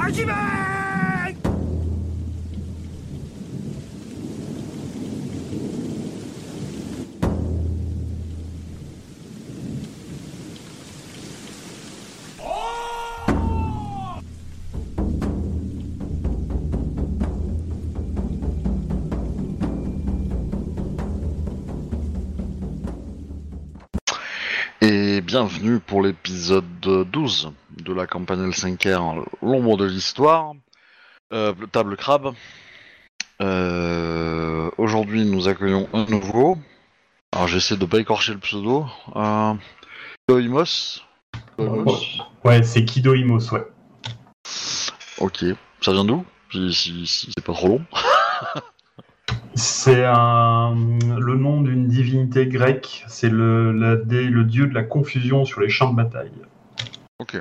Et bienvenue pour l'épisode 12 de la campagne L5R, l'ombre de l'histoire, table crabe. Aujourd'hui nous accueillons un nouveau, alors j'essaie de pas écorcher le pseudo, Doimos. Ouais, c'est Kido Imos, ouais. Ok, ça vient d'où si c'est pas trop long. C'est le nom d'une divinité grecque, c'est le dieu de la confusion sur les champs de bataille. Ok.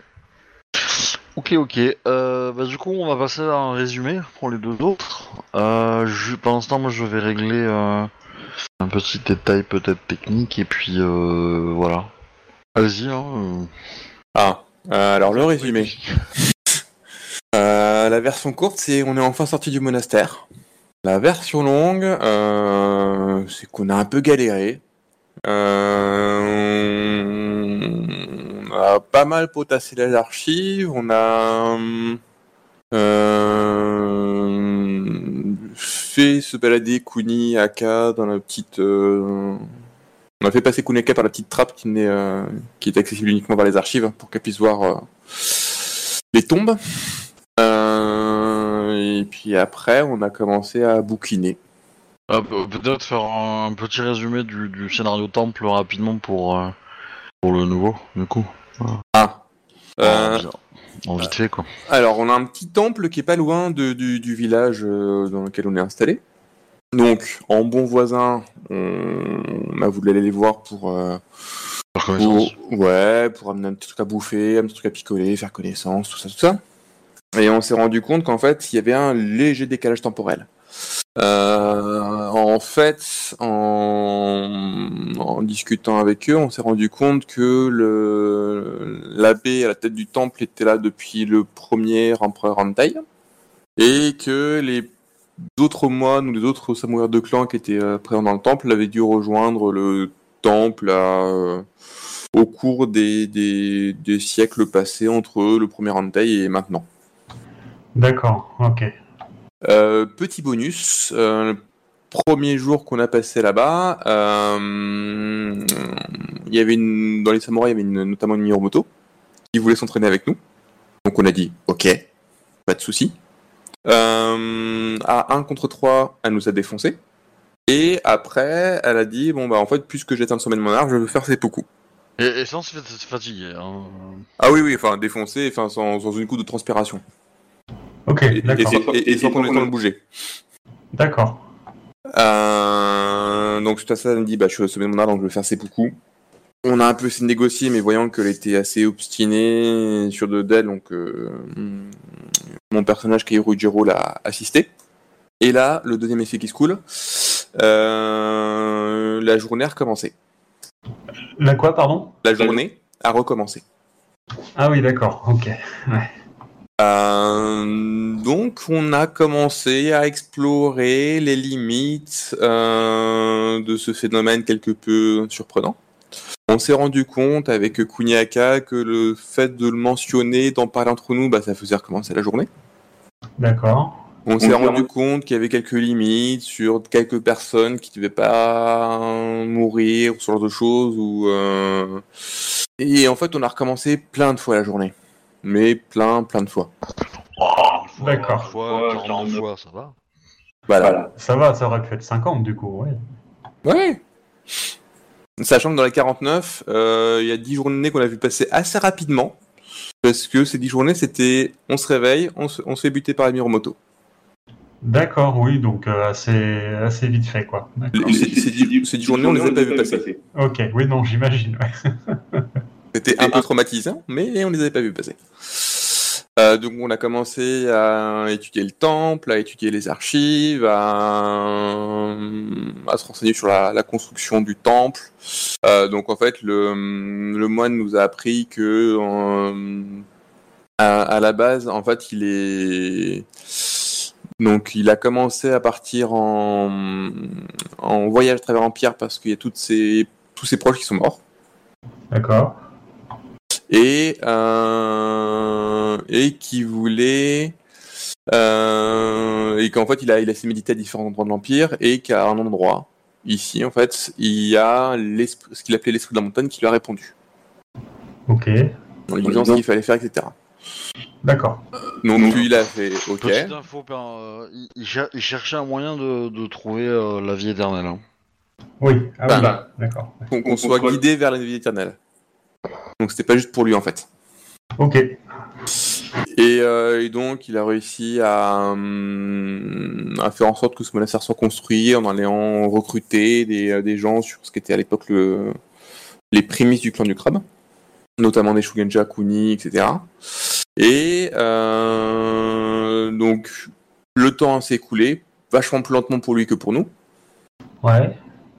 Du coup, on va passer à un résumé pour les deux autres. Pendant ce temps, moi, je vais régler un petit détail peut-être technique, et puis voilà. Allez-y, hein. Alors le résumé. La version courte, c'est on est enfin sorti du monastère. La version longue, c'est qu'on a un peu galéré. On a pas mal potassé les archives, on a fait se balader Kuni Aka dans la petite... On a fait passer Kuni Aka par la petite trappe qui est accessible uniquement par les archives pour qu'elle puisse voir les tombes. Et puis après, on a commencé à bouquiner. Peut-être faire un petit résumé du scénario temple rapidement pour le nouveau, du coup. En vite fait, quoi. Alors, on a un petit temple qui est pas loin du village dans lequel on est installé. Donc, en bon voisin, on a voulu aller les voir pour amener un petit truc à bouffer, un petit truc à picoler, faire connaissance, tout ça. Et on s'est rendu compte qu'en fait, il y avait un léger décalage temporel. En fait, en discutant avec eux, on s'est rendu compte que l'abbé à la tête du temple était là depuis le premier empereur Antai, et que les autres moines ou les autres samouraïs de clan qui étaient présents dans le temple avaient dû rejoindre le temple au cours des siècles passés entre le premier Antai et maintenant. D'accord, ok. Petit bonus, le premier jour qu'on a passé là-bas, il y avait dans les samouraïs, il y avait notamment une Miromoto qui voulait s'entraîner avec nous. Donc on a dit ok, pas de souci. À 1 contre 3, elle nous a défoncé. Et après, elle a dit bon bah en fait, puisque j'éteins le sommet de mon arc, je veux faire seppuku. Et sans se fatiguer, hein. Ah oui, enfin défoncé, enfin sans une goutte de transpiration. Ok, d'accord. Et sans qu'on ait le temps de bouger. D'accord. Donc suite à ça, elle me dit bah je suis au sommet de mon art donc je vais faire seppuku. On a un peu essayé de négocier, mais voyant qu'elle était assez obstinée sur d'elle, donc mon personnage Kairujiro l'a assisté. Et là, le deuxième effet qui se coule, la journée a recommencé. La quoi, pardon ? La journée a recommencé. Ah oui, d'accord, ok. Ouais. Donc on a commencé à explorer les limites de ce phénomène quelque peu surprenant. On s'est rendu compte avec Kuniaka que le fait de le mentionner, d'en parler entre nous, bah, ça faisait recommencer la journée. D'accord. On s'est rendu compte qu'il y avait quelques limites sur quelques personnes qui ne devaient pas mourir, ou ce genre de choses. Et en fait, on a recommencé plein de fois la journée. Mais plein de fois. D'accord. 49 fois, ça va. Voilà. Ça va, ça aurait pu être 50 du coup, ouais. Ouais. Sachant que dans les 49, il y a 10 journées qu'on a vu passer assez rapidement. Parce que ces 10 journées, c'était on se réveille, on se fait buter par la Miromoto. D'accord, oui, donc assez vite fait, quoi. Ces 10 journées, on les a pas vues passer. Ok, oui, non, j'imagine, ouais. C'était un peu traumatisant, mais on les avait pas vues passer. Donc on a commencé à étudier le temple, à étudier les archives, à se renseigner sur la construction du temple. Donc en fait, le moine nous a appris que À la base, en fait, donc il a commencé à partir en voyage à travers l'Empire parce qu'il y a tous ses proches qui sont morts. D'accord. Et qui voulait et qu'en fait il a s'est médité à différents endroits de l'Empire et qu'à un endroit ici en fait il y a ce qu'il appelait l'esprit de la montagne qui lui a répondu Ok. en lui disant ce qu'il fallait faire, etc. D'accord. Donc lui il a fait ok. Petite info, il cherchait un moyen de trouver la vie éternelle. Hein. Oui. Ah oui. Enfin, D'accord. qu'on soit guidé vers la vie éternelle. Donc c'était pas juste pour lui en fait. Ok. Et donc, il a réussi à faire en sorte que ce monastère soit construit en allant recruter des gens sur ce qui était à l'époque les prémices du clan du crabe, notamment des Shugenja, Kuni, etc. Et donc, le temps s'est écoulé, vachement plus lentement pour lui que pour nous. Ouais.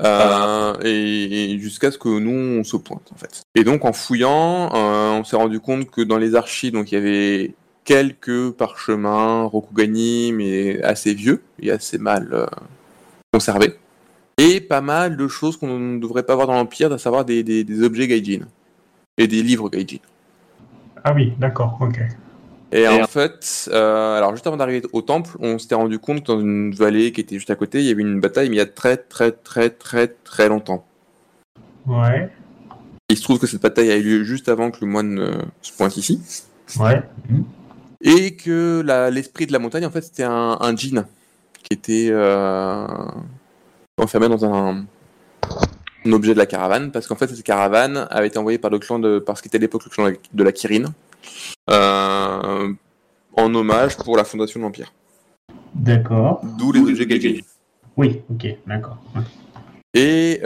Et jusqu'à ce que nous on se pointe en fait. Et donc en fouillant, on s'est rendu compte que dans les archives, donc il y avait quelques parchemins Rokugani, mais assez vieux et assez mal conservés, et pas mal de choses qu'on ne devrait pas avoir dans l'Empire, à savoir des objets Gaijin et des livres Gaijin. Ah oui, d'accord. Ok. Et en fait, alors juste avant d'arriver au temple, on s'était rendu compte que dans une vallée qui était juste à côté, il y avait une bataille, mais il y a très longtemps. Ouais. Il se trouve que cette bataille a eu lieu juste avant que le moine se pointe ici. Ouais. Et que l'esprit de la montagne, en fait, c'était un djinn qui était enfermé dans un objet de la caravane, parce qu'en fait, cette caravane avait été envoyée par le clan parce qu'il était à l'époque le clan de la Kirin, en hommage pour la fondation de l'Empire. D'accord. D'où les objets Gaijin. Oui, ok, d'accord. Ouais. Et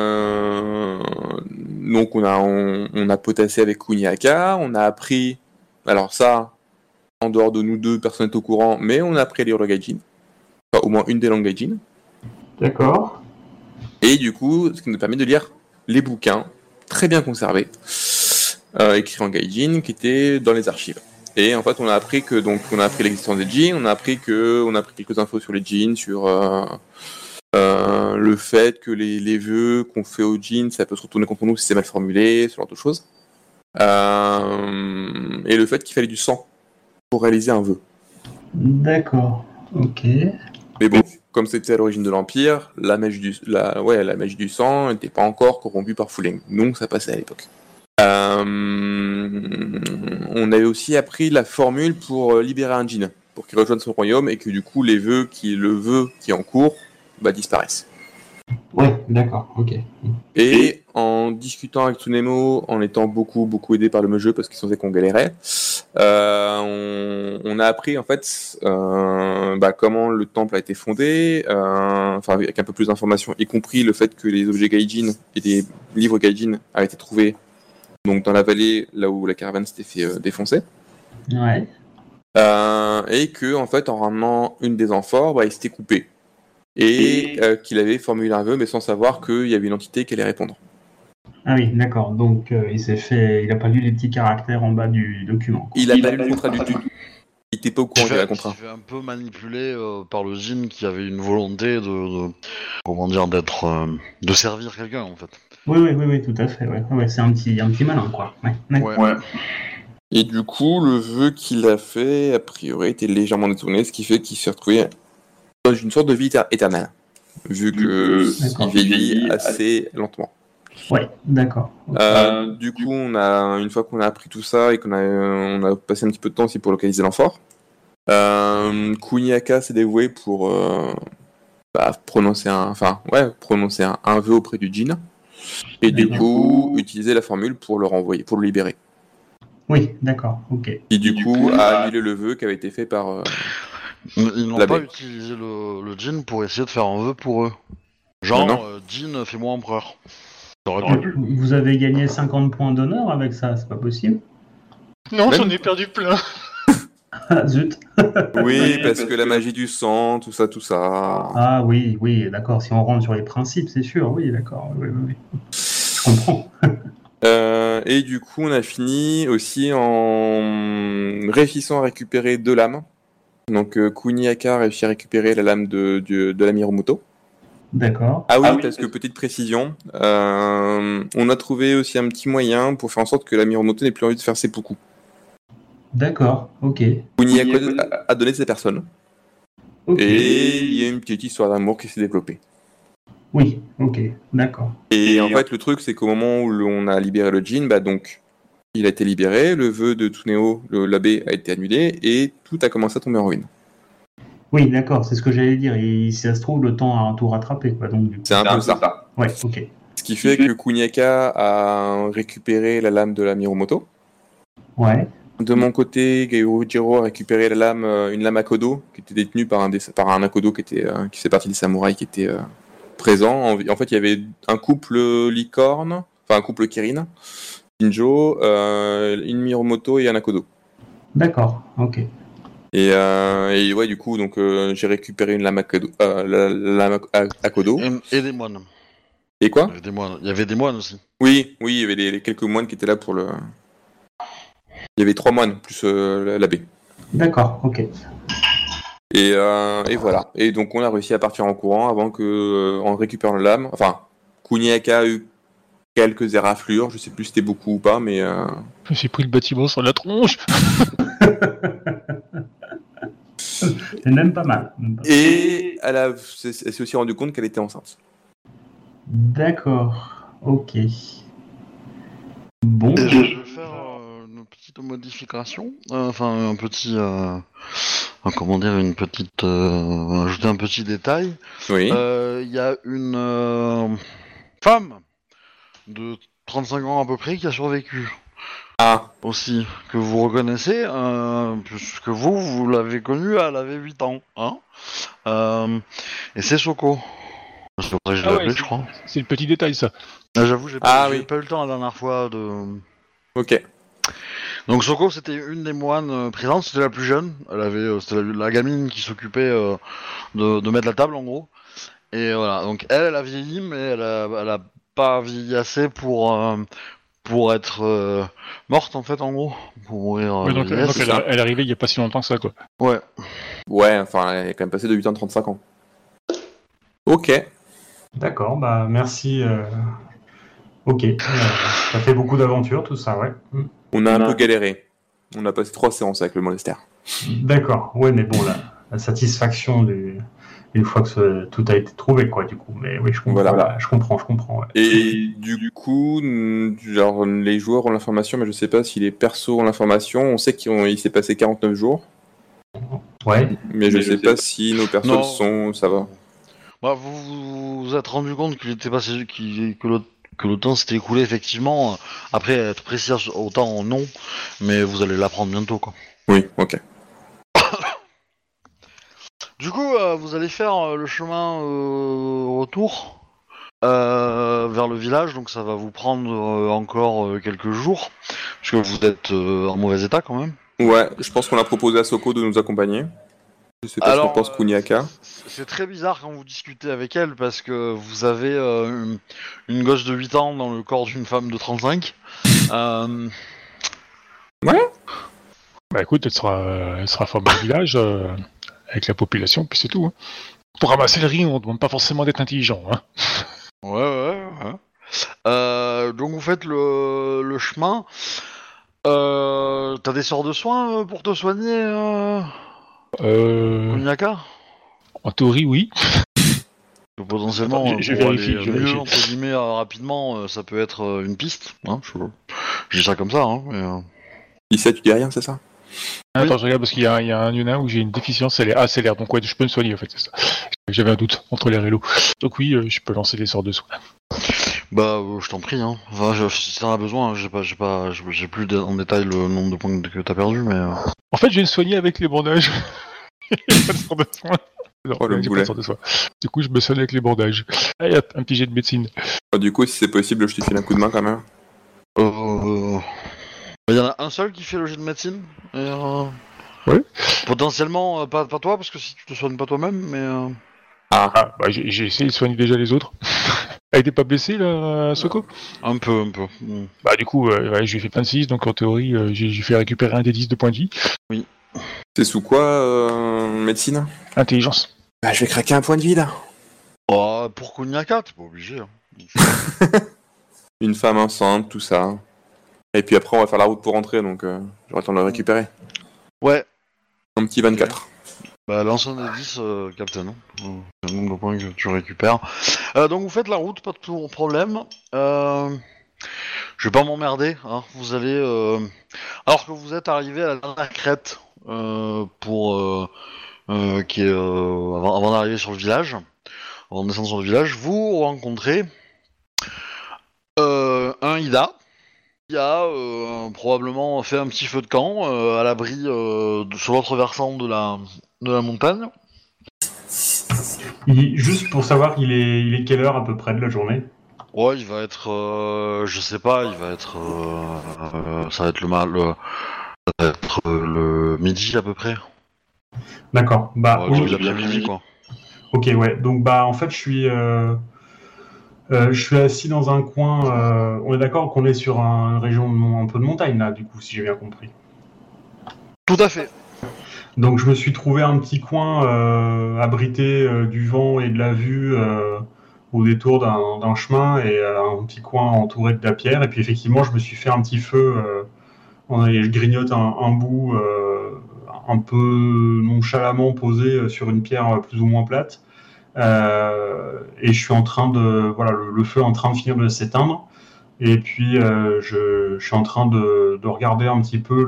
donc on a potassé avec Kuniaka, on a appris, alors ça, en dehors de nous deux, personne n'est au courant, mais on a appris à lire le Gaijin, enfin au moins une des langues Gaijin. D'accord. Et du coup, ce qui nous permet de lire les bouquins, très bien conservés, écrits en Gaijin, qui étaient dans les archives. Et en fait, on a appris l'existence des djinns, on a appris quelques infos sur les djinns, sur le fait que les vœux qu'on fait aux djinns, ça peut se retourner contre nous si c'est mal formulé, ce genre de choses. Et le fait qu'il fallait du sang pour réaliser un vœu. D'accord. Ok. Mais bon, comme c'était à l'origine de l'Empire, la magie du sang n'était pas encore corrompue par Fuling, donc ça passait à l'époque. On avait aussi appris la formule pour libérer un djinn, pour qu'il rejoigne son royaume et que du coup le vœu qui est en cours disparaisse. Ouais, d'accord, ok. Et en discutant avec Tsunemo, en étant beaucoup aidé par le jeu parce qu'ils sentaient qu'on galérait, on a appris en fait comment le temple a été fondé, avec un peu plus d'informations, y compris le fait que les objets Gaijin et des livres Gaijin avaient été trouvés donc dans la vallée là où la caravane s'était fait défoncer. Ouais. Et que en fait en ramenant une des amphores, il s'était coupé. Et qu'il avait formulé un vœu, mais sans savoir qu'il y avait une entité qui allait répondre. Ah oui, d'accord. Donc il a pas lu les petits caractères en bas du document. Quoi. Il a pas lu le contrat du tout. Il était pas au courant qu'il y avait un contrat. Il s'est fait un peu manipuler par le djinn qui avait une volonté de servir quelqu'un en fait. Oui, tout à fait. Ouais, c'est un petit malin quoi. Ouais. Et du coup, le vœu qu'il a fait, a priori, était légèrement détourné, ce qui fait qu'il s'est retrouvé dans une sorte de vie éternelle, vu qu'il vieillit assez lentement. Ouais, d'accord. Du coup, une fois qu'on a appris tout ça et qu'on a passé un petit peu de temps aussi pour localiser l'amphore, Kuniaka s'est dévoué pour prononcer un vœu auprès du djinn, et du coup utiliser la formule pour le renvoyer, pour le libérer. Oui, d'accord, ok. Et du coup a annulé le vœu qui avait été fait par... Ils n'ont pas utilisé le djinn pour essayer de faire un vœu pour eux. Genre, djinn, fais-moi empereur. Vous avez gagné 50 points d'honneur avec ça, c'est pas possible? Non, j'en ai perdu plein. Ah, zut. Oui, parce que la magie du sang, tout ça. Ah oui, d'accord, si on rentre sur les principes, c'est sûr, oui, d'accord. Oui. Je comprends. Et du coup, on a fini aussi en réussissant à récupérer 2 lames. Donc, Kuniaka a réussi à récupérer la lame de la Miromoto. D'accord. Ah oui, parce que petite précision, on a trouvé aussi un petit moyen pour faire en sorte que la Miromoto n'ait plus envie de faire seppuku. D'accord, ok. Kuniaka a donné de ces personnes. Ok. Et il y a une petite histoire d'amour qui s'est développée. Oui, ok, d'accord. Et en fait, le truc, c'est qu'au moment où on a libéré le djinn, donc, il a été libéré, le vœu de Tsuneo, l'abbé, a été annulé, et tout a commencé à tomber en ruine. Oui, d'accord, c'est ce que j'allais dire. Et si ça se trouve, le temps a tout rattrapé, quoi. Donc, du coup. C'est un peu ça. Ouais, ok. Ce qui fait que Kuniaka a récupéré la lame de la Miromoto. Ouais. De mon côté, Gairujiro a récupéré la lame, une lame Akodo, qui était détenue par un Akodo qui fait partie des samouraïs qui était présent. En fait, il y avait un couple licorne, enfin un couple Kirin, Shinjo, une Miromoto et un Akodo. D'accord, ok. Et ouais, du coup, donc j'ai récupéré une lame Akodo. La lame Akodo. Et des moines. Et quoi ? Il y avait des moines aussi. Oui, il y avait les quelques moines qui étaient là pour le. Il y avait 3 moines plus l'abbé. D'accord, ok. Et voilà. Et donc on a réussi à partir en courant avant que en récupérant la lame. Enfin, Kuniaka a eu quelques éraflures. Je sais plus si c'était beaucoup ou pas, mais. J'ai pris le bâtiment sur la tronche. C'est même pas mal. Et elle s'est aussi rendu compte qu'elle était enceinte. D'accord, ok. Bon. Et je vais faire une petite modification. Enfin, un petit. Comment dire, une petite. Ajouter un petit détail. Oui. Il y a une femme de 35 ans à peu près qui a survécu. Ah. Aussi, que vous reconnaissez, puisque vous l'avez connue, elle avait 8 ans. Hein, et c'est Soko. C'est pour ça que je l'ai appelé, je crois. C'est le petit détail, ça. J'avoue, j'ai pas eu le temps la dernière fois de... Ok. Donc Soko, c'était une des moines présentes, c'était la plus jeune. Elle avait, c'était la gamine qui s'occupait de mettre la table, en gros. Et voilà, donc elle a vieilli, mais elle a pas vieilli assez pour être morte, en fait, en gros. Pour mourir donc elle est arrivée il y a pas si longtemps que ça, quoi. Ouais. Ouais, enfin, elle est quand même passée de 8 ans à 35 ans. Ok. D'accord, bah merci. Ok, ça fait beaucoup d'aventures, tout ça, ouais. On a un peu galéré. On a passé 3 séances avec le monastère. D'accord, ouais, mais bon, la satisfaction une fois que tout a été trouvé, quoi, du coup. Mais oui, je comprends. Voilà. Je comprends. Ouais. Et du coup, genre, les joueurs ont l'information, mais je sais pas si les persos ont l'information. On sait qu'il s'est passé 49 jours. Ouais. Mais je sais pas si nos persos le sont, ça va. Bah, vous vous êtes rendu compte qu'il était passé, que le temps s'était écoulé effectivement. Après, être précis autant non, mais vous allez l'apprendre bientôt, quoi. Oui, ok. Du coup, vous allez faire le chemin retour vers le village, donc ça va vous prendre encore quelques jours, parce que vous êtes en mauvais état quand même. Ouais, je pense qu'on a proposé à Soko de nous accompagner. Je sais pas ce qu'on pense Kuniaka. C'est très bizarre quand vous discutez avec elle, parce que vous avez une gosse de 8 ans dans le corps d'une femme de 35. Ouais. Bah écoute, elle sera formée au village avec la population, puis c'est tout. Hein. Pour ramasser le riz, on ne demande pas forcément d'être intelligent. Hein. Ouais. Donc vous faites le chemin. T'as des sorts de soins pour te soigner, Kuniaka ? En théorie, oui. Donc, potentiellement, Attends, je vérifie, aller mieux, entre guillemets, rapidement, ça peut être une piste. Hein, je dis ça comme ça, hein, mais... 17, tu dis rien, c'est ça ? Attends, je regarde parce qu'il y a un Yuna où j'ai une déficience CLR, donc ouais, je peux me soigner en fait, c'est ça. J'avais un doute entre l'air et l'eau. Donc oui, je peux lancer des sorts de soins. Bah, je t'en prie, hein. Enfin, si t'en as besoin, j'ai plus en détail le nombre de points que t'as perdu, mais... En fait, je vais me soigner avec les bandages. Il n'y a pas de sort de soins. Non, le j'ai pas de sort de soins. Du coup, je me soigne avec les bandages. Allez hop, un petit jet de médecine. Du coup, si c'est possible, je te file un coup de main quand même. Il y en a un seul qui fait le jet de médecine. Et, ouais. Potentiellement, pas toi, parce que si tu te soignes pas toi-même, mais... bah j'ai essayé de soigner déjà les autres. Elle était pas blessée, là, Soko? Un peu. Bah, du coup, ouais, je lui ai fait plein de 6, donc en théorie, j'ai fait récupérer un des 10 de points de vie. C'est sous quoi, médecine? Intelligence. Bah, je vais craquer un point de vie, là. Oh, pour Kuniaka, t'es pas obligé. Hein. Une femme enceinte, tout ça. Et puis après, on va faire la route pour rentrer, donc j'aurai le temps de le récupérer. Ouais. Un petit 24. Bah, l'ancien des 10, Captain. Hein. Le nombre de points que tu récupères. Donc vous faites la route, pas de problème. Je vais pas m'emmerder. Hein. Vous allez... Alors que vous êtes arrivé à la dernière crête qui est avant d'arriver sur le village, avant de descendre sur le village, vous rencontrez un Ida qui a probablement fait un petit feu de camp à l'abri sur l'autre versant de la montagne. Juste pour savoir, il est quelle heure à peu près de la journée? Ouais, il va être, je sais pas, il va être, ça va être le midi à peu près. D'accord. Bah, Début d'après-midi quoi. Ok, ouais. Donc, bah, en fait, je suis assis dans un coin. On est d'accord qu'on est sur une région un peu de montagne, là, du coup, si j'ai bien compris. Tout à fait. Donc, je me suis trouvé un petit coin abrité du vent et de la vue au détour d'un chemin et un petit coin entouré de la pierre. Et puis, effectivement, je me suis fait un petit feu. Je grignote un bout un peu nonchalamment posé sur une pierre plus ou moins plate. Et je suis en train de... Voilà, le feu est en train de finir de s'éteindre. Et puis, je suis en train de regarder un petit peu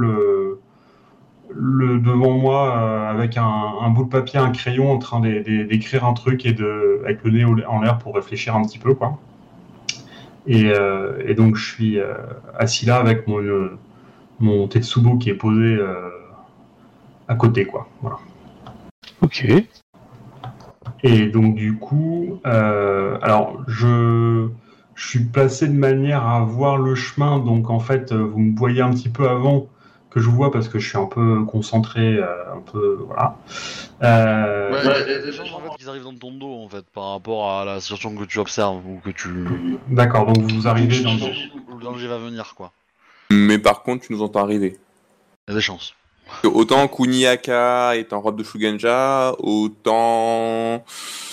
devant moi avec un bout de papier, un crayon, en train d'écrire un truc et avec le nez en l'air pour réfléchir un petit peu, quoi. Et donc, je suis assis là avec mon Tetsubo qui est posé à côté, quoi. Voilà. Ok. Et donc du coup, alors je suis placé de manière à voir le chemin. Donc en fait, vous me voyez un petit peu avant que je vous vois parce que je suis un peu concentré, un peu voilà. Ouais, il y a des gens en fait qui arrivent dans ton dos en fait par rapport à la situation que tu observes ou que tu. D'accord, donc vous arrivez dans le danger va venir quoi. Mais par contre, tu nous entends arriver. Il y a des chances. Autant Kuniaka est en robe de Shugenja, autant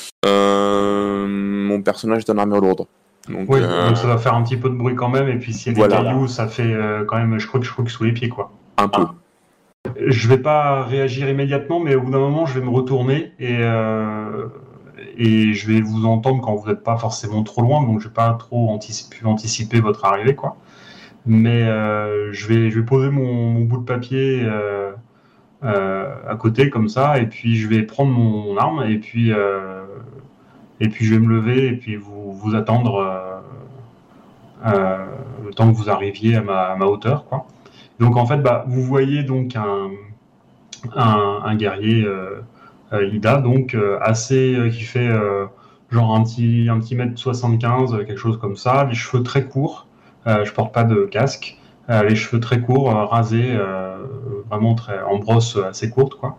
mon personnage est en armure lourde. Donc, oui, donc ça va faire un petit peu de bruit quand même. Et puis s'il y a des cailloux, ça fait quand même, je crois que sous les pieds quoi. Un peu. Je vais pas réagir immédiatement, mais au bout d'un moment, je vais me retourner et je vais vous entendre quand vous n'êtes pas forcément trop loin, donc je vais pas trop anticiper votre arrivée, quoi. Mais je vais poser mon bout de papier à côté comme ça, et puis je vais prendre mon arme, et puis je vais me lever et puis vous attendre le temps que vous arriviez à ma hauteur, quoi. Donc en fait, bah, vous voyez donc un guerrier Ida, donc qui fait genre un petit mètre 75, quelque chose comme ça, les cheveux très courts, je porte pas de casque, les cheveux très courts, rasés, vraiment en brosse assez courte, quoi.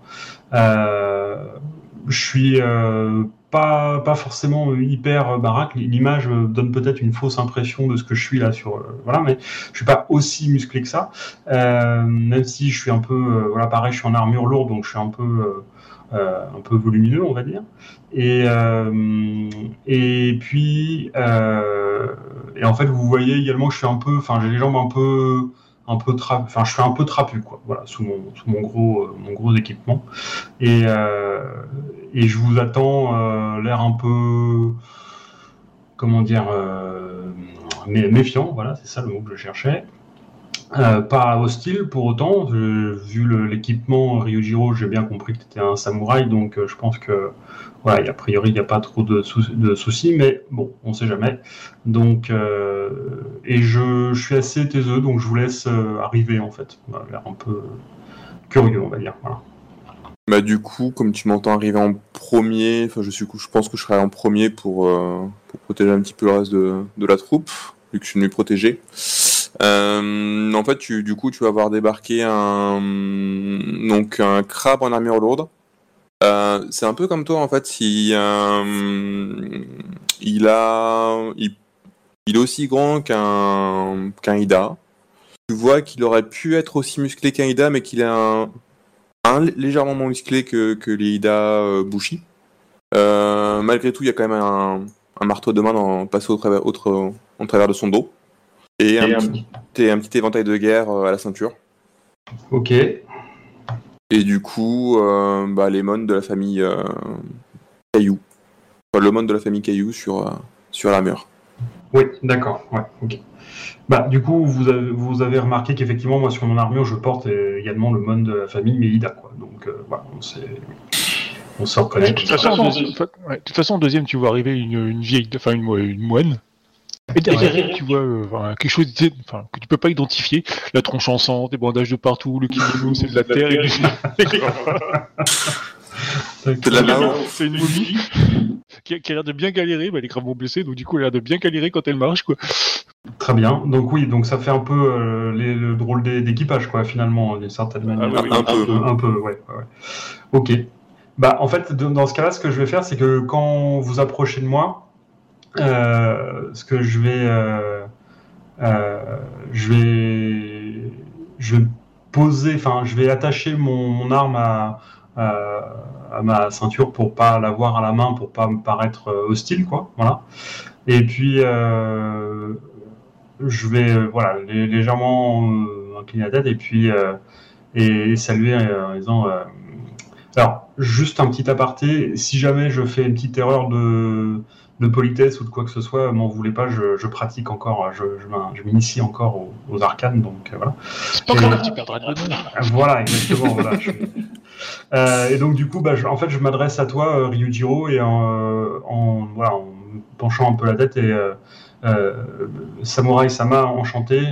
Je suis pas forcément hyper baraque. L'image donne peut-être une fausse impression de ce que je suis là voilà, mais je suis pas aussi musclé que ça. Même si je suis un peu voilà, pareil, je suis en armure lourde, donc je suis un peu volumineux, on va dire. Et puis et en fait, vous voyez également que je suis j'ai les jambes je suis un peu trapu, quoi. Voilà, sous mon gros équipement. Et je vous attends l'air un peu, comment dire, méfiant, voilà, c'est ça le mot que je cherchais. Pas hostile pour autant, vu l'équipement Ryujiro, j'ai bien compris que tu étais un samouraï, donc je pense que, voilà, a priori, il n'y a pas trop de soucis, mais bon, on sait jamais. Donc, et je suis assez taiseux, donc je vous laisse arriver, en fait. On a l'air un peu curieux, on va dire, voilà. Bah du coup, comme tu m'entends arriver en premier, je pense que je serai en premier pour protéger un petit peu le reste de la troupe, vu que je suis venu protéger. En fait, tu vas voir débarquer un crabe en armure lourde, C'est un peu comme toi en fait. Si il est aussi grand qu'un Ida. Tu vois qu'il aurait pu être aussi musclé qu'un Ida, mais qu'il est légèrement moins musclé que les Ida Bushi. Malgré tout, il y a quand même un marteau de main passé au travers de son dos. Et un petit éventail de guerre à la ceinture. Ok. Et du coup, les mônes de la famille Caillou. Enfin, le mône de la famille Caillou sur l'armure. Oui, d'accord. Ouais, ok. Bah, du coup, vous avez remarqué qu'effectivement, moi, sur mon armure, je porte également le mône de la famille Meida, quoi. Donc, voilà, on se reconnaît. De toute façon, en deuxième, tu vois arriver une vieille, enfin une moine. Et derrière, tu vois quelque chose que tu peux pas identifier. La tronche en sang, des bandages de partout, le kimono, c'est de la terre. C'est une momie qui a l'air de bien galérer. Elle est gravement blessée, donc du coup, elle a l'air de bien galérer quand elle marche, quoi. Très bien. Donc oui, donc ça fait un peu le drôle d'équipage, quoi, finalement, d'une certaine manière. Un peu, ouais. Ok. Bah, en fait, dans ce cas-là, ce que je vais faire, c'est que quand vous approchez de moi, ce que je vais poser, enfin, je vais attacher mon arme à ma ceinture pour pas l'avoir à la main, pour pas me paraître hostile, quoi. Voilà. Et puis je vais légèrement incliner la tête et puis et saluer en disant alors juste un petit aparté, si jamais je fais une petite erreur de politesse ou de quoi que ce soit, m'en voulez pas, je pratique encore, je m'initie encore aux arcanes, donc voilà. C'est pas grave, tu perdras de bonheur. Voilà, exactement. Voilà, et donc du coup, en fait, je m'adresse à toi, Ryujiro, et en penchant un peu la tête et Samurai Sama, enchanté.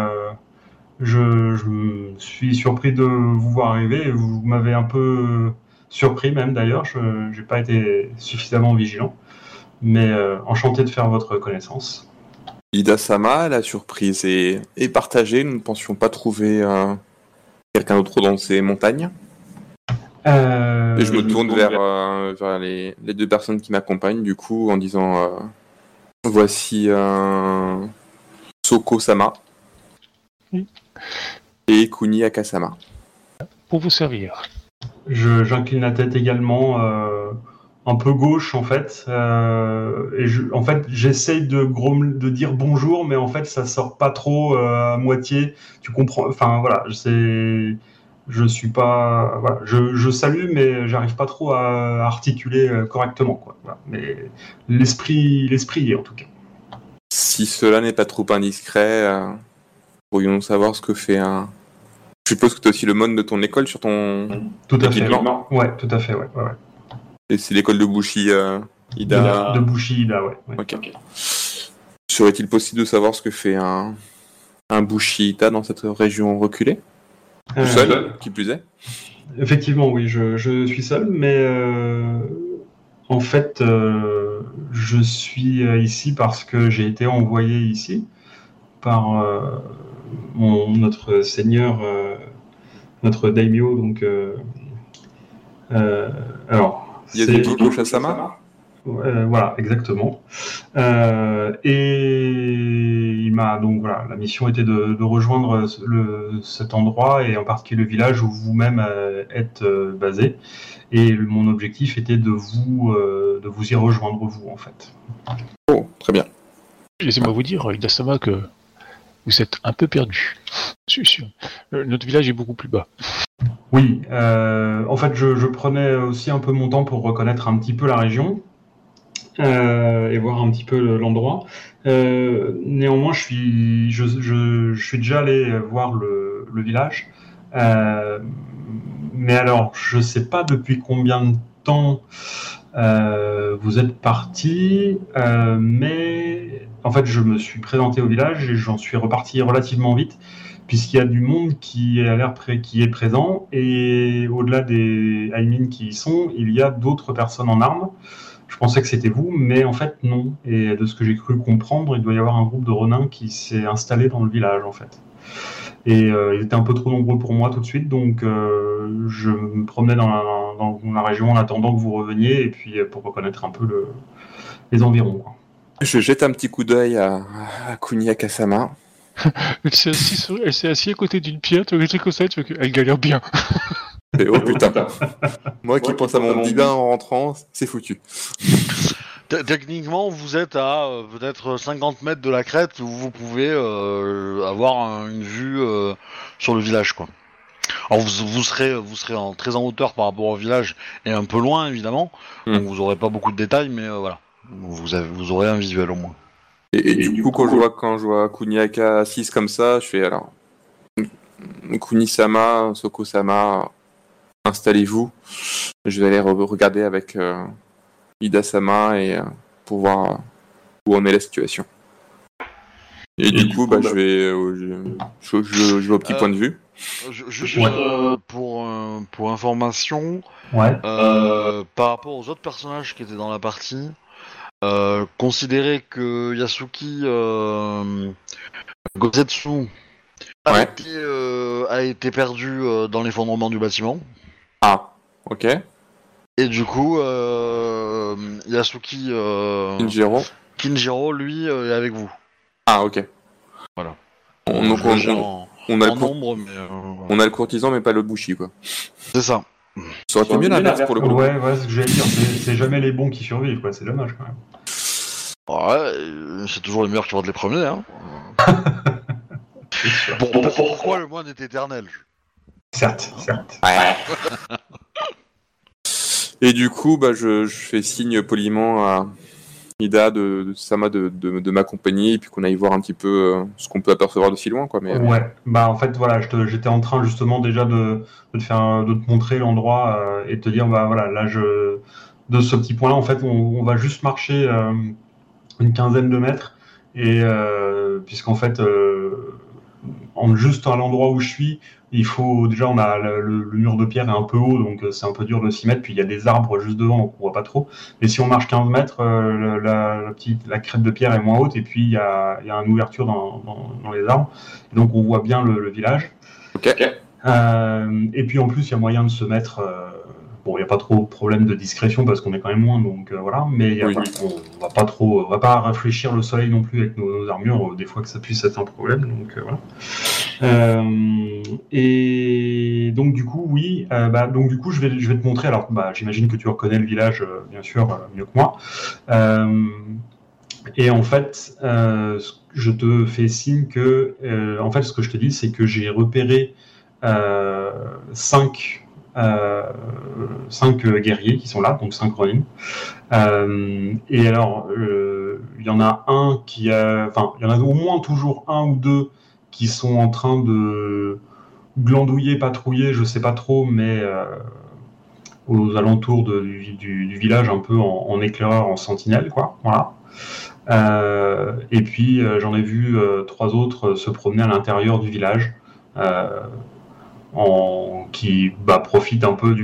Je suis surpris de vous voir arriver. Vous m'avez un peu surpris même d'ailleurs. Je n'ai pas été suffisamment vigilant, mais enchanté de faire votre connaissance. Ida-sama, la surprise est partagée. Nous ne pensions pas trouver quelqu'un d'autre dans ces montagnes. Et je me tourne vers les deux personnes qui m'accompagnent, du coup, en disant voici Soko-sama et Kuni Akasama. Pour vous servir. J'incline la tête également, un peu gauche en fait, et j'essaye de dire bonjour, mais en fait ça sort pas trop à moitié. Tu comprends? Enfin voilà, je suis pas, voilà, je salue, mais j'arrive pas trop à articuler correctement, quoi. Voilà. Mais l'esprit y est en tout cas. Si cela n'est pas trop indiscret, pourrions-nous savoir ce que fait un... Je suppose que tu as aussi le mode de ton école sur ton équipement. Ouais, tout à fait, ouais. Et c'est l'école de Bushi Ida. De Bushi Ida, ouais. Ok. Serait-il possible de savoir ce que fait un Bushi Ida dans cette région reculée? Tout seul, qui plus est? Effectivement, oui, je suis seul, mais en fait, je suis ici parce que j'ai été envoyé ici par notre seigneur, notre daimyo, donc alors Yasuko Shasama. Voilà, exactement. Et il m'a donc voilà, la mission était de rejoindre cet endroit et en particulier le village où vous-même êtes basé. Et mon objectif était de vous y rejoindre vous en fait. Oh, très bien. Laissez-moi vous dire, Ida-sama, que vous êtes un peu perdu. Notre village est beaucoup plus bas. Oui, en fait, je prenais aussi un peu mon temps pour reconnaître un petit peu la région et voir un petit peu l'endroit. Néanmoins, je suis déjà allé voir le village. Mais alors, je sais pas depuis combien de temps vous êtes parti, mais en fait, je me suis présenté au village et j'en suis reparti relativement vite, puisqu'il y a du monde qui est présent, et au-delà des Aimin qui y sont, il y a d'autres personnes en armes. Je pensais que c'était vous, mais en fait non. Et de ce que j'ai cru comprendre, il doit y avoir un groupe de renins qui s'est installé dans le village en fait. Et ils étaient un peu trop nombreux pour moi tout de suite, donc je me promenais dans dans la région en attendant que vous reveniez et puis pour reconnaître un peu les environs. Quoi. Je jette un petit coup d'œil à Kunia Kasama. Elle s'est assise à côté d'une pierre, tu vois que ça, tu vois qu'elle galère bien. Et oh putain. Moi qui pense à mon bibin en rentrant, c'est foutu. Techniquement, vous êtes à peut-être 50 mètres de la crête où vous pouvez avoir une vue sur le village, quoi. Alors vous serez très en hauteur par rapport au village et un peu loin évidemment, donc vous aurez pas beaucoup de détails, mais voilà, vous aurez un visuel au moins. Et du coup, quand je vois Kuniaka assise comme ça, je fais alors Kuni-sama, Soko-sama, installez-vous. Je vais aller regarder avec Ida-sama et pour voir où en est la situation. Et du coup, je vais au petit point de vue. Juste pour information, Ouais. par rapport aux autres personnages qui étaient dans la partie, considérez que Yasuki Gozetsu a été perdu dans l'effondrement du bâtiment. Ah, ok. Et du coup, Yasuki Kinjiro, lui, est avec vous. Ah, ok. Voilà. On a le courtisan, mais pas le bouchi, quoi. C'est ça. Ça aurait été mieux l'inverse pour le coup. Ouais, c'est ce que j'allais dire. C'est jamais les bons qui survivent, quoi. C'est dommage, quand même. Ouais, c'est toujours les meilleurs qui vont être les premiers, hein. Pourquoi le moine est éternel? Certes. Ouais. Et du coup, je fais signe poliment à Ida de Sama de m'accompagner et puis qu'on aille voir un petit peu ce qu'on peut apercevoir de si loin, quoi. Mais ouais. En fait, voilà, j'étais en train justement déjà de te montrer l'endroit et de te dire, voilà, là, de ce petit point-là, en fait, on va juste marcher une quinzaine de mètres et puisqu'en fait, juste à l'endroit où je suis, il faut déjà on a le mur de pierre est un peu haut, donc c'est un peu dur de s'y mettre. Puis il y a des arbres juste devant, donc on voit pas trop. Mais si on marche 15 mètres, la crête de pierre est moins haute, et puis il y a une ouverture dans les arbres, donc on voit bien le village. Ok. Et puis en plus il y a moyen de se mettre. Bon, il n'y a pas trop de problème de discrétion parce qu'on est quand même loin, donc voilà. Mais on va pas réfléchir le soleil non plus avec nos armures, des fois que ça puisse être un problème. Donc voilà. Et donc du coup, oui. Donc du coup, je vais te montrer. Alors, j'imagine que tu reconnais le village, bien sûr, mieux que moi. Et en fait, je te fais signe que, en fait, ce que je te dis, c'est que j'ai repéré 5 guerriers qui sont là, donc 5 Ronin. Et alors, il y en a il y en a au moins toujours un ou deux qui sont en train de glandouiller, patrouiller, je sais pas trop, mais aux alentours du village, un peu en éclaireur, en sentinelle, quoi. Voilà. Et puis, j'en ai vu 3 autres se promener à l'intérieur du village. Qui profite un peu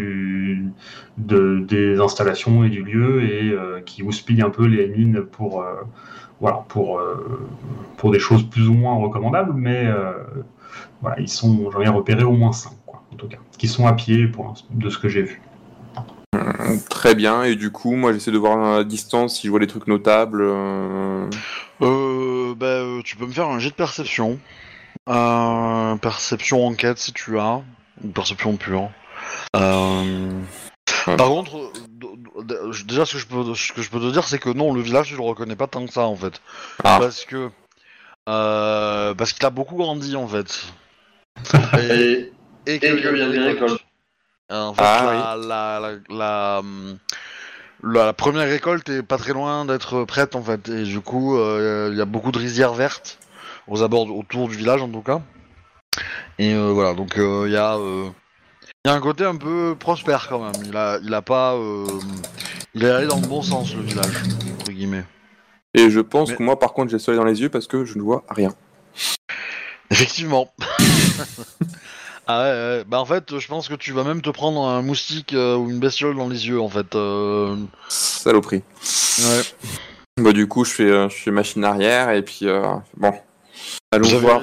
des installations et du lieu et qui houspille un peu les mines pour des choses plus ou moins recommandables, mais voilà, j'en ai repéré au moins 5, quoi, en tout cas, qui sont à pied de ce que j'ai vu. Très bien, et du coup, moi j'essaie de voir à distance si je vois des trucs notables. Tu peux me faire un jet de perception. Perception enquête si tu as, ou perception pure. Par contre, déjà ce que je peux te dire, c'est que non, le village tu le reconnais pas tant que ça en fait, parce qu'il a beaucoup grandi en fait, et qu'il y a des récoltes. En fait, la première récolte est pas très loin d'être prête en fait, et du coup il y a beaucoup de rizières vertes aux abords, autour du village en tout cas. Et voilà, donc il y a un côté un peu prospère quand même. Il est allé dans le bon sens le village, entre guillemets. Et je pense que moi par contre j'ai le soleil dans les yeux parce que je ne vois rien. Effectivement. Ah ouais. En fait, je pense que tu vas même te prendre un moustique ou une bestiole dans les yeux en fait. Saloperie. Ouais. Du coup je fais machine arrière et puis bon. Allons voir.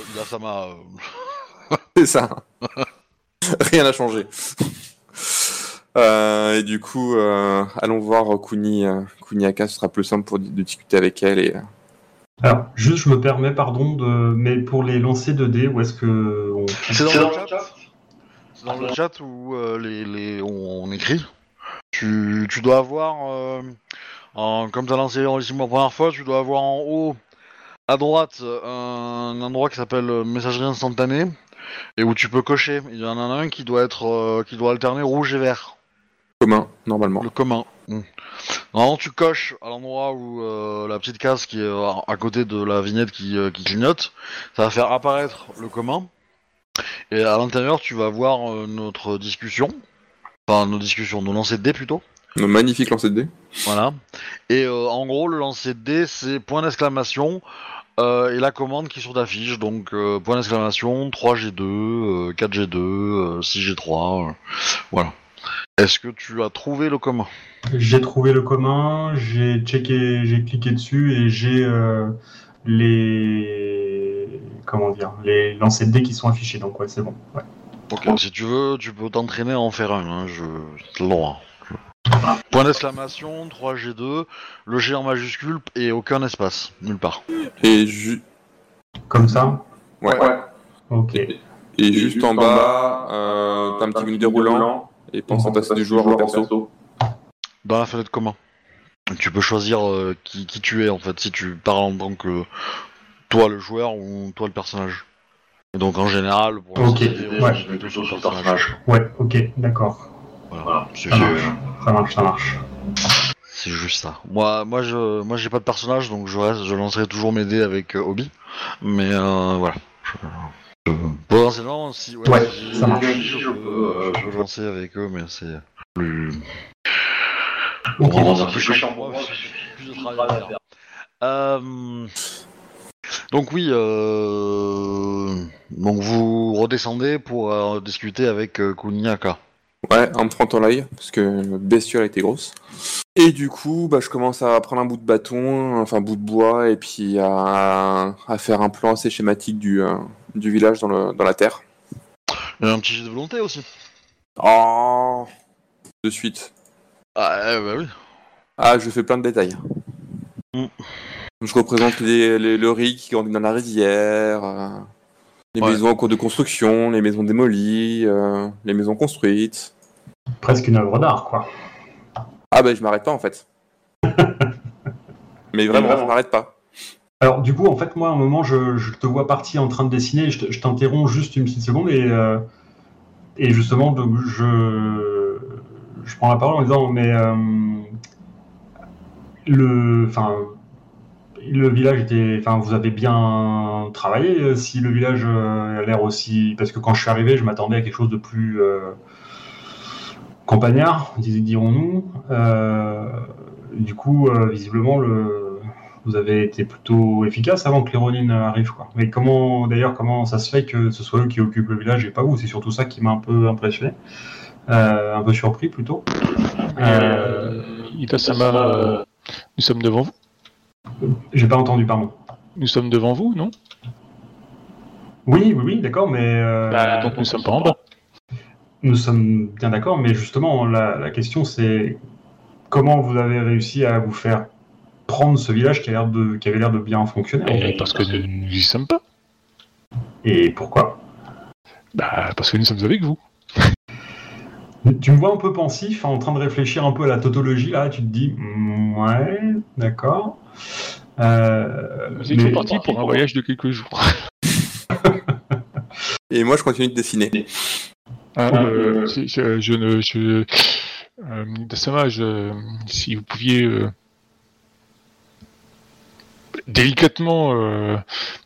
Sama. C'est ça. Rien n'a changé. Et du coup, allons voir Kuniaka, ce sera plus simple de discuter avec elle. Et... Alors, juste, je me permets, pardon, mais pour les lancers de dés, où est-ce que... C'est dans le chat. C'est dans le chat où on écrit. Tu dois avoir, comme tu as lancé l'enregistrement la première fois, tu dois avoir en haut, à droite, un endroit qui s'appelle messagerie instantanée, et où tu peux cocher. Il y en a un qui doit alterner rouge et vert. Commun, normalement. Le commun. Normalement, tu coches à l'endroit où la petite case qui est à côté de la vignette qui clignote. Ça va faire apparaître le commun. Et à l'intérieur, tu vas voir notre discussion. Enfin, nos lancers de dés plutôt. Nos magnifiques lancers de dés. Voilà. Et en gros, le lancer de dés, c'est point d'exclamation et la commande qui est sur ta fiche. Donc, point d'exclamation, 3G2, 4G2, 6G3. Voilà. Est-ce que tu as trouvé le commun ? J'ai trouvé le commun, j'ai cliqué dessus et j'ai les lancers de dés qui sont affichés. Donc ouais, c'est bon. Ouais. Ok, si tu veux, tu peux t'entraîner à en faire un. T'as le droit. Point d'exclamation, 3G2, le G en majuscule et aucun espace, nulle part. Et Comme ça ? Ouais. Ok. Et juste en bas, t'as un petit menu déroulant et pense à passer du joueur au perso. Dans la fenêtre commun. Tu peux choisir qui tu es en fait, si tu parles en tant que toi le joueur ou toi le personnage. Et donc en général, pour ouais. plutôt sur le personnage. Ouais, ok, d'accord. Voilà. Ça marche. C'est juste ça. Moi j'ai pas de personnage, donc je lancerai toujours mes dés avec Obi. Mais voilà. Potentiellement, si ça marche. Je peux lancer avec eux, mais c'est plus. Ok. Plus de travail à faire. Donc oui, donc vous redescendez pour discuter avec Kuniaka. Ouais, en me frontant l'œil, parce que notre bestiole était grosse. Et du coup, je commence à prendre un bout de bâton, enfin bout de bois, et puis à faire un plan assez schématique du village dans la terre. Il y a un petit jet de volonté aussi. Oh, de suite. Ah bah oui. Ah, je fais plein de détails. Je représente le riz qui grandit dans la rizière, les maisons en cours de construction, les maisons démolies, les maisons construites. Presque une œuvre d'art, quoi. Ah je m'arrête pas en fait. Mais vraiment, je m'arrête pas. Alors du coup, en fait, moi, à un moment, je te vois parti en train de dessiner, je t'interromps juste une petite seconde et justement, je prends la parole en disant, mais le village était, vous avez bien travaillé. Si le village a l'air aussi, parce que quand je suis arrivé, je m'attendais à quelque chose de plus campagnard, dirons-nous. Du coup, visiblement, vous avez été plutôt efficace avant que les Ronin arrivent, quoi. Mais comment ça se fait que ce soit eux qui occupent le village et pas vous ? C'est surtout ça qui m'a un peu impressionné, un peu surpris plutôt. Ida-sama, nous sommes devant vous. J'ai pas entendu, pardon. Nous sommes devant vous, non ? Oui, d'accord, mais... donc nous sommes pas en bas. Nous sommes bien d'accord, mais justement, la question c'est comment vous avez réussi à vous faire prendre ce village qui avait l'air de bien fonctionner. Parce que nous n'y sommes pas. Et pourquoi ? Parce que nous sommes avec vous. Tu me vois un peu pensif, en train de réfléchir un peu à la tautologie, là, tu te dis, ouais, d'accord. Nous étions partis pour un voyage de quelques jours. Et moi, je continue de dessiner. Ida-sama, si vous pouviez délicatement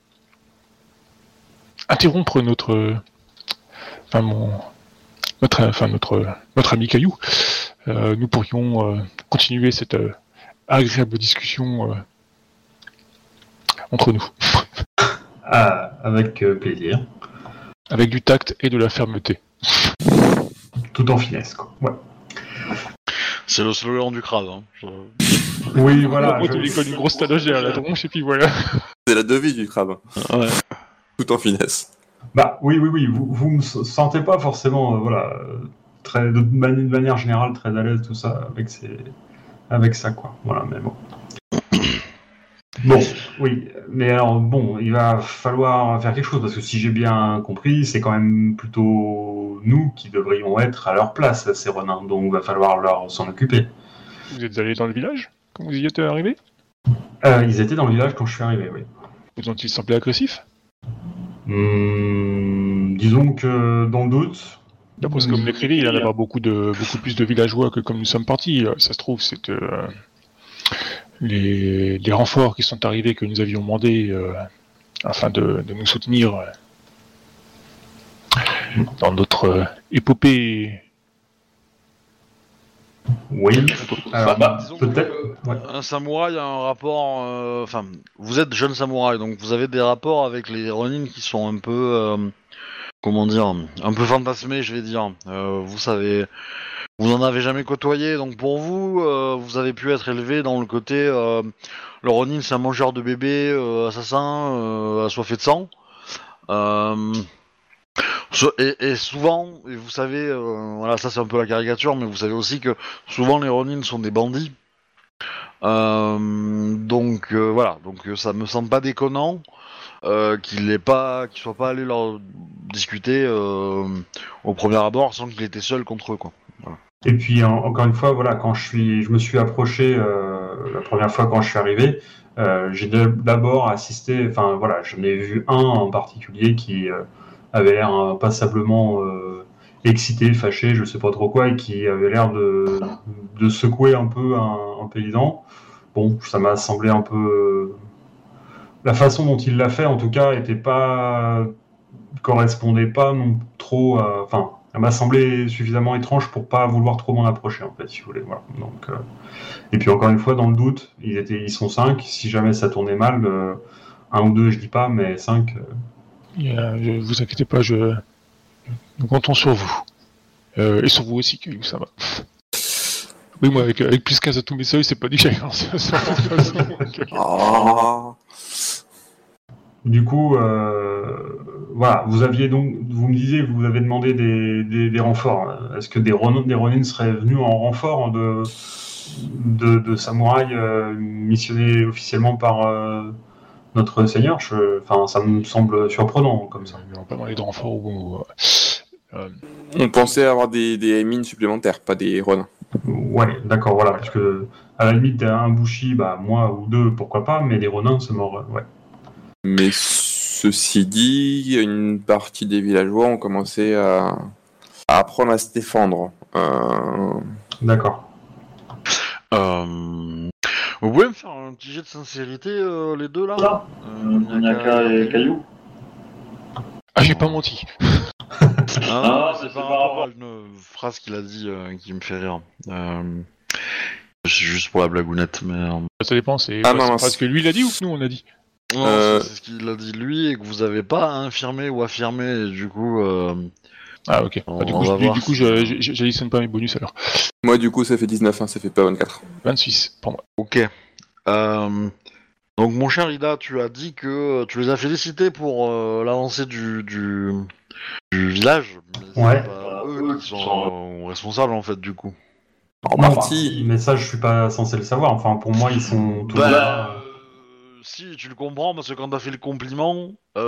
interrompre notre ami Caillou, nous pourrions continuer cette agréable discussion entre nous. Avec plaisir. Avec du tact et de la fermeté. Tout en finesse, quoi. Ouais. C'est le slogan du crâne. Hein. Oui, voilà. Tu lui colles une grosse talogère à la tronche et puis voilà. C'est la devise du crabe. Ouais. Tout en finesse. Oui. Vous me sentez pas forcément, de manière générale très à l'aise tout ça avec ça quoi. Voilà, mais bon. Bon, oui, mais alors bon, il va falloir faire quelque chose parce que si j'ai bien compris, c'est quand même plutôt nous qui devrions être à leur place, ces renins, donc il va falloir s'en occuper. Vous êtes allé dans le village quand vous y êtes arrivé? Ils étaient dans le village quand je suis arrivé, oui. Vous ont-ils semblé agressifs? Disons que dans le doute. D'après ce que vous me décrivez, il y en a pas beaucoup plus de villageois que comme nous sommes partis. Ça se trouve, c'est les renforts qui sont arrivés que nous avions demandé afin de nous soutenir dans notre épopée. Oui, alors peut-être. Un samouraï a un rapport. Enfin, vous êtes jeune samouraï, donc vous avez des rapports avec les Ronin qui sont un peu. Comment dire, un peu fantasmés, je vais dire. Vous savez. Vous n'en avez jamais côtoyé, donc pour vous, vous avez pu être élevé dans le côté le Ronin c'est un mangeur de bébés, assassin, assoiffé de sang. Et souvent, et vous savez, voilà, ça c'est un peu la caricature, mais vous savez aussi que souvent les Ronin sont des bandits. Donc voilà, donc ça me semble pas déconnant qu'ils soient pas allés leur discuter au premier abord sans qu'il était seul contre eux, quoi. Voilà. Et puis encore une fois, voilà, quand je me suis approché la première fois quand je suis arrivé, j'ai d'abord assisté, enfin voilà, j'en ai vu un en particulier qui avait l'air passablement excité, fâché, je sais pas trop quoi, et qui avait l'air de secouer un peu un paysan. Bon, ça m'a semblé un peu la façon dont il l'a fait, en tout cas, correspondait pas non trop, enfin. Ça m'a semblé suffisamment étrange pour pas vouloir trop m'en approcher, en fait, si vous voulez. Voilà. Donc, et puis encore une fois, dans le doute, ils sont 5. Si jamais ça tournait mal, 1 ou 2, je dis pas, mais 5. Vous inquiétez pas, nous comptons sur vous. Et sur vous aussi, Caillou, ça va. Oui, moi, avec plus 15 à tous mes seuils, c'est pas du chien. Du coup, voilà, vous me disiez, vous avez demandé des renforts. Est-ce que des Ronin seraient venus en renfort de samouraïs missionnés officiellement par notre seigneur? Enfin, ça me semble surprenant comme ça. On n'a pas demandé de renfort. On pensait avoir des mines supplémentaires, pas des Ronins. Ouais, d'accord, voilà, parce que à la limite, un Bushi, bah moi ou 2, pourquoi pas, mais des Ronins, c'est mort, ouais. Mais ceci dit, une partie des villageois ont commencé à apprendre à se défendre. D'accord. Vous pouvez me faire un petit jet de sincérité, les deux là Kunyaka et Caillou. Ah, j'ai pas menti. C'est par rapport à une phrase qu'il a dit qui me fait rire. C'est juste pour la blagounette, mais. Ça dépend, c'est non, parce que lui il a dit ou que nous on a dit? Non, c'est ce qu'il a dit lui et que vous avez pas infirmé ou affirmé, et du coup. Ah, ok. Du coup, j'additionne pas mes bonus alors. Moi, du coup, ça fait 19, hein, ça fait pas 24. 26 pour moi. Ok. Donc, mon cher Ida, tu as dit que tu les as félicités pour l'avancée du village. Mais ouais. C'est pas eux qui sont responsables, en fait, du coup. En partie. Mais ça, je suis pas censé le savoir. Enfin, pour moi, ils sont tous là. Si, tu le comprends, parce que quand t'as fait le compliment,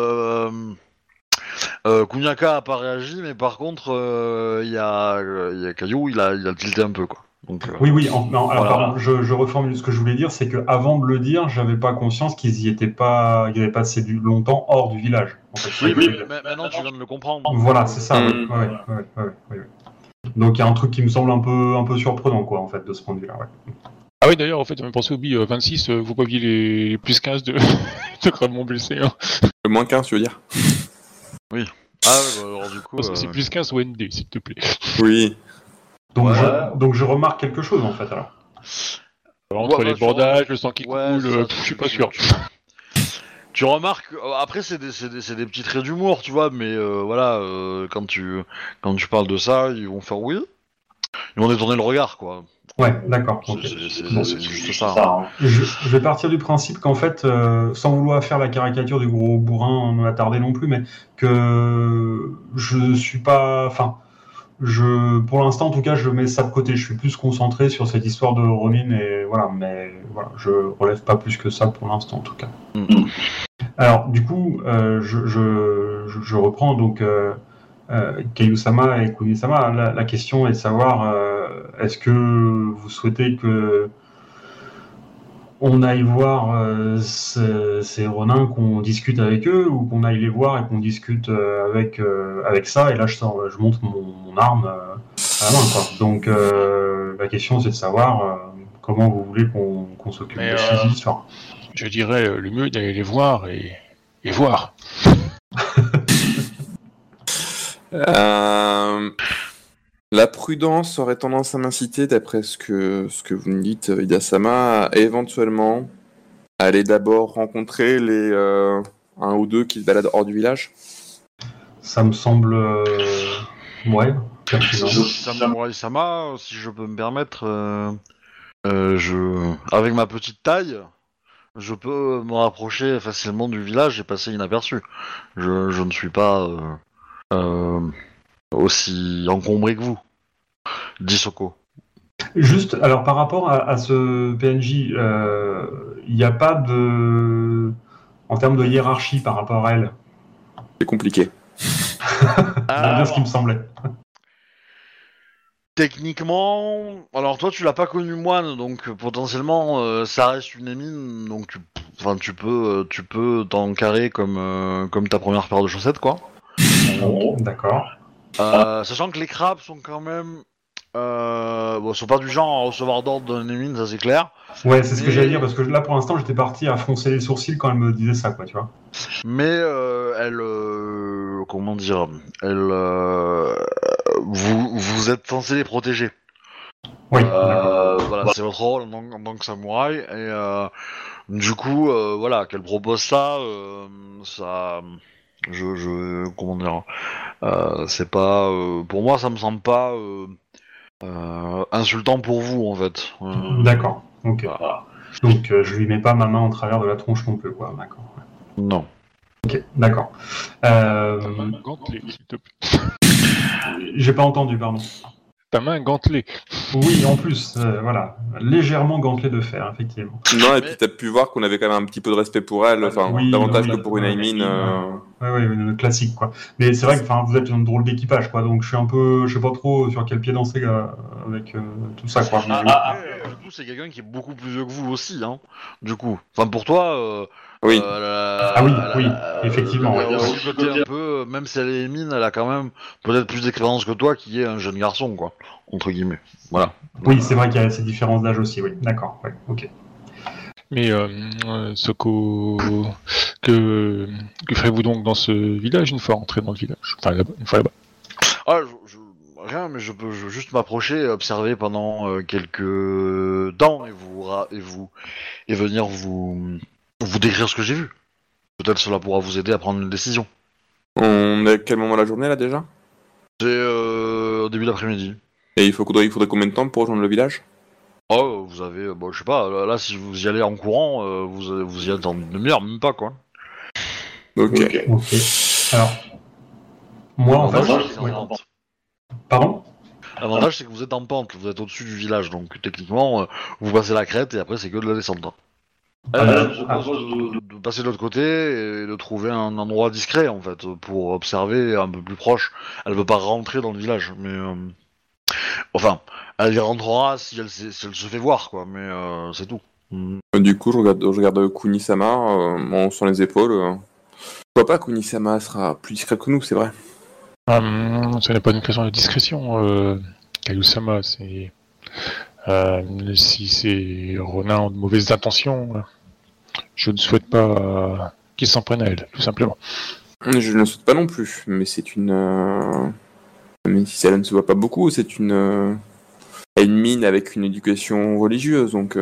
Kunyaka a pas réagi, mais par contre, il y a Caillou, il a tilté un peu, quoi. Donc, oui. Alors, voilà. Pardon, je reformule ce que je voulais dire, c'est que avant de le dire, j'avais pas conscience qu'ils avaient passé longtemps hors du village. En fait, oui, mais maintenant tu viens de le comprendre. Voilà, c'est ça. Oui. Donc il y a un truc qui me semble un peu surprenant, quoi, en fait, de ce point de vue-là. Ouais. Ah oui, d'ailleurs, en fait, pensez au BI 26, vous pas vu les plus 15 de gravement blessés. Hein. Le moins 15, tu veux dire? Oui. Ah ouais, bah, alors du coup... C'est plus 15 au ND, s'il te plaît. Oui. Donc je remarque quelque chose, en fait, alors. Entre les bandages, le sang qui coule, je suis pas sûr. Tu remarques, après c'est des petits traits d'humour, tu vois, mais voilà, quand tu parles de ça, ils vont faire oui. Ils vont détourner le regard, quoi. Ouais, d'accord. Okay. C'est juste ça. Hein. Je vais partir du principe qu'en fait, sans vouloir faire la caricature du gros bourrin, m'attarder non plus, mais que je suis pas... Enfin, pour l'instant, en tout cas, je mets ça de côté. Je suis plus concentré sur cette histoire de Ronin et voilà. Mais voilà, je relève pas plus que ça pour l'instant, en tout cas. Alors, du coup, je reprends donc Kayu-sama et Kuni-sama. La question est de savoir est-ce que vous souhaitez que on aille voir ces Ronins, qu'on discute avec eux, ou qu'on aille les voir et qu'on discute avec ça. Et là, je monte mon arme à la main, quoi. Donc, la question, c'est de savoir comment vous voulez qu'on s'occupe de ces histoires. Je dirais le mieux d'aller les voir et voir. La prudence aurait tendance à m'inciter, d'après ce que vous me dites, Ida-sama, à éventuellement aller d'abord rencontrer les un ou deux qui se baladent hors du village. Ça me semble... ouais, pertinent. Samurai-sama, si je peux me permettre, avec ma petite taille, je peux me rapprocher facilement du village et passer inaperçu. Je ne suis pas aussi encombré que vous, dit Soko. Juste, alors par rapport à ce PNJ, il n'y a pas de... En termes de hiérarchie par rapport à elle. C'est compliqué. C'est bien ce qui me semblait. Techniquement, alors toi tu l'as pas connu moine, donc potentiellement ça reste une émine, donc tu peux t'encarrer comme ta première paire de chaussettes, quoi. D'accord. Sachant que les crabes sont quand même sont pas du genre à recevoir d'ordre d'une émine, ça c'est clair. Ouais, c'est ce que j'allais dire, parce que là pour l'instant j'étais parti à froncer les sourcils quand elle me disait ça, quoi, tu vois. Mais comment dire, vous êtes censé les protéger. Oui. Voilà, c'est votre rôle en tant que samouraï, et du coup, voilà, qu'elle propose ça, comment dire, c'est pas, pour moi, ça me semble pas insultant pour vous, en fait. D'accord, ok. Voilà. Donc je lui mets pas ma main en travers de la tronche non plus, quoi, d'accord. Non. Ok, d'accord. Ta main gantelée, s'il te plaît. J'ai pas entendu, pardon. Ta main gantelée. Oui, en plus, voilà, légèrement gantelée de fer, effectivement. Non, et puis t'as pu voir qu'on avait quand même un petit peu de respect pour elle, enfin Oui, davantage oui, que pour une Aimine. Oui, classique, quoi. Mais c'est vrai que vous êtes un drôle d'équipage, quoi, donc je suis un peu, je sais pas trop sur quel pied danser avec tout ça, quoi. Du coup, c'est quelqu'un qui est beaucoup plus vieux que vous aussi, hein. Du coup, enfin pour toi. Oui. Oui, effectivement. Elle a aussi le côté un peu, même si elle est mine, elle a quand même peut-être plus d'expérience que toi, qui est un jeune garçon, quoi, entre guillemets. Voilà. Oui, c'est vrai qu'il y a ces différences d'âge aussi, oui. D'accord, ouais, ok. Mais Soko, que ferez-vous donc dans ce village une fois rentré dans le village? Enfin, une fois là-bas. Ah, rien, mais je peux juste m'approcher, observer pendant quelques temps et venir vous décrire ce que j'ai vu. Peut-être cela pourra vous aider à prendre une décision. On est à quel moment de la journée là déjà? C'est au début d'après-midi. Et il faudrait combien de temps pour rejoindre le village? Oh, vous avez, je sais pas, là si vous y allez en courant, vous y allez dans une demi-heure, même pas, quoi. Ok. Alors, moi en L'avantage, fait... c'est que vous êtes en pente. Pardon? L'avantage, c'est que vous êtes en pente, vous êtes au-dessus du village, donc techniquement, vous passez la crête et après c'est que de la descente. Je vous propose de passer de l'autre côté et de trouver un endroit discret, en fait, pour observer un peu plus proche. Elle veut pas rentrer dans le village, mais... Enfin, elle y rentrera si elle se fait voir, quoi, mais c'est tout. Du coup, je regarde Kuni-sama, en sur les épaules. Pourquoi pas Kuni-sama sera plus discret que nous, c'est vrai. Ce n'est pas une question de discrétion, Kayu-sama, c'est... si ces Ronin ont de mauvaises intentions, je ne souhaite pas qu'ils s'en prennent à elle, tout simplement. Je ne le souhaite pas non plus, mais c'est une... Même si ça ne se voit pas beaucoup, c'est une mine avec une éducation religieuse, donc...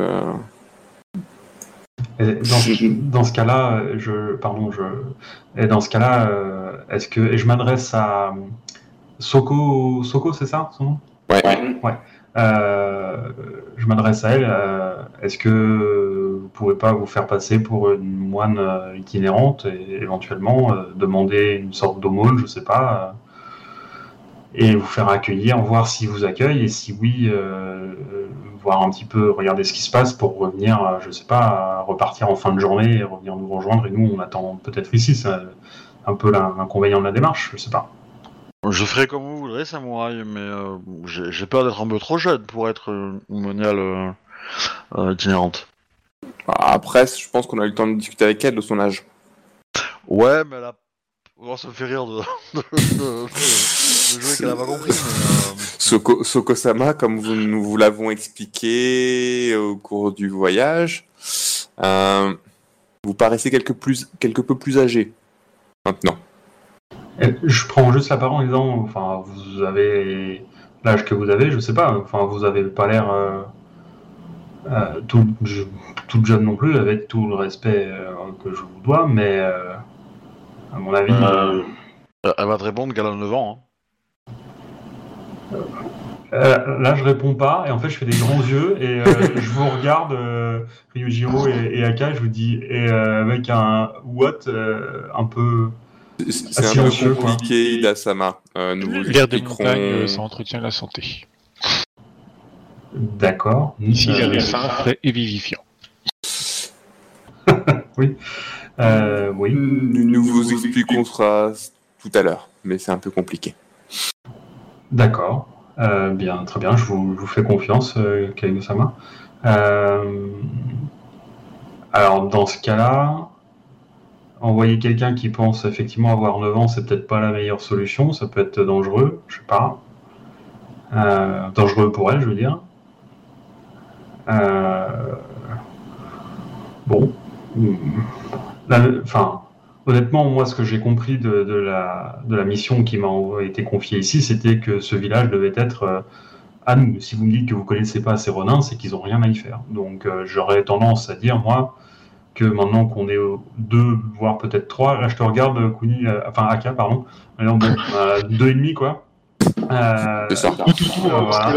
Dans ce cas-là, dans ce cas-là, est-ce que... Et je m'adresse à... Soko, c'est ça, son nom? Ouais. Je m'adresse à elle. Est-ce que vous pouvez pas vous faire passer pour une moine itinérante et éventuellement demander une sorte d'aumône, je sais pas, et vous faire accueillir, voir s'ils vous accueillent et si oui, voir un petit peu, regarder ce qui se passe pour revenir, je sais pas, repartir en fin de journée et revenir nous rejoindre et nous on attend peut-être ici, c'est un peu l'inconvénient de la démarche, je sais pas. Je ferai comme vous voudrez, Samouraï, mais j'ai peur d'être un peu trop jeune pour être une moniale itinérante. Après, je pense qu'on a eu le temps de discuter avec elle de son âge. Ouais, mais elle a... Oh, ça me fait rire de jouer qu'elle a pas compris. Mais, Soko-sama, comme nous vous l'avons expliqué au cours du voyage, vous paraissez quelque peu plus âgé maintenant. Je prends juste la parole en disant, enfin, vous avez l'âge que vous avez, je sais pas, enfin, vous avez pas l'air toute jeune non plus, avec tout le respect que je vous dois, mais à mon avis... elle va te répondre qu'elle a 9 ans. Là, je réponds pas, et en fait, je fais des grands yeux, et je vous regarde, Ryujiro et Aka, je vous dis, et avec un what un peu... C'est un peu compliqué, Ida-sama. L'air des montagnes, ça entretient la santé. D'accord. Ici, l'air est sain, frais et vivifiant. Oui. Oui. Nous vous expliquons ça tout à l'heure, mais c'est un peu compliqué. D'accord. Bien, très bien, je vous fais confiance, Kaigusa-sama. Alors, dans ce cas-là, envoyer quelqu'un qui pense effectivement avoir 9 ans, c'est peut-être pas la meilleure solution, ça peut être dangereux, je sais pas. Dangereux pour elle, je veux dire. Bon. Enfin, honnêtement, moi, ce que j'ai compris de la mission qui m'a été confiée ici, c'était que ce village devait être à nous. Si vous me dites que vous connaissez pas ces Ronins, c'est qu'ils ont rien à y faire. Donc, j'aurais tendance à dire, moi, que maintenant qu'on est 2, voire peut-être 3, là, je te regarde, Kuni, enfin, Aka, pardon. Alors, bon, 2,5, quoi. C'est ça. Voilà.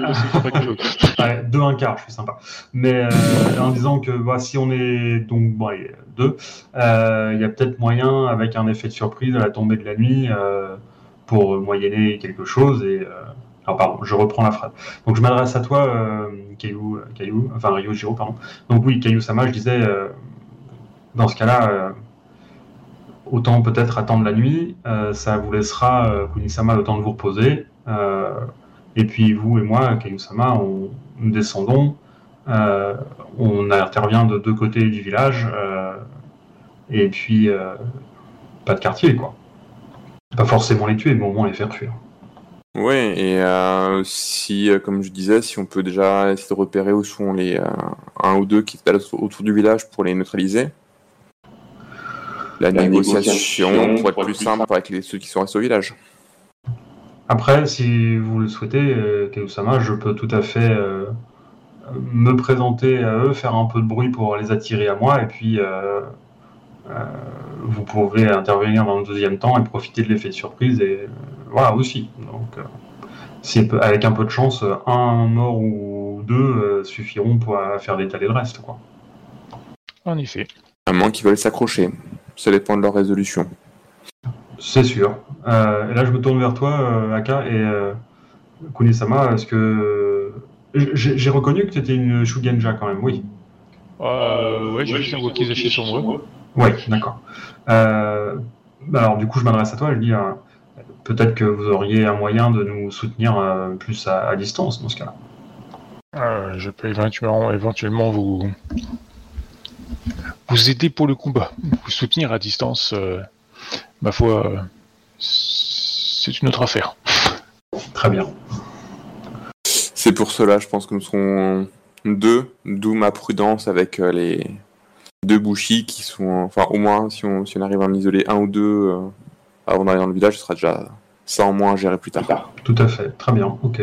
2 1/4, je suis sympa. Mais en disant que si on est donc 2, il y a peut-être moyen avec un effet de surprise à la tombée de la nuit pour moyenner quelque chose. Et alors pardon, je reprends la phrase. Donc je m'adresse à toi, Ryujiro, pardon. Donc oui, Kayu-sama, je disais dans ce cas-là. Autant peut-être attendre la nuit, ça vous laissera, Kuni-sama, le temps de vous reposer. Et puis vous et moi, Kayu-sama, nous descendons, on intervient de 2 côtés du village, et puis pas de quartier, quoi. Pas forcément les tuer, mais au moins les faire fuir. Ouais, et si, comme je disais, si on peut déjà essayer de repérer où sont les 1 ou 2 qui se baladent autour du village pour les neutraliser. La négociation pour être plus simple avec ceux qui sont restés au village. Après, si vous le souhaitez, Kayu-sama, je peux tout à fait me présenter à eux, faire un peu de bruit pour les attirer à moi, et puis vous pouvez intervenir dans le deuxième temps et profiter de l'effet de surprise, et voilà aussi. Donc, avec un peu de chance, 1 mort ou 2 suffiront pour faire détaler le reste, quoi. En effet. À moins qu'ils veulent s'accrocher. Ça dépend de leur résolution. C'est sûr. Et là, je me tourne vers toi, Aka, et Kuni-sama, est-ce que... J'ai reconnu que tu étais une Shugenja quand même, oui. Ouais, j'ai juste un Wakizashi sur moi. Ouais, d'accord. Alors, du coup, je m'adresse à toi, je dis, peut-être que vous auriez un moyen de nous soutenir plus à distance, dans ce cas-là. Je peux éventuellement vous aider pour le combat, vous soutenir à distance, ma foi, c'est une autre affaire. Très bien. C'est pour cela, je pense que nous serons 2, d'où ma prudence avec les 2 bushis qui sont, enfin au moins si on arrive à en isoler 1 ou 2 avant d'arriver dans le village, ce sera déjà ça en moins à gérer plus tard. Tout à fait, très bien, ok.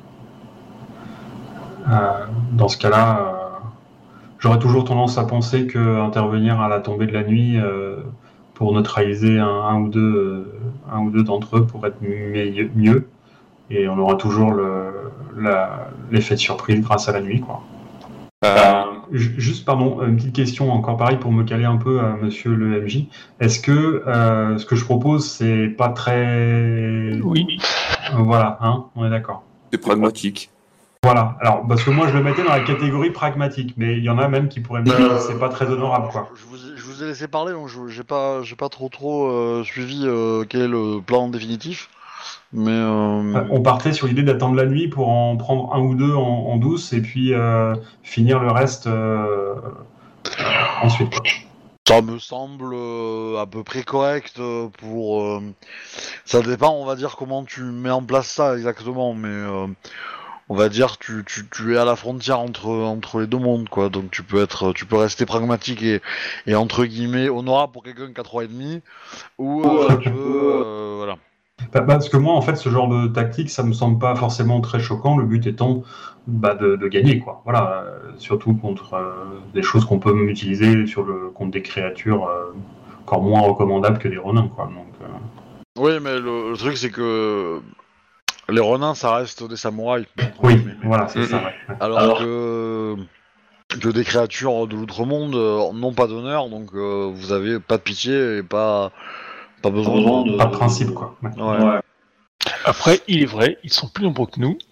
Dans ce cas-là... J'aurais toujours tendance à penser qu'intervenir à la tombée de la nuit pour neutraliser un ou deux d'entre eux pourrait être mieux. Et on aura toujours l'effet de surprise grâce à la nuit, quoi. Juste, pardon, une petite question encore pareil pour me caler un peu à monsieur le MJ. Est-ce que ce que je propose, c'est pas très... Oui. Voilà, hein, on est d'accord. C'est pragmatique. Voilà, alors parce que moi je le mettais dans la catégorie pragmatique, mais il y en a même qui pourraient me dire que c'est pas très honorable, quoi. Je vous ai laissé parler, donc j'ai pas trop suivi quel est le plan définitif. Mais On partait sur l'idée d'attendre la nuit pour en prendre un ou deux en douce et puis finir le reste ensuite, quoi. ça me semble à peu près correct pour. Ça dépend, on va dire comment tu mets en place ça exactement, mais on va dire tu es à la frontière entre les deux mondes, quoi. Donc tu peux rester pragmatique et entre guillemets honorable pour quelqu'un qui a 3,5 ou tu peux voilà. Parce que moi, en fait, ce genre de tactique, ça me semble pas forcément très choquant. Le but étant de gagner, quoi. Voilà, surtout contre des choses qu'on peut utiliser contre des créatures encore moins recommandables que des renins, quoi. Donc, Oui, mais le truc c'est que les renins ça reste des samouraïs. oui, voilà, c'est ça. Ouais. Alors que des créatures de l'outre-monde n'ont pas d'honneur, donc vous avez pas de pitié et pas besoin de... Pas de principe, quoi. Ouais. Ouais. Après, il est vrai, ils sont plus nombreux que nous.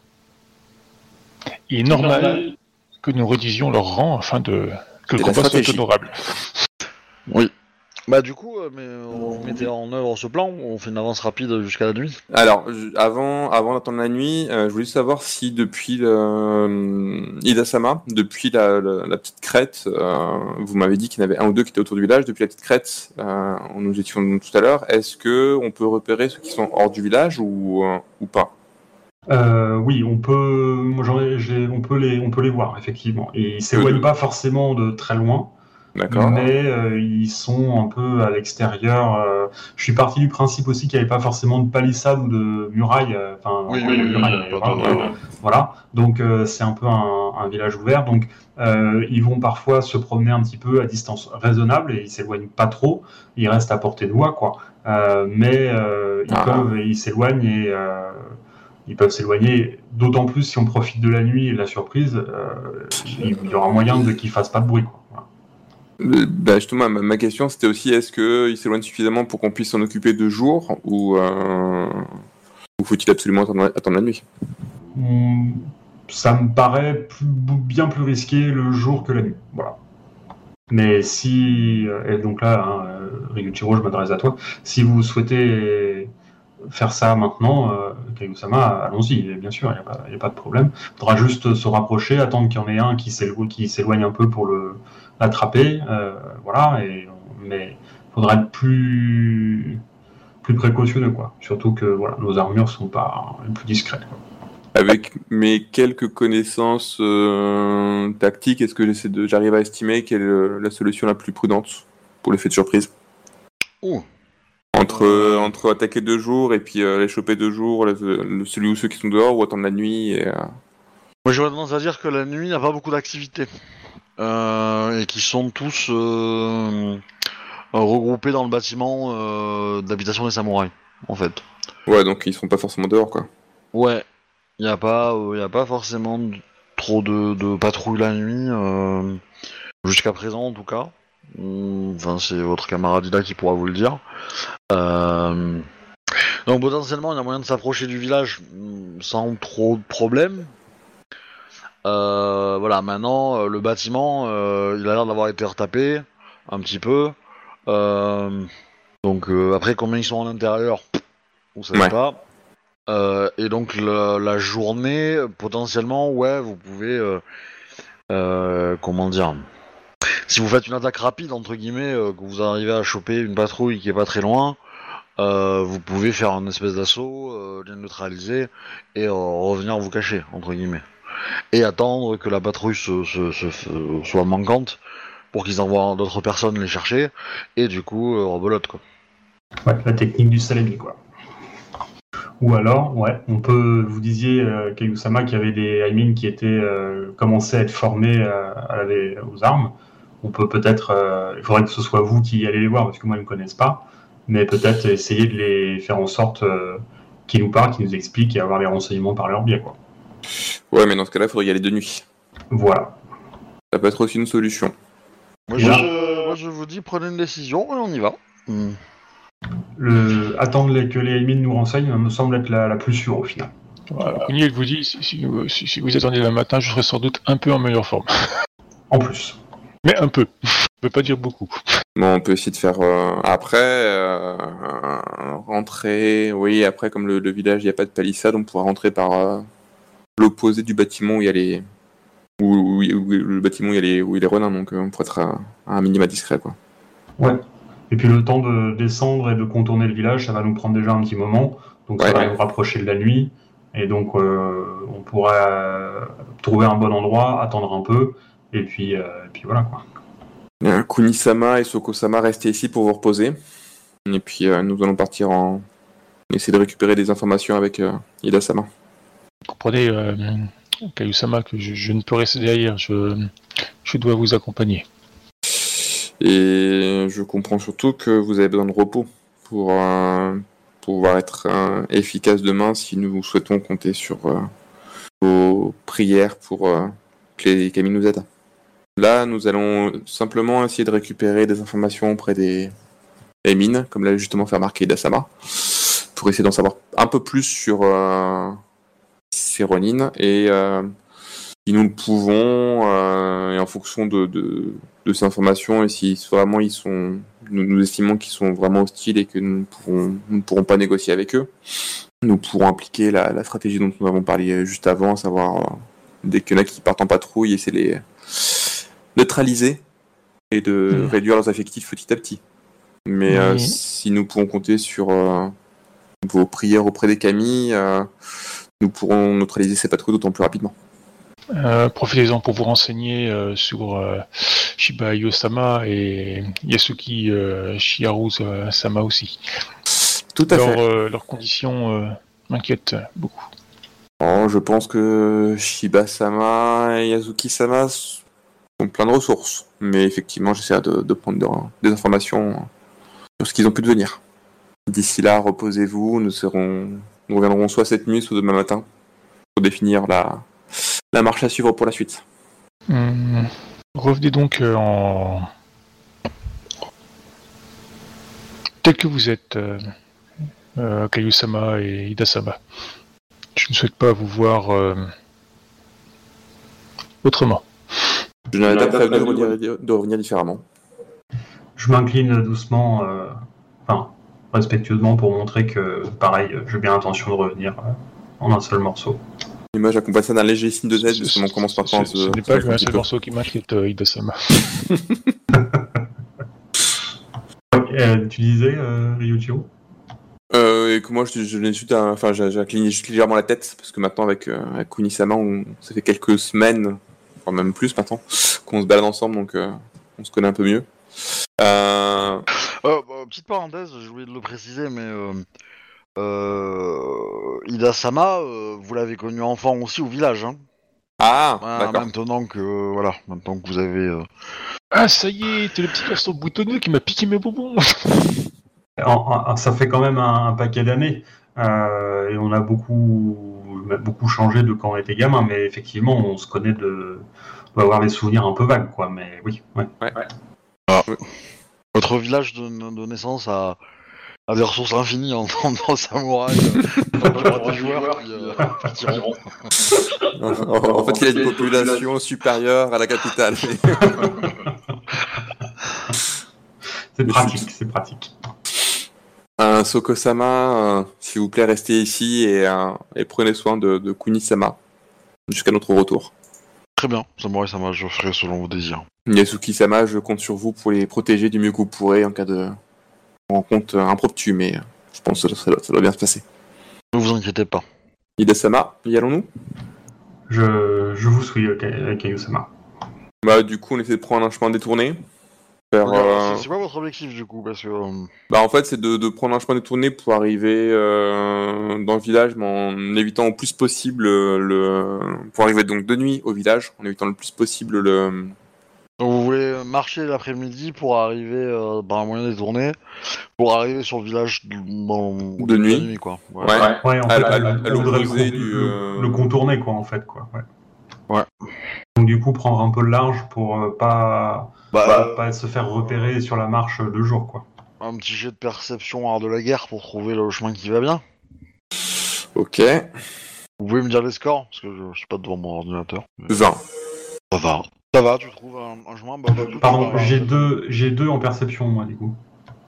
Il est normal que nous rédigions leur rang afin que le C'est la combat soit stratégie. honorable. Oui. Bah du coup, vous mettez en œuvre ce plan, on fait une avance rapide jusqu'à la nuit. Alors, avant d'attendre la nuit, je voulais savoir si depuis Ida-sama, depuis la petite crête, vous m'avez dit qu'il y en avait un ou deux qui étaient autour du village. Depuis la petite crête, où nous étions tout à l'heure, est-ce que on peut repérer ceux qui sont hors du village ou pas? Oui, on peut. Moi, on peut les voir effectivement. Et ils s'éloignent pas forcément de très loin. D'accord. Mais ils sont un peu à l'extérieur. Je suis parti du principe aussi qu'il n'y avait pas forcément de palissade ou de muraille. Voilà. Donc c'est un peu un village ouvert. Donc ils vont parfois se promener un petit peu à distance raisonnable et ils s'éloignent pas trop. Ils restent à portée de voix, quoi. Mais ils s'éloignent et ils peuvent s'éloigner. D'autant plus si on profite de la nuit et de la surprise, il y aura moyen qu'ils fassent pas de bruit, quoi. Voilà. Bah justement, ma question c'était aussi est-ce qu'il s'éloigne suffisamment pour qu'on puisse s'en occuper de jour ou faut-il absolument attendre la nuit? Ça me paraît bien plus risqué le jour que la nuit. Voilà. Mais si, et donc là, Ryuichiro, je m'adresse à toi, si vous souhaitez faire ça maintenant, Kaguya-sama, allons-y, bien sûr, il n'y a pas de problème. Il faudra juste se rapprocher, attendre qu'il y en ait un qui s'éloigne un peu pour l'attraper, voilà, mais il faudra être plus précautionneux, quoi. Surtout que voilà, nos armures sont pas les plus discrètes, quoi. Avec mes quelques connaissances tactiques, est-ce que j'arrive à estimer quelle est la solution la plus prudente pour l'effet de surprise? Entre attaquer de jour et puis les choper de jour, celui ou ceux qui sont dehors, ou attendre la nuit et, Moi j'aurais tendance à dire que la nuit n'a pas beaucoup d'activités. Et qui sont tous regroupés dans le bâtiment d'habitation des samouraïs, en fait. Ouais, donc ils sont pas forcément dehors, quoi. Ouais, y a pas forcément trop de patrouilles la nuit, jusqu'à présent en tout cas. Enfin, c'est votre camarade Ida qui pourra vous le dire. Donc potentiellement, il y a moyen de s'approcher du village sans trop de problèmes. Voilà, maintenant, le bâtiment, il a l'air d'avoir été retapé un petit peu. Donc après, combien ils sont en intérieur, vous savez pas. Et donc la journée, potentiellement, ouais, vous pouvez, comment dire, si vous faites une attaque rapide entre guillemets, que vous arrivez à choper une patrouille qui est pas très loin, vous pouvez faire un espèce d'assaut, les neutraliser et revenir vous cacher entre guillemets, et attendre que la patrouille soit manquante pour qu'ils envoient d'autres personnes les chercher et du coup rebelote, quoi. Ouais, la technique du salami, quoi. Ou alors, ouais, vous disiez, Kaguya-sama, qu'il y avait des Aimin qui étaient commençaient à être formés aux armes. On peut peut-être, il faudrait que ce soit vous qui allez les voir, parce que moi, ils ne me connaissent pas, mais peut-être essayer de les faire en sorte qu'ils nous parlent, qu'ils nous expliquent et avoir les renseignements par leur biais, quoi. Ouais, mais dans ce cas-là, il faudrait y aller de nuit. Voilà. Ça peut être aussi une solution. Moi, je vous dis, prenez une décision et on y va. attendre que les Elmines nous renseignent me semble être la plus sûre au final. Voilà. Kuniel vous dit, si vous attendez le matin, je serai sans doute un peu en meilleure forme. En plus. Mais un peu. Je peux pas dire beaucoup. Bon, on peut essayer de faire rentrer. Oui, après, comme le village, il n'y a pas de palissade, on pourra rentrer par l'opposé du bâtiment où il y a les. Où le bâtiment où il y a les renins, donc on pourrait être à un minima discret, quoi. Ouais. Et puis le temps de descendre et de contourner le village, ça va nous prendre déjà un petit moment. Donc ça va nous rapprocher de la nuit. Et donc on pourra trouver un bon endroit, attendre un peu. Et puis voilà, quoi. Kunisama et Soko-sama, restez ici pour vous reposer. Et puis nous allons partir essayer de récupérer des informations avec Ida-sama. Vous comprenez, Kayu-sama, que je ne peux rester derrière. Je dois vous accompagner. Et je comprends surtout que vous avez besoin de repos pour pouvoir être efficace demain si nous souhaitons compter sur vos prières pour que les Kami nous aident. Là, nous allons simplement essayer de récupérer des informations auprès des mines, comme l'a justement fait remarquer Ida-sama, pour essayer d'en savoir un peu plus sur ces Ronin et si nous le pouvons, et en fonction de ces informations, et si vraiment nous estimons qu'ils sont vraiment hostiles et que nous ne pourrons pas négocier avec eux, nous pourrons appliquer la stratégie dont nous avons parlé juste avant, à savoir dès qu'il y en a qui partent en patrouille, essayer de les neutraliser et de réduire leurs effectifs petit à petit. Mais si nous pouvons compter sur vos prières auprès des Kami, nous pourrons neutraliser ces patrouilles d'autant plus rapidement. Profitez-en pour vous renseigner sur Shiba Io-sama et Yasuki Shiharu-sama aussi. Tout à fait. Leurs conditions m'inquiètent beaucoup. Oh, je pense que Shiba-sama et Yasuki-sama sont pleins de ressources. Mais effectivement, j'essaierai de prendre des informations sur ce qu'ils ont pu devenir. D'ici là, reposez-vous. Nous reviendrons soit cette nuit, soit demain matin pour définir la marche à suivre pour la suite. Revenez donc tel que vous êtes, Kayu-sama et Ida-sama. Je ne souhaite pas vous voir autrement. Je n'avais pas prévenu de revenir différemment. Je m'incline doucement, respectueusement, pour montrer que, pareil, j'ai bien l'intention de revenir en un seul morceau. L'image accompagne ça d'un léger signe de tête, justement, on commence par temps. Ce n'est pas un seul morceau qui m'inquiète, Ida-sama. Tu disais, Ryuichiro et que moi, j'ai cligné juste légèrement la tête, parce que maintenant, avec Kunisama, ça fait quelques semaines, enfin même plus maintenant, qu'on se balade ensemble, donc on se connaît un peu mieux. Petite parenthèse, j'ai oublié de le préciser, mais Ida-sama, vous l'avez connu enfant aussi au village, hein. D'accord. Maintenant que vous avez... Ah, ça y est, t'es le petit garçon boutonneux qui m'a piqué mes bonbons. Ça fait quand même un paquet d'années, et on a beaucoup changé de quand on était gamin, mais effectivement, on se connaît on va avoir des souvenirs un peu vagues, quoi, mais oui. Ouais. Votre village de naissance a des ressources infinies en samouraï, des joueurs qui tireront. En fait, il a une population supérieure à la capitale. C'est pratique. Soko-sama, s'il vous plaît, restez ici et prenez soin de Kunisama jusqu'à notre retour. Très bien, Samurai-sama, je ferai selon vos désirs. Yasuki-sama, je compte sur vous pour les protéger du mieux que vous pourrez en cas de rencontre impromptue, mais je pense que ça doit bien se passer. Ne vous inquiétez pas. Ida-sama, y allons-nous ? Je vous suis, Kayu-sama. Du coup, on essaie de prendre un chemin détourné. C'est quoi votre objectif du coup ? Parce que en fait, c'est de prendre un chemin détourné pour arriver dans le village, mais en évitant au plus possible pour arriver donc de nuit au village, en évitant le plus possible Donc vous voulez marcher l'après-midi pour arriver par un moyen détourné, pour arriver sur le village de nuit, quoi. Ouais, en fait, on voudrait le contourner, quoi, en fait, quoi. Ouais. Donc du coup, prendre un peu le large pour pas se faire repérer sur la marche de jour, quoi. un petit jet de perception art de la guerre pour trouver le chemin qui va bien. Ok. Vous pouvez me dire les scores parce que je suis pas devant mon ordinateur. 20. Ça va, tu trouves un chemin. Bah, Pardon, j'ai deux en perception, moi, du coup.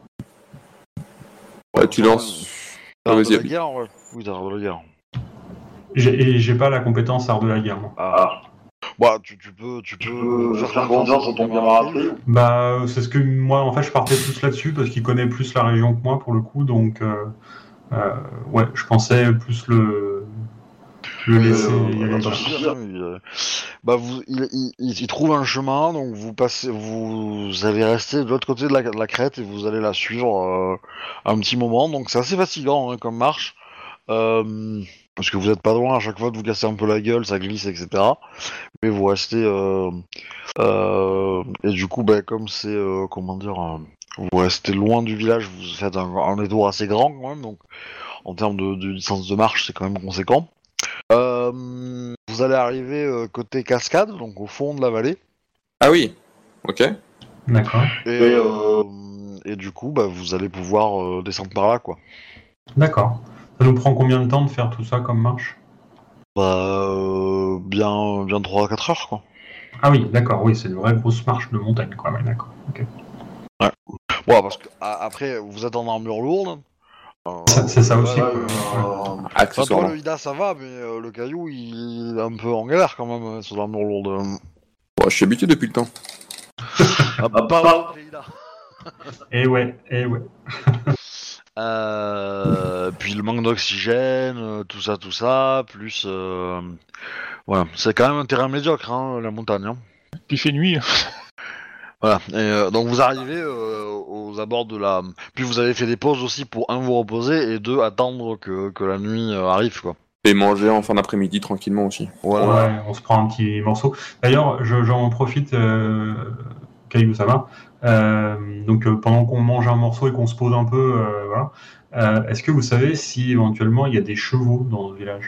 Ouais, tu lances. Art de Vas-y. la guerre, ouais. Oui, art de la guerre. J'ai pas la compétence art de la guerre, moi. Ah. Bah, tu peux faire confiance à ton camarade. Bah, c'est ce que moi, en fait, je partais plus là-dessus parce qu'il connaît plus la région que moi pour le coup, donc ouais, je pensais plus le laisser y aller. Bah, il trouve un chemin, donc vous allez rester de l'autre côté de la crête et vous allez la suivre un petit moment. Donc c'est assez fatigant hein, comme marche. Parce que vous êtes pas loin, à chaque fois de vous casser un peu la gueule, ça glisse, etc. Mais vous restez... et du coup, bah, comme c'est... comment dire... vous restez loin du village, vous faites un détour assez grand quand même, donc en termes de distance de marche, c'est quand même conséquent. Vous allez arriver côté cascade, donc au fond de la vallée. Ah oui. Ok. D'accord. Et du coup, bah, vous allez pouvoir descendre par là, quoi. D'accord. Ça nous prend combien de temps de faire tout ça comme marche? Bah, bien 3 à 4 heures, quoi. Ah oui, d'accord, oui, c'est une vraie grosse marche de montagne, quoi, ouais, d'accord. Okay. Ouais. Bon, parce que après, vous êtes en armure lourde. C'est ça aussi. Toi, le Ida, ça va, mais le Caillou, il est un peu en galère quand même sur l'armure lourde. Bon, je suis habitué depuis le temps. Pas le Ida. Eh ouais. Puis le manque d'oxygène, tout ça, plus... Voilà, c'est quand même un terrain médiocre, hein, la montagne. Hein. Puis il fait nuit. Voilà, et donc vous arrivez aux abords de la... Puis vous avez fait des pauses aussi pour, un, vous reposer, et deux, attendre que la nuit arrive, quoi. Et manger en fin d'après-midi tranquillement aussi. Voilà. Ouais, on se prend un petit morceau. D'ailleurs, j'en profite, Caillou, ça va. Donc pendant qu'on mange un morceau et qu'on se pose un peu, voilà. Est-ce que vous savez si éventuellement il y a des chevaux dans le village?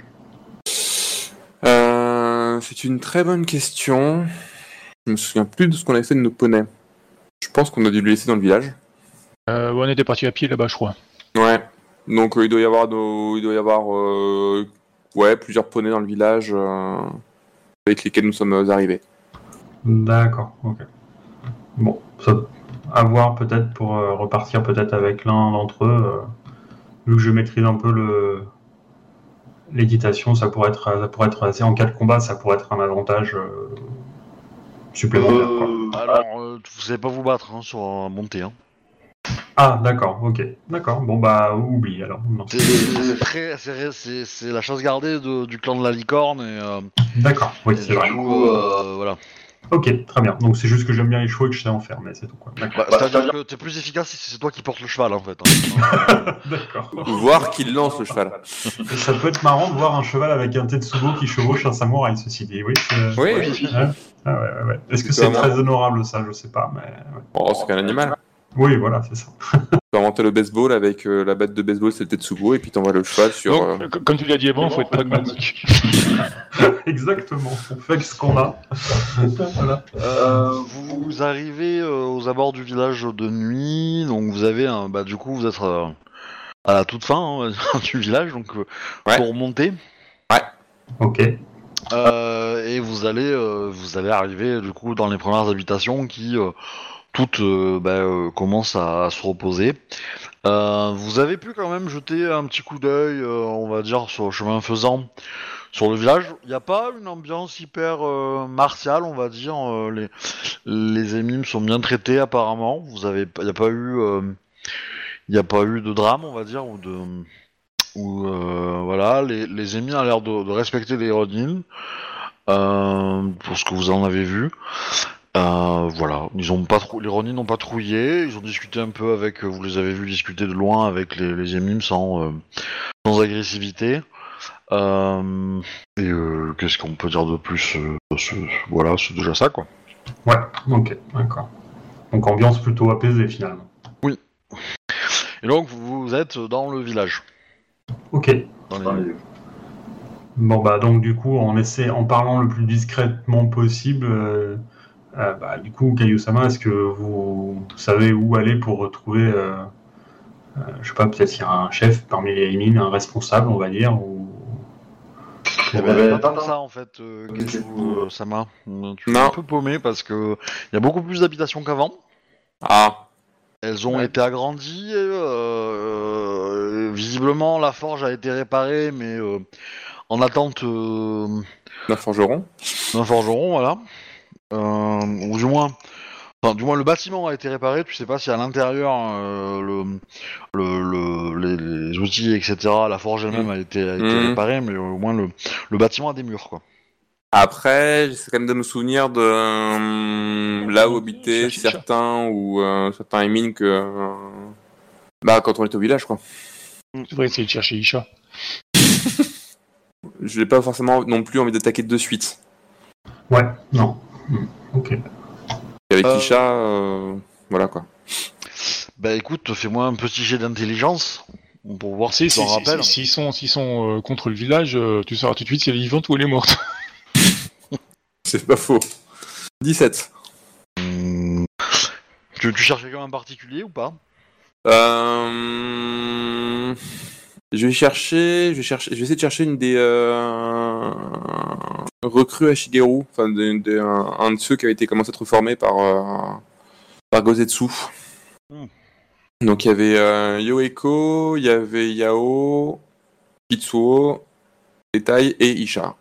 C'est une très bonne question. Je me souviens plus de ce qu'on avait fait de nos poneys. Je pense qu'on a dû le laisser dans le village. On était parti à pied là-bas, je crois. Ouais. Donc il doit y avoir ouais, plusieurs poneys dans le village avec lesquels nous sommes arrivés. D'accord, ok. Bon, ça à voir peut-être pour repartir peut-être avec l'un d'entre eux. Vu que je maîtrise un peu l'équitation, ça pourrait être assez en cas de combat, ça pourrait être un avantage supplémentaire. Quoi. Alors, vous savez pas vous battre hein, sur montée. Hein. Ah, d'accord, ok. D'accord, bon bah, oublie alors. Non. C'est la chasse gardée du clan de la licorne et... D'accord, oui, c'est vrai. Du coup, voilà. Ok, très bien. Donc c'est juste que j'aime bien les chevaux et que je sais en faire, mais c'est tout quoi. Bah, c'est-à-dire que t'es plus efficace si c'est toi qui portes le cheval en fait. Hein. D'accord. Voir qu'il lance le cheval. Et ça peut être marrant de voir un cheval avec un Tetsubo qui chevauche un samouraï, ceci dit. Oui. Oui. Ouais. Ah ouais. Est-ce que c'est très honorable ça? Je sais pas, mais. Ouais. Oh, c'est qu'un animal. Oui, voilà, c'est ça. Tu peux inventer le baseball avec la batte de baseball, c'est le Tetsubo, et puis t'envoies le cheval sur. Donc, comme tu l'as dit avant, il faut être pragmatique. Exactement, on fait ce qu'on a. Voilà. Vous arrivez aux abords du village de nuit, donc vous avez du coup vous êtes à la toute fin hein, du village, donc pour monter. Ouais. Ok. Et vous allez arriver du coup dans les premières habitations qui toutes commencent à se reposer. Vous avez pu quand même jeter un petit coup d'œil, on va dire, sur le chemin faisant sur le village. Il n'y a pas une ambiance hyper martiale, on va dire. Les émimes sont bien traités apparemment. Il n'y a pas eu de drame, on va dire, voilà. Les émimes ont l'air de respecter les Ronin, pour ce que vous en avez vu. Voilà, les Ronin n'ont pas trouillé, ils ont discuté un peu avec, vous les avez vus discuter de loin avec les émimes sans agressivité. Qu'est-ce qu'on peut dire de plus voilà, c'est déjà ça quoi. Ouais, ok, d'accord. Donc ambiance plutôt apaisée finalement. Oui. Et donc vous êtes dans le village. Ok. Bon bah donc du coup en parlant le plus discrètement possible, Du coup, Kayu-sama, est-ce que vous savez où aller pour retrouver, je sais pas, peut-être qu'il y a un chef parmi les mines, un responsable, on va dire, ou... Eh ben, pas tant que ça en fait, Kaiju Sama. Tu es un Non. peu paumé parce que il y a beaucoup plus d'habitations qu'avant. Ah, Elles ont Ouais. été agrandies. Visiblement, la forge a été réparée, mais en attente d'un forgeron. d'un forgeron, voilà. Ou du moins, le bâtiment a été réparé. Tu sais pas si à l'intérieur, les outils, etc., la forge elle-même a été réparée, mais au moins le bâtiment a des murs, quoi. Après, j'essaie quand même de me souvenir de là où habitaient Cherche- certains ou certains émines que quand on était au village, quoi. Tu devrais essayer de chercher Isha. Je n'ai pas forcément non plus envie d'attaquer de suite. Ouais, non. Ok. Et avec Euh. Isha, voilà quoi. Bah écoute, fais-moi un petit jet d'intelligence pour voir si tu t'en rappelles. S'ils sont contre le village, tu sauras tout de suite si elle est vivante ou elle est morte. C'est pas faux. 17. Tu cherches quelqu'un en particulier ou pas? Je vais essayer de chercher une des recrues à Shigeru, enfin un de ceux qui avait été commencé à être formé par Gozetsu. Donc il y avait Yoeko, il y avait Yao, Kitsuo, Etai et Isha.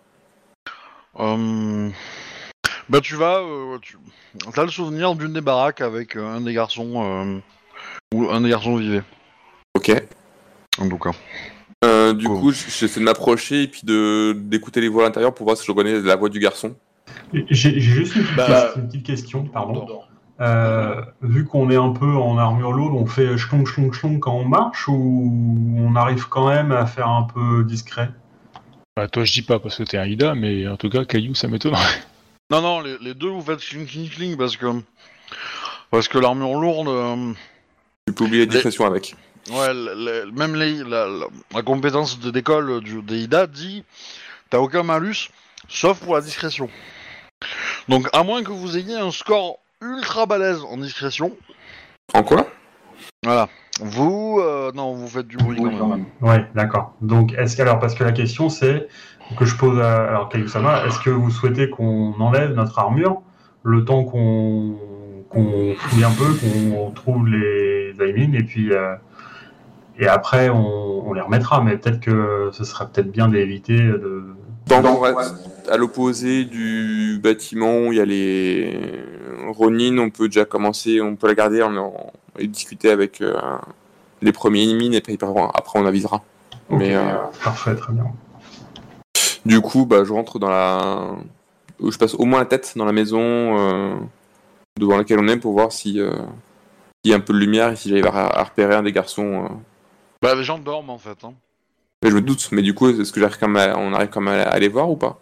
Bah tu t'as le souvenir d'une des baraques avec un des garçons où un des garçons vivait. Ok. En tout cas. Du Cool. coup, j'essaie de m'approcher et puis d'écouter les voix à l'intérieur pour voir si je reconnais la voix du garçon. J'ai juste une Bah, petite question, pardon. Vu qu'on est un peu en armure lourde, on fait chlong chlong chlong quand on marche ou on arrive quand même à faire un peu discret? Bah, toi, je dis pas parce que t'es un Ida, mais en tout cas, Caillou, ça m'étonnerait. Non, les deux vous faites cling cling cling parce que l'armure lourde, Tu peux oublier la discrétion avec. ouais, même la compétence d'école des IDA dit t'as aucun malus sauf pour la discrétion. Donc à moins que vous ayez un score ultra balèze en discrétion, En quoi? voilà. Non, vous faites du bruit quand même. Ouais, d'accord. Donc, alors, parce que la question c'est que je pose alors Kayu-sama, est-ce que vous souhaitez qu'on enlève notre armure le temps qu'on fouille un peu, qu'on trouve les Aimin et après on les remettra, mais peut-être que ce serait peut-être bien d'éviter de. Tant qu'on reste à l'opposé du bâtiment où il y a les Ronin, on peut déjà commencer, on peut la garder et discuter avec les premiers ennemis et puis après on avisera. Ok, Mais parfait, très bien. du coup, je rentre je passe au moins la tête dans la maison devant laquelle on est pour voir s'il y a un peu de lumière et si j'arrive à repérer un des garçons. Bah les gens dorment en fait. Hein. Mais je me doute, mais du coup, est-ce que on arrive quand même à les voir ou pas?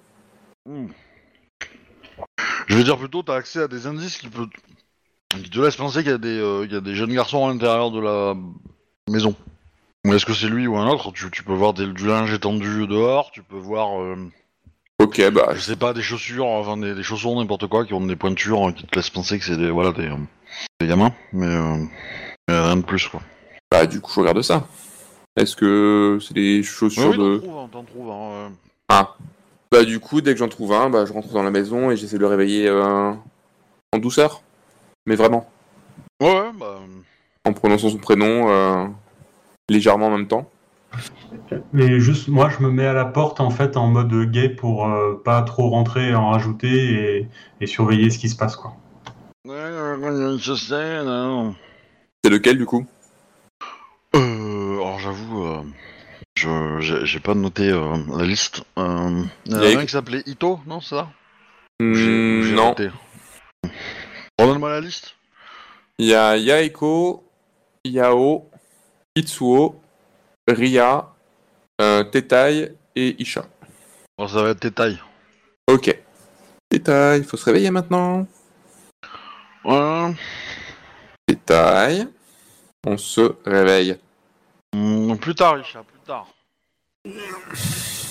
Je veux dire plutôt t'as accès à des indices qui te laissent penser qu'il y a des jeunes garçons à l'intérieur de la maison. Ou est-ce que c'est lui ou un autre? Tu peux voir du linge étendu dehors, tu peux voir, Ok, je sais pas, des chaussures, enfin des chaussons, n'importe quoi, qui ont des pointures qui te laissent penser que c'est des gamins, mais rien de plus quoi. du coup, je regarde ça. Est-ce que c'est des chaussures de... t'en trouves. Hein. Ah. Du coup, dès que j'en trouve un, je rentre dans la maison et j'essaie de le réveiller en douceur. Mais vraiment. Ouais, En prononçant son prénom légèrement en même temps. Mais juste, moi, je me mets à la porte en fait en mode gay pour pas trop rentrer, en rajouter et surveiller ce qui se passe, quoi. je sais, non. C'est lequel du coup? Alors j'avoue, j'ai pas noté la liste. Il y en a un qui s'appelait Ito, non, c'est ça? J'ai Non. noté. Redonne-moi la liste. Il y a Yaeko, Yao, Kitsuo, Ria, Tetai et Isha. Bon, ça va être tes tailles. Ok. Tetai, faut se réveiller maintenant. Ouais. Tetai, on se réveille. Plus tard, Isha, plus tard.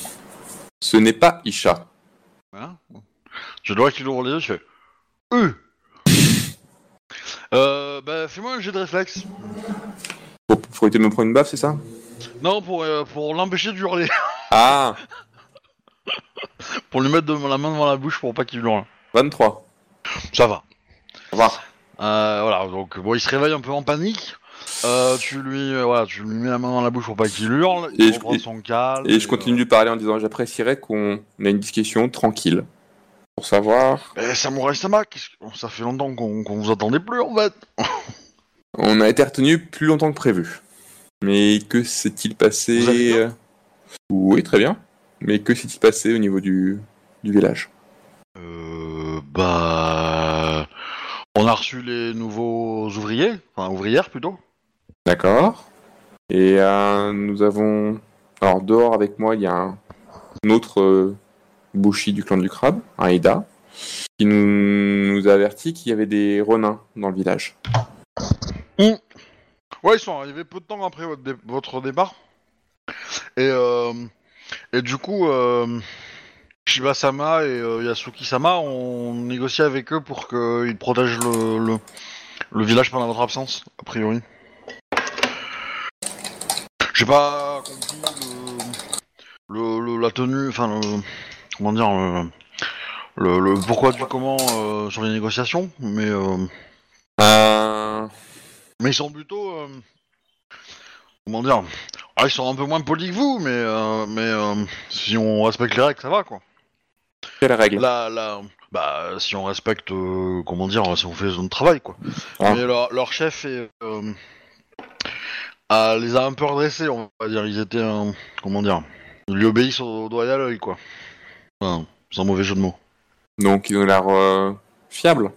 Ce n'est pas Isha. Hein? Je dois qu'il ouvre les yeux, je fais Fais-moi un jet de réflexe. Pour éviter de me prendre une baffe, c'est ça? Non, pour l'empêcher d'hurler. Ah, Pour lui mettre la main devant la bouche pour pas qu'il hurle. 23. Ça va. Au revoir. Voilà, donc bon, il se réveille un peu en panique. Tu lui mets la main dans la bouche pour pas qu'il hurle. Il reprend son calme. Et je continue de lui parler en disant j'apprécierais qu'on ait une discussion tranquille. Pour savoir. Samouraï Sama, ça fait longtemps qu'on vous attendait plus en fait. On a été retenu plus longtemps que prévu. Mais que s'est-il passé? Vous allez bien Oui, très bien. Mais que s'est-il passé au niveau du village? On a reçu les nouveaux ouvriers, enfin ouvrières plutôt. D'accord. Et nous avons... Alors dehors avec moi, il y a un autre Bushi du clan du crabe, un Ida, qui nous a averti qu'il y avait des renins dans le village. Ouais, ils sont arrivés peu de temps après votre départ. Et du coup, Shiba-sama et Yasuki-sama ont négocié avec eux pour qu'ils protègent le village pendant votre absence, a priori. J'ai pas compris la tenue, enfin comment dire, le pourquoi du comment sur les négociations, mais ils sont plutôt, comment dire, ils sont un peu moins polis que vous, mais si on respecte les règles, ça va quoi. Quelle règle? Si on respecte, comment dire, si on fait notre travail quoi. Ah. Mais leur chef les a un peu redressés, on va dire. Ils étaient, comment dire, ils lui obéissent au doigt et à l'œil quoi. Enfin, sans mauvais jeu de mots. Donc ils ont l'air fiables.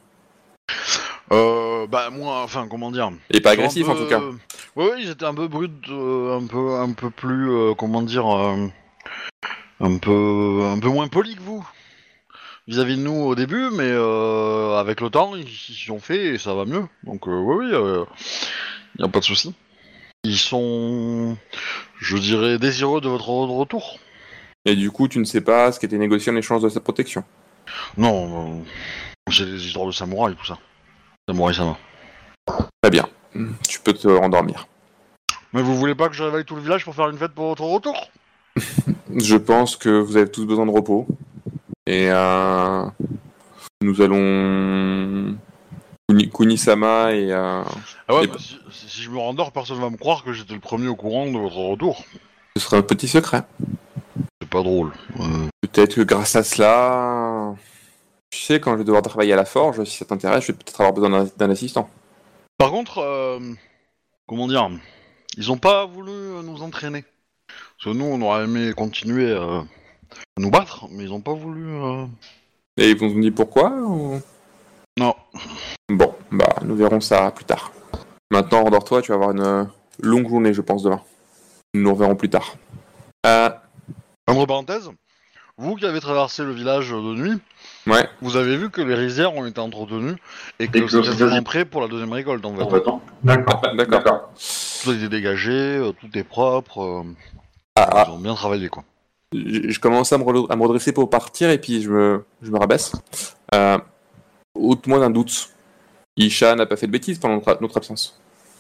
Moi, enfin, comment dire. Et pas agressifs en tout cas. Oui, ils étaient un peu bruts, un peu plus, comment dire, un peu moins polis que vous. Vis-à-vis de nous au début, mais avec le temps, ils s'y ont fait et ça va mieux. Donc oui, y a pas de souci. Ils sont, je dirais, désireux de votre retour. Et du coup, tu ne sais pas ce qui était négocié en échange de sa protection. Non, c'est des histoires de samouraï, tout ça. Samouraï Sama. Très bien. Tu peux te rendormir. Mais vous voulez pas que je réveille tout le village pour faire une fête pour votre retour? Je pense que vous avez tous besoin de repos. Et nous allons... Kuni-sama et... Ah ouais, si je me rendors, personne va me croire que j'étais le premier au courant de votre retour. Ce sera un petit secret. C'est pas drôle. Peut-être que grâce à cela... Tu sais, quand je vais devoir travailler à la forge, si ça t'intéresse, je vais peut-être avoir besoin d'un assistant. Par contre, comment dire, ils ont pas voulu nous entraîner. Parce que nous, on aurait aimé continuer à nous battre, mais ils ont pas voulu... Et ils vont nous dire pourquoi ou... Non. Bon, bah nous verrons ça plus tard. Maintenant, rendors-toi, tu vas avoir une longue journée, je pense, demain. Nous nous reverrons plus tard. Entre parenthèses, vous qui avez traversé le village de nuit, Ouais. vous avez vu que les rizières ont été entretenues et que c'est quasiment prêt pour la deuxième récolte en fait. D'accord. D'accord. Tout a été dégagé, tout est propre. Ils ont bien travaillé quoi. Je commence à me redresser pour partir et puis je me rabaisse. Ôte-moi d'un doute. Isha n'a pas fait de bêtises pendant notre absence.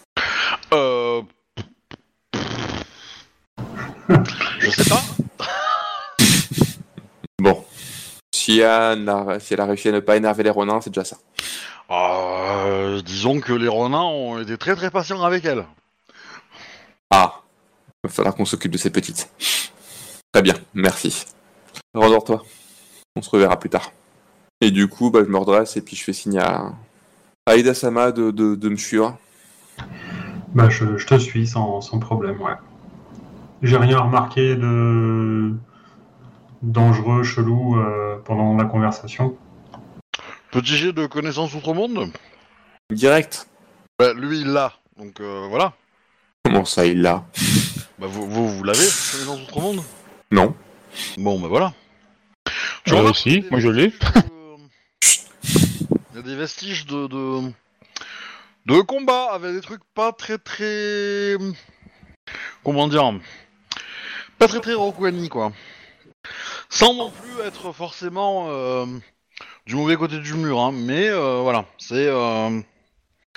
Je sais pas. Bon. Si elle a réussi à ne pas énerver les renins, c'est déjà ça. Disons que les renins ont été très très patients avec elle. Ah. Il va falloir qu'on s'occupe de ces petites. Très bien, merci. Rendors-toi. On se reverra plus tard. Et du coup, je me redresse et puis je fais signe à Aida-sama de me suivre. Je te suis sans problème, ouais. J'ai rien remarqué de dangereux, chelou pendant la conversation. Petit jet de connaissance outre-monde. Direct. Lui il l'a, donc voilà. Comment ça, il l'a? Vous l'avez, connaissance outre-monde? Non. Bon, voilà. Si, moi je l'ai. Il y a des vestiges de combat avec des trucs pas très... Comment dire? Pas très Rokuani, quoi. Sans non plus être forcément du mauvais côté du mur, hein, mais voilà.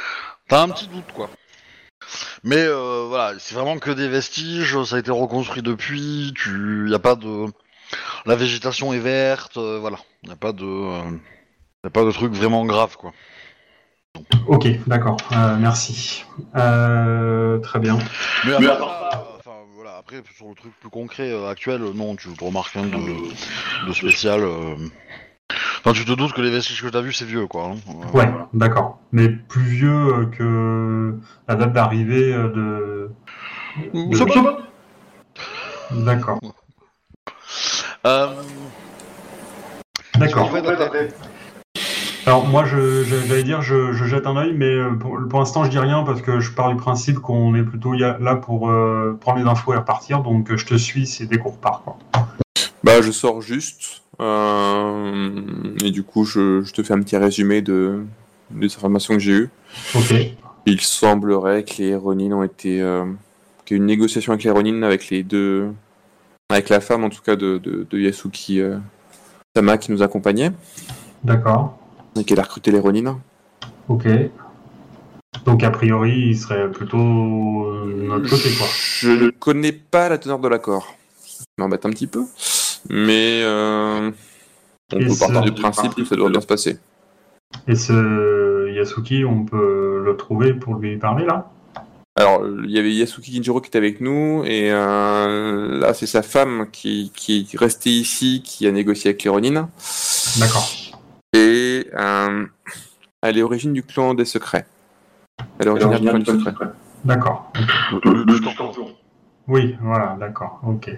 T'as un petit doute, quoi. Mais voilà, c'est vraiment que des vestiges, ça a été reconstruit depuis, y a pas de... La végétation est verte, voilà. Y a pas de truc vraiment grave, quoi. Ok, d'accord, merci. Très bien. Mais à part ça, enfin voilà, après sur le truc plus concret actuel, non, tu remarques rien de spécial. Enfin, tu te doutes que les vestiges que t'as vus, c'est vieux, quoi. Hein. Ouais, d'accord. Mais plus vieux que la date d'arrivée C'est bon. D'accord. Euh, D'accord. ce que vous faites après Alors moi, j'allais dire, je jette un œil, mais pour l'instant, je dis rien parce que je pars du principe qu'on est plutôt là pour prendre les infos et repartir. Donc, je te suis, c'est dès qu'on repart, quoi. Bah, je sors juste, et du coup, je te fais un petit résumé des informations que j'ai eues. Ok. Il semblerait que les Ronin ont été... qu'il y a eu une négociation avec les Ronin, avec les deux... Avec la femme, en tout cas, de Yasuki Sama qui nous accompagnait, D'accord. et qu'elle a recruté les Ronin. Ok. Donc, a priori, il serait plutôt de notre côté, quoi. Je ne connais pas la teneur de l'accord. Ça m'embête un petit peu, mais on Et peut partir ce- du principe que ça doit bien se passer. Et ce Yasuki, on peut le trouver pour lui parler, là? Alors, il y avait Yasuki Kinjiro qui était avec nous, et là, c'est sa femme qui est restée ici, qui a négocié avec les Ronin. D'accord. Et elle est origine du clan des secrets. Elle est originaire du clan des secrets. D'accord. Le scorpion. Oui, voilà, d'accord. Ok.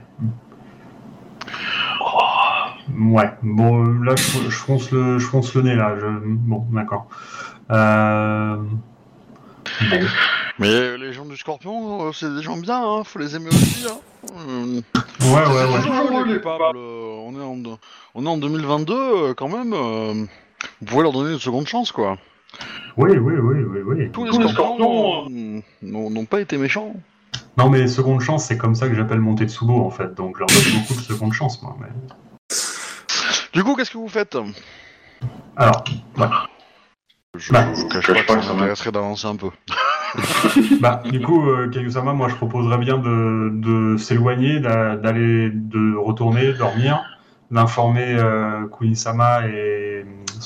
Ouais. Bon, là, je fonce le nez, là. Bon, d'accord. Bon. Mais les gens du scorpion, c'est des gens bien, hein, faut les aimer aussi. Hein. Ouais. Toujours les coupables, on est en 2022, quand même. Vous pouvez leur donner une seconde chance, quoi. Oui. Tous les scorpions n'ont pas été méchants. Non, mais seconde chance, c'est comme ça que j'appelle mon Tetsubo, en fait. Donc, je leur donne beaucoup de seconde chance, moi. Mais... Du coup, qu'est-ce que vous faites? Alors, ouais. Je vous cache pas que ça m'intéresserait d'avancer un peu. Du coup, Kayusama, moi, je proposerais bien de s'éloigner, de retourner, dormir, d'informer Kunisama et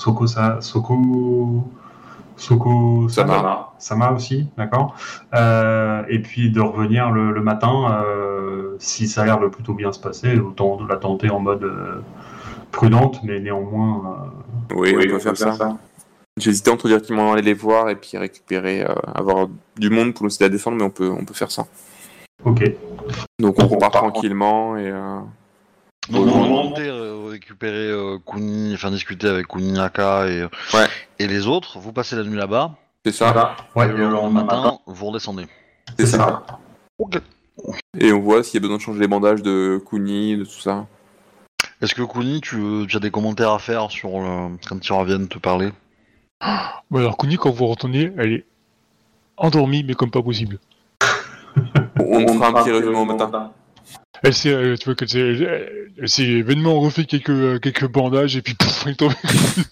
Sama aussi, d'accord. Et puis de revenir le matin, si ça a l'air de plutôt bien se passer, autant de la tenter en mode prudente, mais néanmoins. Oui, on peut faire ça. J'hésitais entre directement aller les voir et puis récupérer, avoir du monde pour nous aider à descendre, mais on peut faire ça. Ok. Donc on repart tranquillement et... Donc vous remontez, récupérer Kuni, enfin discuter avec Kuniaka et les autres, vous passez la nuit là-bas. C'est ça. Ouais. Et le lendemain matin, vous redescendez. C'est ça. Ok. Et on voit s'il y a besoin de changer les bandages de Kuni, de tout ça. Est-ce que Kuni, tu as des commentaires à faire sur quand ils reviennent te parler? Bon, alors Kuni, quand vous retournez, elle est endormie, mais comme pas possible. On fera un petit résumé au matin. Elle s'est, tu vois elle s'est vainement refait quelques bandages et puis pouf, elle est tombée.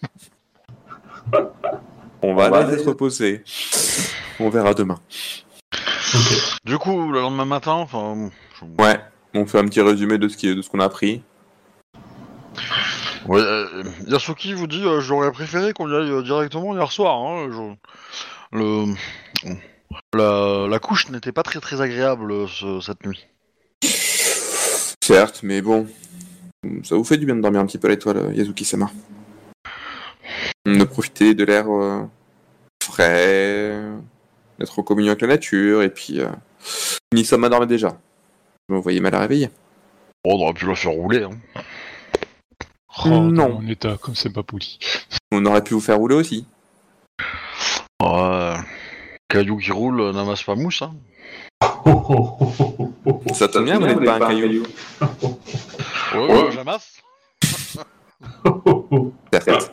On va la laisser se reposer. On verra demain. Ok. Du coup, le lendemain matin, enfin... Ouais, on fait un petit résumé de ce qu'on a appris. Ouais, Yasuki vous dit j'aurais préféré qu'on y aille directement hier soir. Hein, la couche n'était pas très très agréable cette nuit. Certes, mais bon, ça vous fait du bien de dormir un petit peu à l'étoile, Yazuki-sama. De profiter de l'air frais, d'être en communion avec la nature, et puis Nisama dormait déjà. Vous me voyez mal à réveiller. Bon, on aurait pu la faire rouler. Hein. Oh, Non. Mon état, comme c'est pas poli. On aurait pu vous faire rouler aussi. Caillou qui roule n'amasse pas mousse. Hein. Ça tombe bien, vous n'êtes pas un caillou. Ouais, j'amasse. Certes.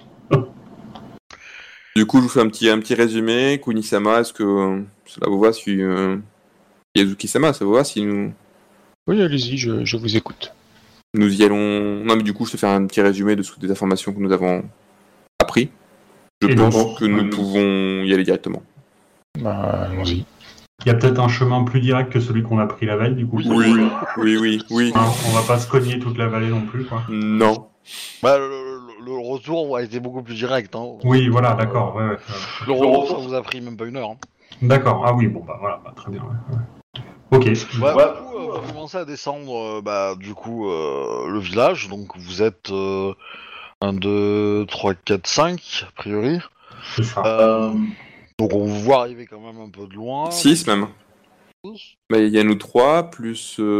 Du coup, je vous fais un petit résumé. Kunisama, est-ce que cela vous va si... Yazuki-sama, ça vous va si nous... Oui, allez-y, je vous écoute. Nous y allons... Non, mais du coup, je te fais un petit résumé des informations que nous avons appris. Je pense que nous pouvons y aller directement. Bah, allons-y. Il y a peut-être un chemin plus direct que celui qu'on a pris la veille, du coup. Oui. Hein, on va pas se cogner toute la vallée non plus, quoi. Non. Bah, le retour a été beaucoup plus direct. Hein. Oui, voilà, d'accord. Ouais. Le retour, ça vous a pris même pas 1 heure. Hein. D'accord. Ah oui, bon, bah voilà, très bien. Ouais. Ok. Ouais, du coup, vous commencez à descendre du coup, le village. Donc vous êtes 1, 2, 3, 4, 5, a priori. C'est ça. Donc on vous voit arriver quand même un peu de loin. 6 même. Bah, il y a nous 3, plus...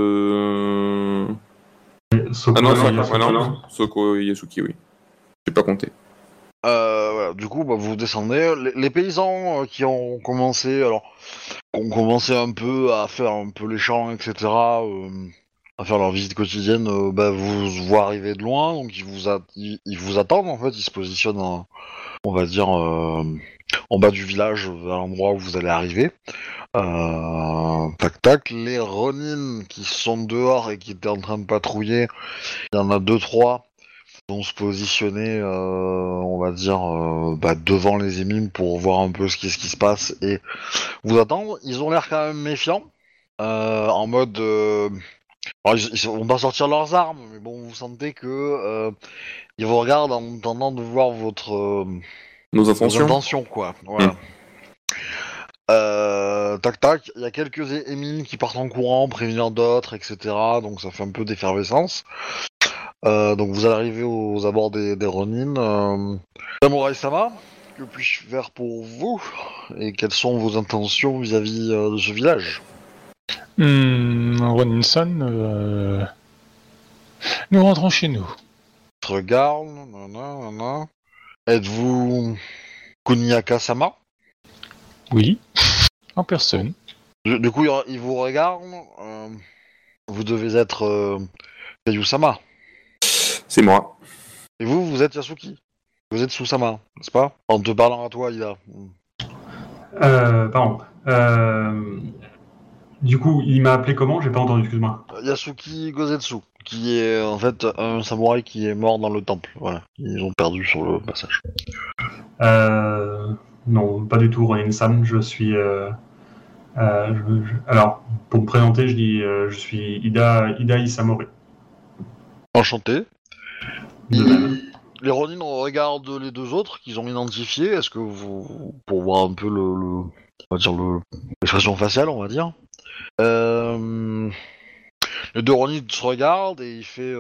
Soko, Ah non, Yasuki, Soko et Yasuki, oui. J'ai pas compté. Voilà, du coup, vous descendez. Les paysans qui ont commencé un peu à faire un peu les champs, etc., à faire leur visite quotidienne, vous voient arriver de loin, donc ils vous attendent en fait, ils se positionnent, on va dire, en bas du village, à l'endroit où vous allez arriver. Tac tac, les Ronin qui sont dehors et qui étaient en train de patrouiller, il y en a 2-3 vont se positionner, on va dire, devant les émimes pour voir un peu ce qui se passe et vous attendre. Ils ont l'air quand même méfiants, en mode... alors, ils vont pas sortir leurs armes, mais bon, vous sentez que ils vous regardent en attendant de voir Nos vos intentions. intentions, quoi. Voilà. Tac tac, il y a quelques émines qui partent en courant, prévenir d'autres, etc. Donc ça fait un peu d'effervescence. Donc vous arrivez aux abords des Ronin. Samurai-sama, que puis-je faire pour vous? Et quelles sont vos intentions vis-à-vis de ce village? Ronin-san, nous rentrons chez nous. Je regarde, nanana. Êtes-vous Kuniaka-sama? Oui, en personne. Du coup, il vous regarde. Vous devez être Kayu-sama. C'est moi. Et vous êtes Yasuki. Vous êtes Susama, n'est-ce pas? En te parlant à toi, Ida. Pardon. Du coup, il m'a appelé comment? J'ai pas entendu, excuse-moi. Yasuki Gozetsu, qui est en fait un samouraï qui est mort dans le temple. Voilà, ils ont perdu sur le passage. Non, pas du tout, Ronin-san. Je suis... Alors, pour me présenter, je dis je suis Ida Isamori. Enchanté. De même. Les Ronin regardent les deux autres qu'ils ont identifiés. Est-ce que vous, pour voir un peu on va dire l'expression faciale, on va dire. Les deux Ronin se regardent et il fait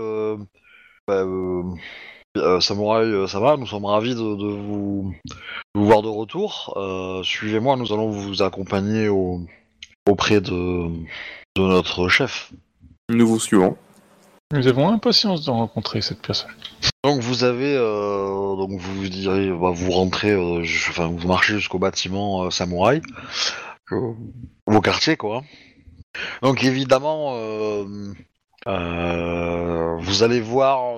Samouraï, ça va, nous sommes ravis de vous voir de retour. Suivez-moi, nous allons vous accompagner auprès de notre chef. Nous vous suivons. Nous avons impatience de rencontrer cette personne. Donc vous avez, donc vous direz, vous rentrez, vous marchez jusqu'au bâtiment Samouraï, vos quartiers quoi. Donc évidemment, vous allez voir.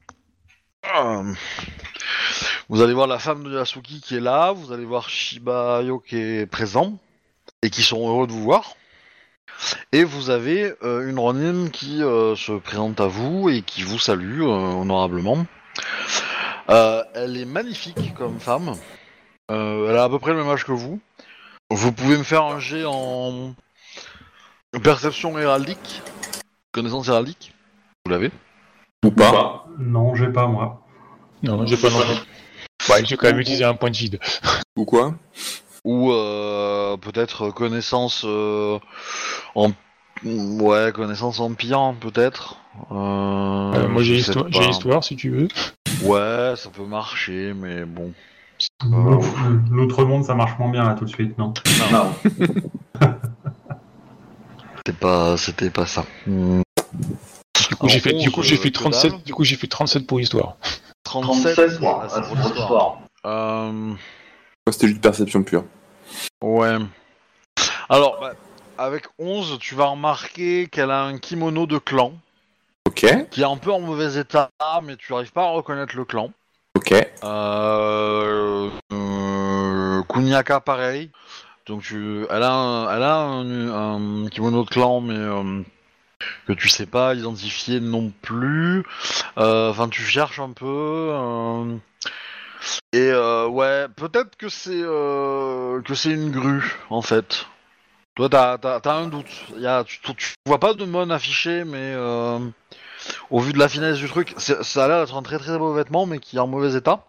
Vous allez voir la femme de Yasuki qui est là, vous allez voir Shibayo qui est présent, et qui sont heureux de vous voir. Et vous avez une Ronin qui se présente à vous et qui vous salue honorablement. Elle est magnifique comme femme. Elle a à peu près le même âge que vous. Vous pouvez me faire un jet en perception héraldique, connaissance héraldique. Vous l'avez? Ou pas. Non, j'ai pas, moi. Non, j'ai pas non plus. Ouais, j'ai quand même utilisé un point de vide. Ou quoi? Ou peut-être connaissance connaissance en pillant peut-être. Moi j'ai histoire si tu veux. Ouais, ça peut marcher, mais bon. L'autre monde, ça marche moins bien là tout de suite, non? Non. C'était pas ça. Du coup, j'ai fait 37. Du coup, j'ai fait 37 pour histoire. 37 pour l'histoire. C'était juste perception pure. Ouais. Alors, avec 11, tu vas remarquer qu'elle a un kimono de clan. Ok. Qui est un peu en mauvais état, mais tu n'arrives pas à reconnaître le clan. Ok. Kuniaka, pareil. Donc, elle a un kimono de clan, mais que tu sais pas identifier non plus. Tu cherches un peu. Et ouais, peut-être que c'est une grue en fait. Toi, t'as un doute. Tu vois pas de mon affiché, mais au vu de la finesse du truc, ça a l'air d'être un très très beau vêtement, mais qui est en mauvais état.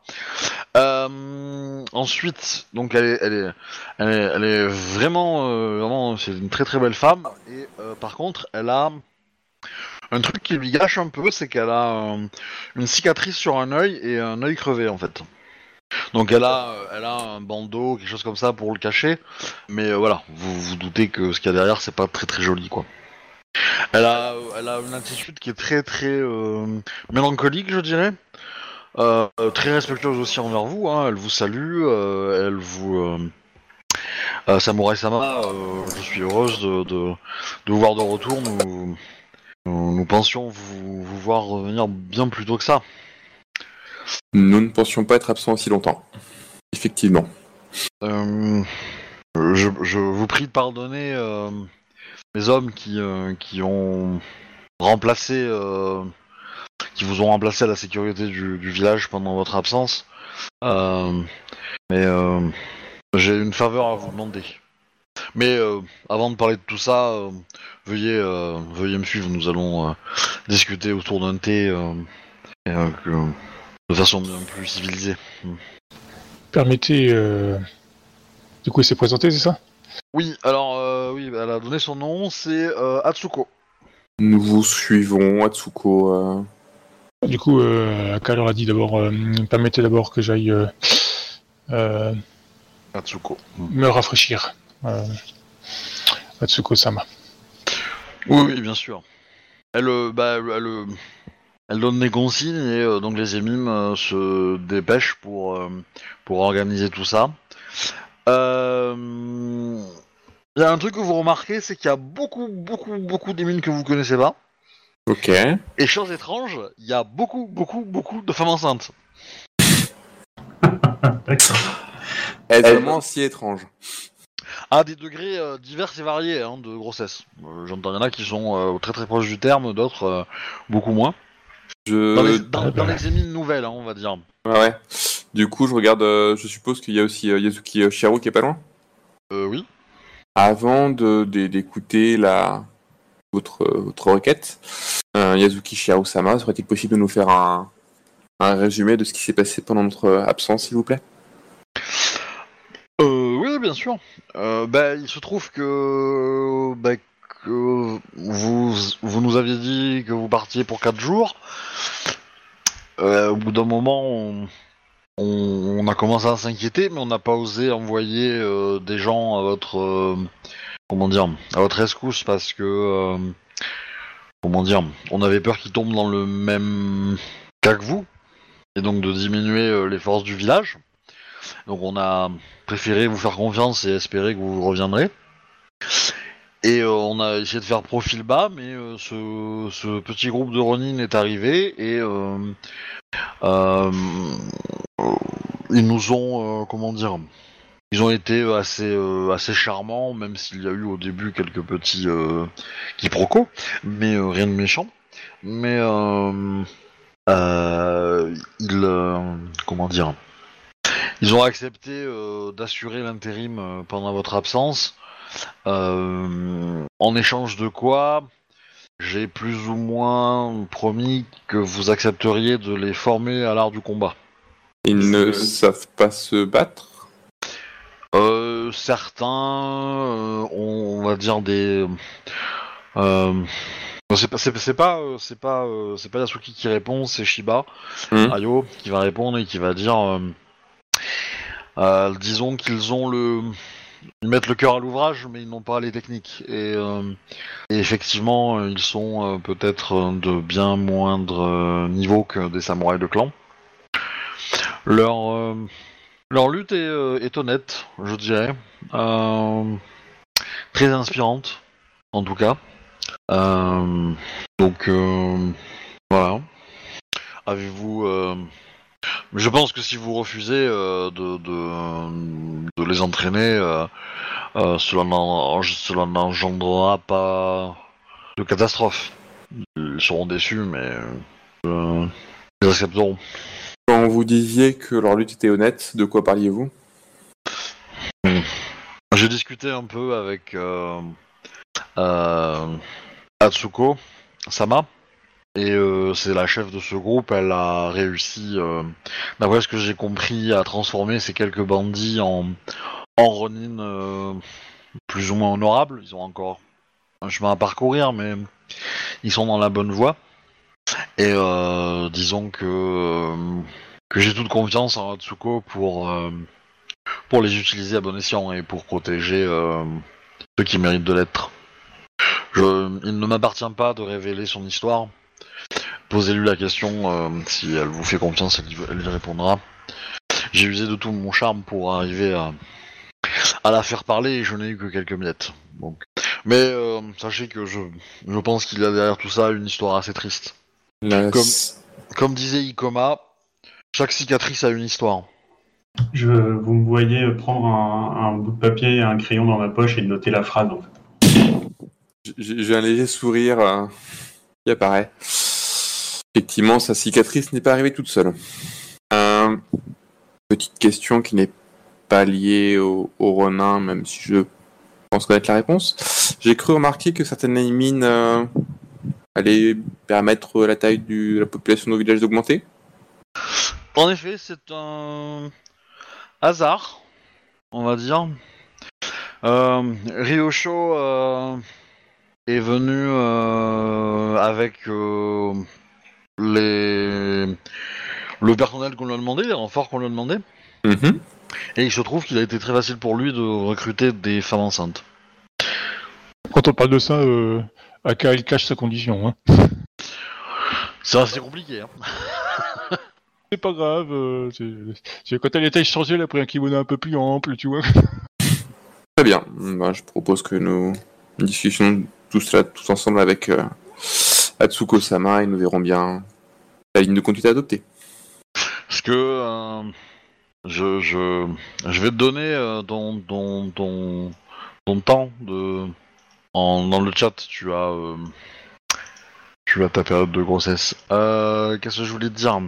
Ensuite, donc elle est vraiment, c'est une très très belle femme. Et par contre, elle a un truc qui lui gâche un peu, c'est qu'elle a une cicatrice sur un œil et un œil crevé en fait. Donc elle a un bandeau, quelque chose comme ça pour le cacher, mais voilà, vous vous doutez que ce qu'il y a derrière, c'est pas très très joli quoi. Elle a une attitude qui est très très mélancolique, je dirais, très respectueuse aussi envers vous. Hein. Elle vous salue, elle vous Samurai Sama, je suis heureuse de vous voir de retour. Nous pensions vous voir revenir bien plus tôt que ça. Nous ne pensions pas être absents aussi longtemps. Effectivement. Je vous prie de pardonner les hommes qui ont remplacé, qui vous ont remplacé à la sécurité du village pendant votre absence. Mais j'ai une faveur à vous demander. Mais avant de parler de tout ça, veuillez me suivre. Nous allons discuter autour d'un thé de façon bien plus civilisée. Permettez... Du coup, il s'est présenté, c'est ça? Oui, alors oui, elle a donné son nom, c'est Atsuko. Nous vous suivons, Atsuko. Du coup, Akal leur a dit d'abord... permettez d'abord que j'aille Atsuko. me rafraîchir. Atsuko-sama. Oui, bien sûr. Elle donne des consignes et donc les émimes se dépêchent pour organiser tout ça. Il y a un truc que vous remarquez, c'est qu'il y a beaucoup d'émines que vous connaissez pas. Ok. Et chose étrange, il y a beaucoup de femmes enceintes. D'accord. Est vraiment si étrange. À des degrés divers et variés hein, de grossesse. J'entends, il y en a qui sont très très proches du terme, d'autres beaucoup moins. Dans les émines nouvelles, hein, on va dire. Ouais. Du coup, je regarde. Je suppose qu'il y a aussi Yazuki Shiharu qui est pas loin. Oui. Avant d'écouter votre requête, Yazuki Shiharu-sama, serait-il possible de nous faire un résumé de ce qui s'est passé pendant notre absence, s'il vous plaît? Oui, bien sûr. Il se trouve que vous nous aviez dit que vous partiez pour 4 jours. Au bout d'un moment, on a commencé à s'inquiéter, mais on n'a pas osé envoyer des gens à votre à votre rescousse parce que on avait peur qu'ils tombent dans le même cas que vous et donc de diminuer les forces du village. Donc on a préféré vous faire confiance et espérer que vous reviendrez. Et on a essayé de faire profil bas, mais ce petit groupe de Ronin est arrivé et ils nous ont ils ont été assez charmants, même s'il y a eu au début quelques petits quiproquos, mais rien de méchant. Mais ils ont accepté d'assurer l'intérim pendant votre absence, en échange de quoi j'ai plus ou moins promis que vous accepteriez de les former à l'art du combat. Ils ne savent pas se battre? Certains ont, on va dire des... c'est pas Yasuki qui répond, c'est Shiba, Ayo, qui va répondre et qui va dire... disons qu'ils ont ils mettent le cœur à l'ouvrage, mais ils n'ont pas les techniques. Et effectivement, ils sont peut-être de bien moindre niveau que des samouraïs de clan. Leur lutte est honnête, je dirais. Très inspirante, en tout cas. Donc, voilà. Avez-vous... Je pense que si vous refusez de les entraîner, cela n'engendrera pas de catastrophe. Ils seront déçus, mais ils accepteront. Quand vous disiez que leur lutte était honnête, de quoi parliez-vous? J'ai discuté un peu avec Atsuko Sama, et c'est la chef de ce groupe. Elle a réussi, d'après ce que j'ai compris, à transformer ces quelques bandits en Ronin plus ou moins honorables. Ils ont encore un chemin à parcourir, mais ils sont dans la bonne voie. Et disons que j'ai toute confiance en Atsuko pour les utiliser à bon escient et pour protéger ceux qui méritent de l'être. Il ne m'appartient pas de révéler son histoire. Posez-lui la question, si elle vous fait confiance, elle y répondra. J'ai usé de tout mon charme pour arriver à la faire parler et je n'ai eu que quelques miettes. Donc. Mais sachez que je pense qu'il y a derrière tout ça une histoire assez triste. Comme disait Ikoma, chaque cicatrice a une histoire. Vous me voyez prendre un bout de papier et un crayon dans ma poche et de noter la phrase, en fait. J'ai un léger sourire qui apparaît. Effectivement, sa cicatrice n'est pas arrivée toute seule. Petite question qui n'est pas liée au Ronin, même si je pense connaître la réponse. J'ai cru remarquer que certaines mines allaient permettre la taille de la population de nos villages d'augmenter. En effet, c'est un hasard, on va dire. Ryosho est venu avec le personnel qu'on lui a demandé, les renforts qu'on lui a demandé. Mm-hmm. Et il se trouve qu'il a été très facile pour lui de recruter des femmes enceintes. Quand on parle de ça, Aka il cache sa condition. Hein. C'est assez compliqué. Hein. C'est pas grave, c'est quand elle était changée, elle a pris un kimono un peu plus ample, tu vois. Très bien, je propose que nous discutions tout cela tous ensemble avec Atsuko-sama et nous verrons bien la ligne de conduite à adopter. Parce que je vais te donner ton temps dans le chat. Tu as ta période de grossesse. Qu'est-ce que je voulais te dire?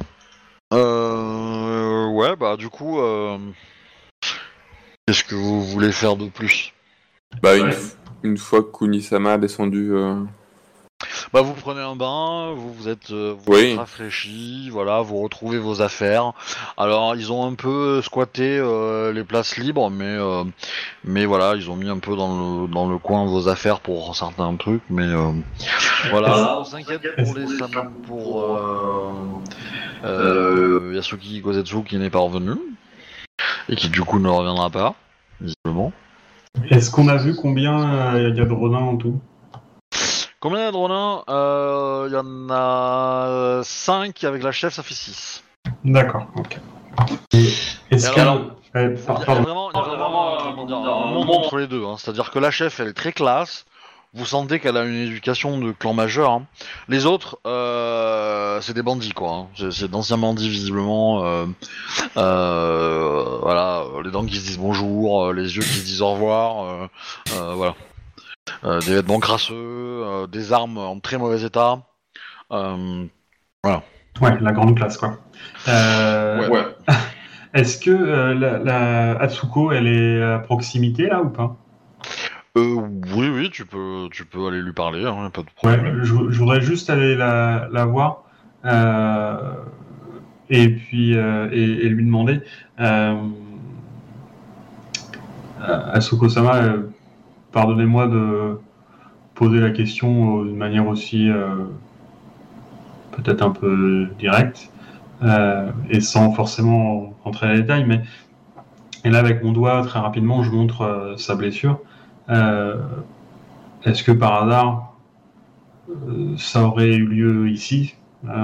Ouais, bah du coup, qu'est-ce que vous voulez faire de plus? Bah une fois que Kunisama a descendu... Bah vous prenez un bain, vous êtes rafraîchi, voilà, vous retrouvez vos affaires. Alors ils ont un peu squatté les places libres, mais voilà, ils ont mis un peu dans le coin vos affaires pour certains trucs, mais voilà. On s'inquiète pour Yasuki Kozetsu qui n'est pas revenu et qui du coup ne reviendra pas, visiblement. Est-ce qu'on a vu combien il y a de Ronin en tout? Combien il y a de Ronin? Il y en a 5, avec la chef ça fait 6. D'accord, ok. Est-ce que... Il y a vraiment un monde entre les deux, hein. C'est-à-dire que la chef elle est très classe, vous sentez qu'elle a une éducation de clan majeur. Hein. Les autres, c'est des bandits quoi. Hein. C'est d'anciens bandits visiblement. Voilà, les dents qui se disent bonjour, les yeux qui se disent au revoir. Voilà. Des vêtements crasseux, des armes en très mauvais état. Voilà. Ouais, la grande classe quoi. Ouais. Est-ce que la Atsuko elle est à proximité là ou pas? Oui, tu peux aller lui parler, hein, pas de problème. Ouais, je voudrais juste aller la voir et puis et lui demander Atsuko-sama, pardonnez-moi de poser la question d'une manière aussi peut-être un peu directe et sans forcément rentrer dans les détails, mais et là avec mon doigt très rapidement je montre sa blessure. Est-ce que par hasard ça aurait eu lieu ici?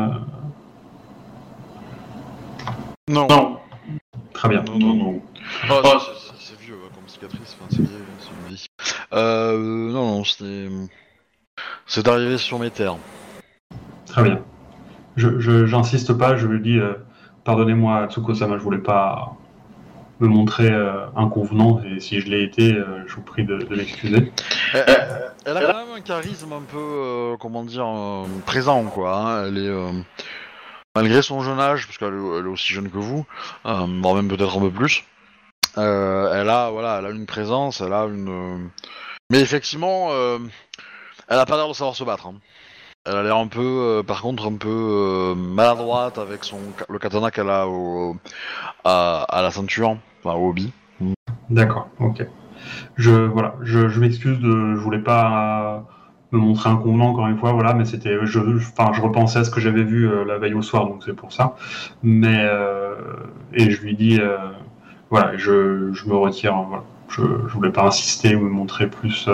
Non. Très bien. Non. C'est vieux comme cicatrice, enfin, c'est vieille. Non, c'est arrivé sur mes terres. Très bien. J'insiste pas, je lui dis pardonnez-moi Tsuko-sama, je voulais pas me montrer inconvenant et si je l'ai été, je vous prie de m'excuser. Elle a quand même un charisme un peu, présent quoi. Hein. Elle est, malgré son jeune âge, parce qu'elle est aussi jeune que vous, voire même peut-être un peu plus, elle a une présence, elle a une... Mais effectivement, elle a pas l'air de savoir se battre. Hein. Elle a l'air un peu, par contre, un peu maladroite avec le katana qu'elle a à la ceinture, enfin au hobby. D'accord, ok. Je m'excuse je voulais pas me montrer inconvenant encore une fois, voilà, mais c'était, je repensais à ce que j'avais vu la veille au soir, donc c'est pour ça. Mais et je lui dis, voilà, je me retire, hein, voilà. Je voulais pas insister ou me montrer plus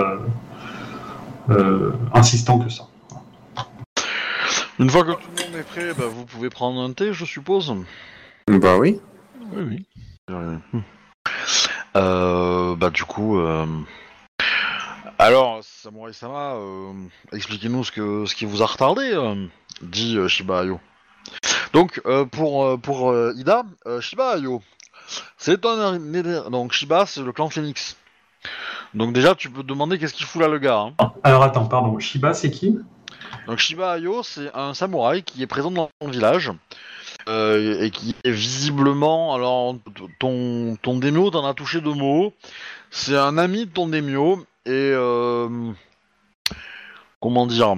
insistant que ça. Une fois que tout le monde est prêt, vous pouvez prendre un thé, je suppose. Bah oui. Oui. Du coup, alors Samurai-sama, expliquez-nous ce qui vous a retardé, dit Shiba Ayo. Donc pour Ida, Shiba Ayo, c'est donc Shiba, c'est le clan Phoenix. Donc déjà, tu peux te demander qu'est-ce qu'il fout là le gars. Hein. Alors attends, pardon, Shiba c'est qui? Donc Shiba Ayo, c'est un samouraï qui est présent dans le village. Et qui est visiblement, alors ton daimyo t'en a touché 2 mots, c'est un ami de ton daimyo, et comment dire,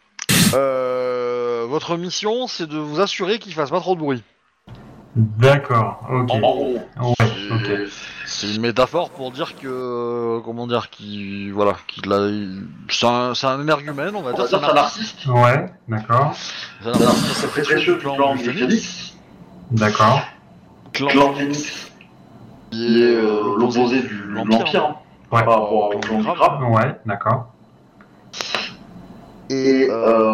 votre mission c'est de vous assurer qu'il fasse pas trop de bruit. D'accord, ok. Ouais, ok. C'est une métaphore pour dire que, comment dire, c'est un énergumène, on va dire, c'est un narcisse. Ouais, d'accord. C'est un narcisse très précieux du clan du Phoenix. D'accord. Clan Phoenix, qui est l'opposé de l'Empire, Ouais. par rapport au clan du crabe. Ouais, d'accord. Et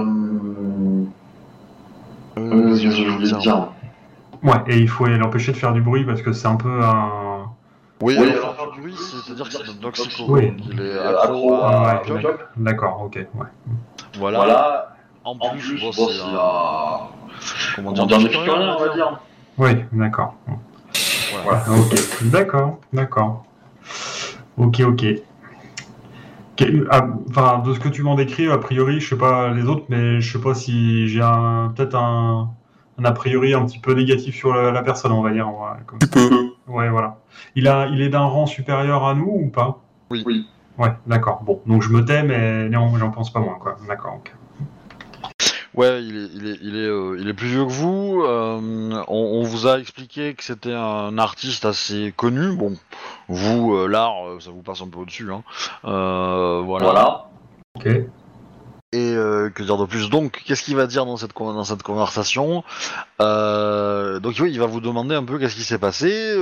qu'est-ce que je voulais dire? Ouais, et il faut l'empêcher de faire du bruit parce que c'est un peu un... Oui, Oui, alors faire du bruit, c'est-à-dire que c'est un toxico, Oui. donc il est accro à ouais, d'accord, ok, ouais. Voilà. En plus, bon, c'est un... Comment dire, un épicuréen, on va dire. Oui, d'accord. Voilà. Ok, d'accord. Ok. Enfin, de ce que tu m'en décris, a priori, je sais pas les autres, mais je sais pas si j'ai peut-être un a priori un petit peu négatif sur la personne, on va dire. Tu peux. Ouais, voilà. Il est d'un rang supérieur à nous ou pas? Oui. Ouais, d'accord. Bon, donc je me tais, mais non, j'en pense pas moins, quoi. D'accord, ok. Ouais, il est plus vieux que vous. On vous a expliqué que c'était un artiste assez connu. Bon, vous, l'art, ça vous passe un peu au-dessus. Hein. Voilà. Ok. Et que dire de plus? Donc, qu'est-ce qu'il va dire dans cette conversation? Donc oui, il va vous demander un peu qu'est-ce qui s'est passé.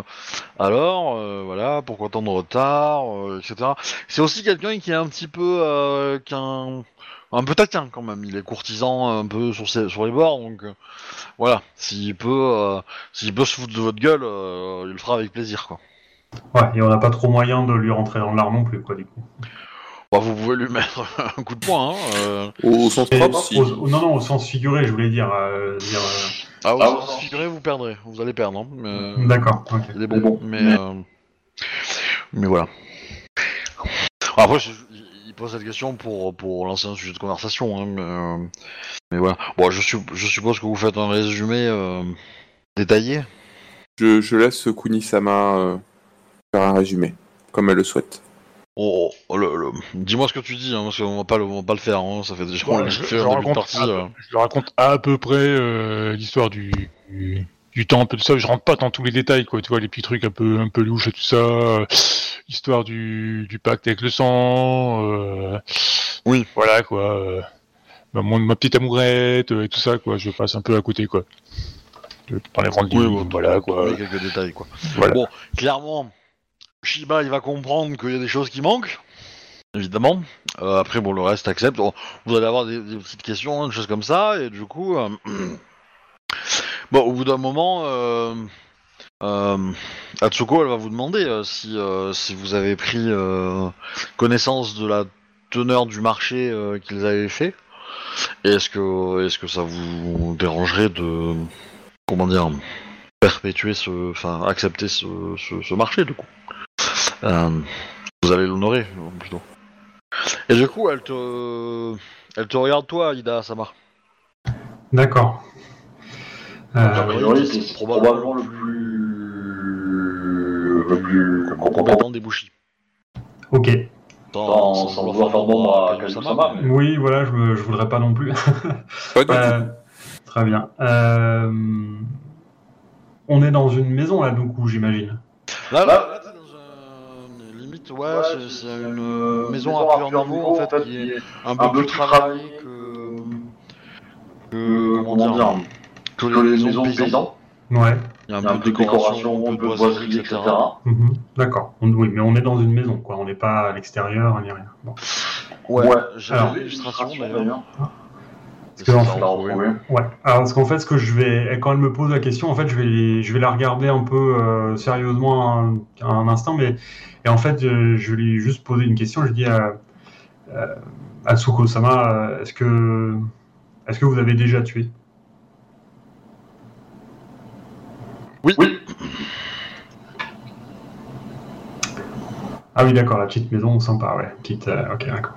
Voilà, pourquoi tant de retard, etc. C'est aussi quelqu'un qui est un petit peu, un peu taquin quand même. Il est courtisan un peu sur les bords, donc voilà. S'il peut se foutre de votre gueule, il le fera avec plaisir, quoi. Ouais, et on n'a pas trop moyen de lui rentrer dans l'art non plus, quoi, du coup. Bah, vous pouvez lui mettre un coup de poing, hein. Au sens propre, si. Non, au sens figuré, je voulais dire. Ah, au sens figuré, vous perdrez, vous allez perdre. Hein. D'accord, ok. Il est bon, mais voilà. Après, il pose cette question pour lancer un sujet de conversation, hein, mais voilà. Bon, je suppose que vous faites un résumé détaillé. Je laisse Kunisama faire un résumé, comme elle le souhaite. Dis-moi ce que tu dis, hein, parce qu'on va pas le faire, hein, ça fait déjà Bon, un début de partie. Je raconte à peu près l'histoire du temple, tout ça. Je rentre pas dans tous les détails, quoi. Tu vois, les petits trucs un peu louches et tout ça. Histoire du pacte avec le sang. Oui. Voilà, quoi. Ma petite amourette et tout ça, quoi. Je passe un peu à côté, quoi. Dans les grandes lignes, voilà, quoi. Oui, quelques détails, quoi. Voilà. Bon, clairement, Shiba, il va comprendre qu'il y a des choses qui manquent. Évidemment. Après, bon, le reste accepte. Vous allez avoir des petites questions, des choses comme ça, et du coup, bon, au bout d'un moment, Atsuko, elle va vous demander si vous avez pris connaissance de la teneur du marché qu'ils avaient fait. Et est-ce que ça vous dérangerait de, comment dire, perpétuer accepter ce marché, du coup. Vous allez l'honorer, plutôt. Et du coup, elle te regarde toi, Ida Sama. D'accord. A Euh, priori, c'est probablement le plus compétent des Bushi. ok. Sans vouloir faire d'ombre à Kaido-sama, mais... Oui, voilà, je voudrais pas non plus. Pas du tout. Très bien. On est dans une maison là, du coup, j'imagine. Là t'es dans un... Limite, ouais, c'est une maison à plusieurs niveaux, en fait, qui est un peu plus travaillée comment dire, que les maisons de paysans. Ouais. Il y a un peu de décoration, un peu de boiserie, etc. D'accord. Oui, mais on est dans une maison, quoi. On n'est pas à l'extérieur ni rien. Bon. Ouais, j'ai alors- l'illustration d'ailleurs. Parce que, ouais. Alors, parce qu'en fait, quand elle me pose la question, en fait, je vais la regarder un peu sérieusement un instant, et en fait, je lui ai juste posé une question. Je dis à Atsuko-sama, est-ce que vous avez déjà tué? Oui. Ah oui, d'accord, la petite maison, sympa, ouais. Petite, ok, d'accord.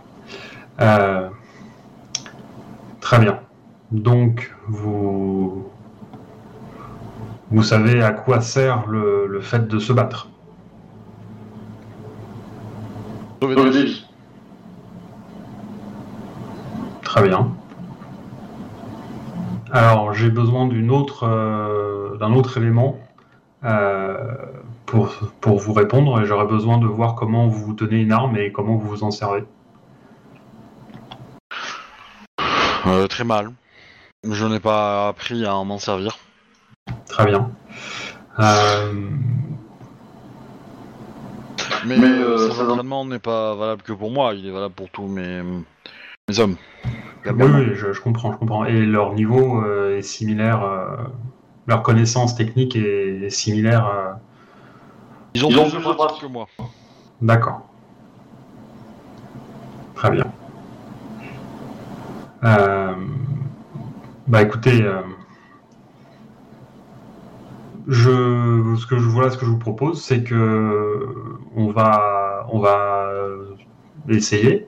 Très bien. Donc, vous savez à quoi sert le fait de se battre. Sauver des vies. Très bien. Alors, j'ai besoin d'un autre élément pour vous répondre, et j'aurais besoin de voir comment vous tenez une arme et comment vous vous en servez. Très mal. Je n'ai pas appris à m'en servir. Très bien. Mais cet entraînement n'est pas valable que pour moi, il est valable pour tous mes hommes. Oui, je comprends. Et leur niveau est similaire, leur connaissance technique est similaire. Ils ont plus de pratique que moi. D'accord. Très bien. Bah écoutez, ce que je vous propose, c'est que on va essayer.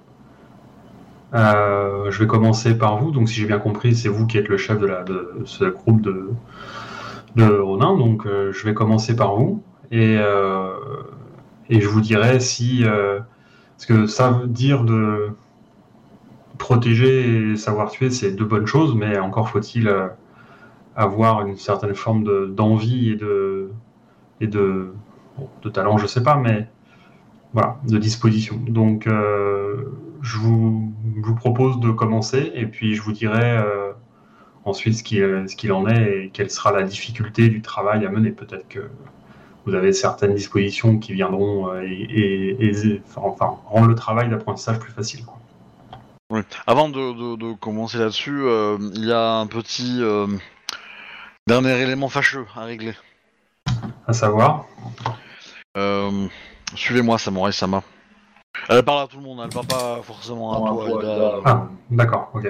Je vais commencer par vous. Donc, si j'ai bien compris, c'est vous qui êtes le chef de ce groupe de Ronin. Donc, je vais commencer par vous et je vous dirai si parce que ça veut dire de protéger et savoir tuer, c'est deux bonnes choses, mais encore faut-il avoir une certaine forme d'envie et de talent, je sais pas, mais voilà, de disposition. Donc, je vous propose de commencer, et puis je vous dirai ensuite ce qu'il en est et quelle sera la difficulté du travail à mener. Peut-être que vous avez certaines dispositions qui viendront rendre le travail d'apprentissage plus facile, quoi. Oui. Avant de commencer là-dessus, il y a un petit dernier élément fâcheux à régler. À savoir. Suivez-moi, Samurai-sama. Elle parle à tout le monde, elle parle pas forcément à toi, Ida. Ah, d'accord, ok.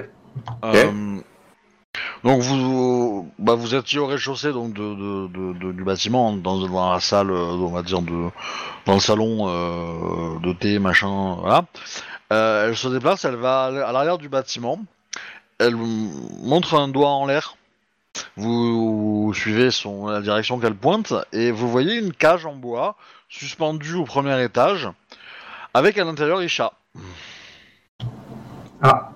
Donc vous étiez au rez-de-chaussée donc du bâtiment, dans la salle, on va dire dans le salon de thé, machin, voilà. Elle se déplace, elle va à l'arrière du bâtiment, elle montre un doigt en l'air. Vous suivez la direction qu'elle pointe et vous voyez une cage en bois suspendue au premier étage avec à l'intérieur Isha. Ah.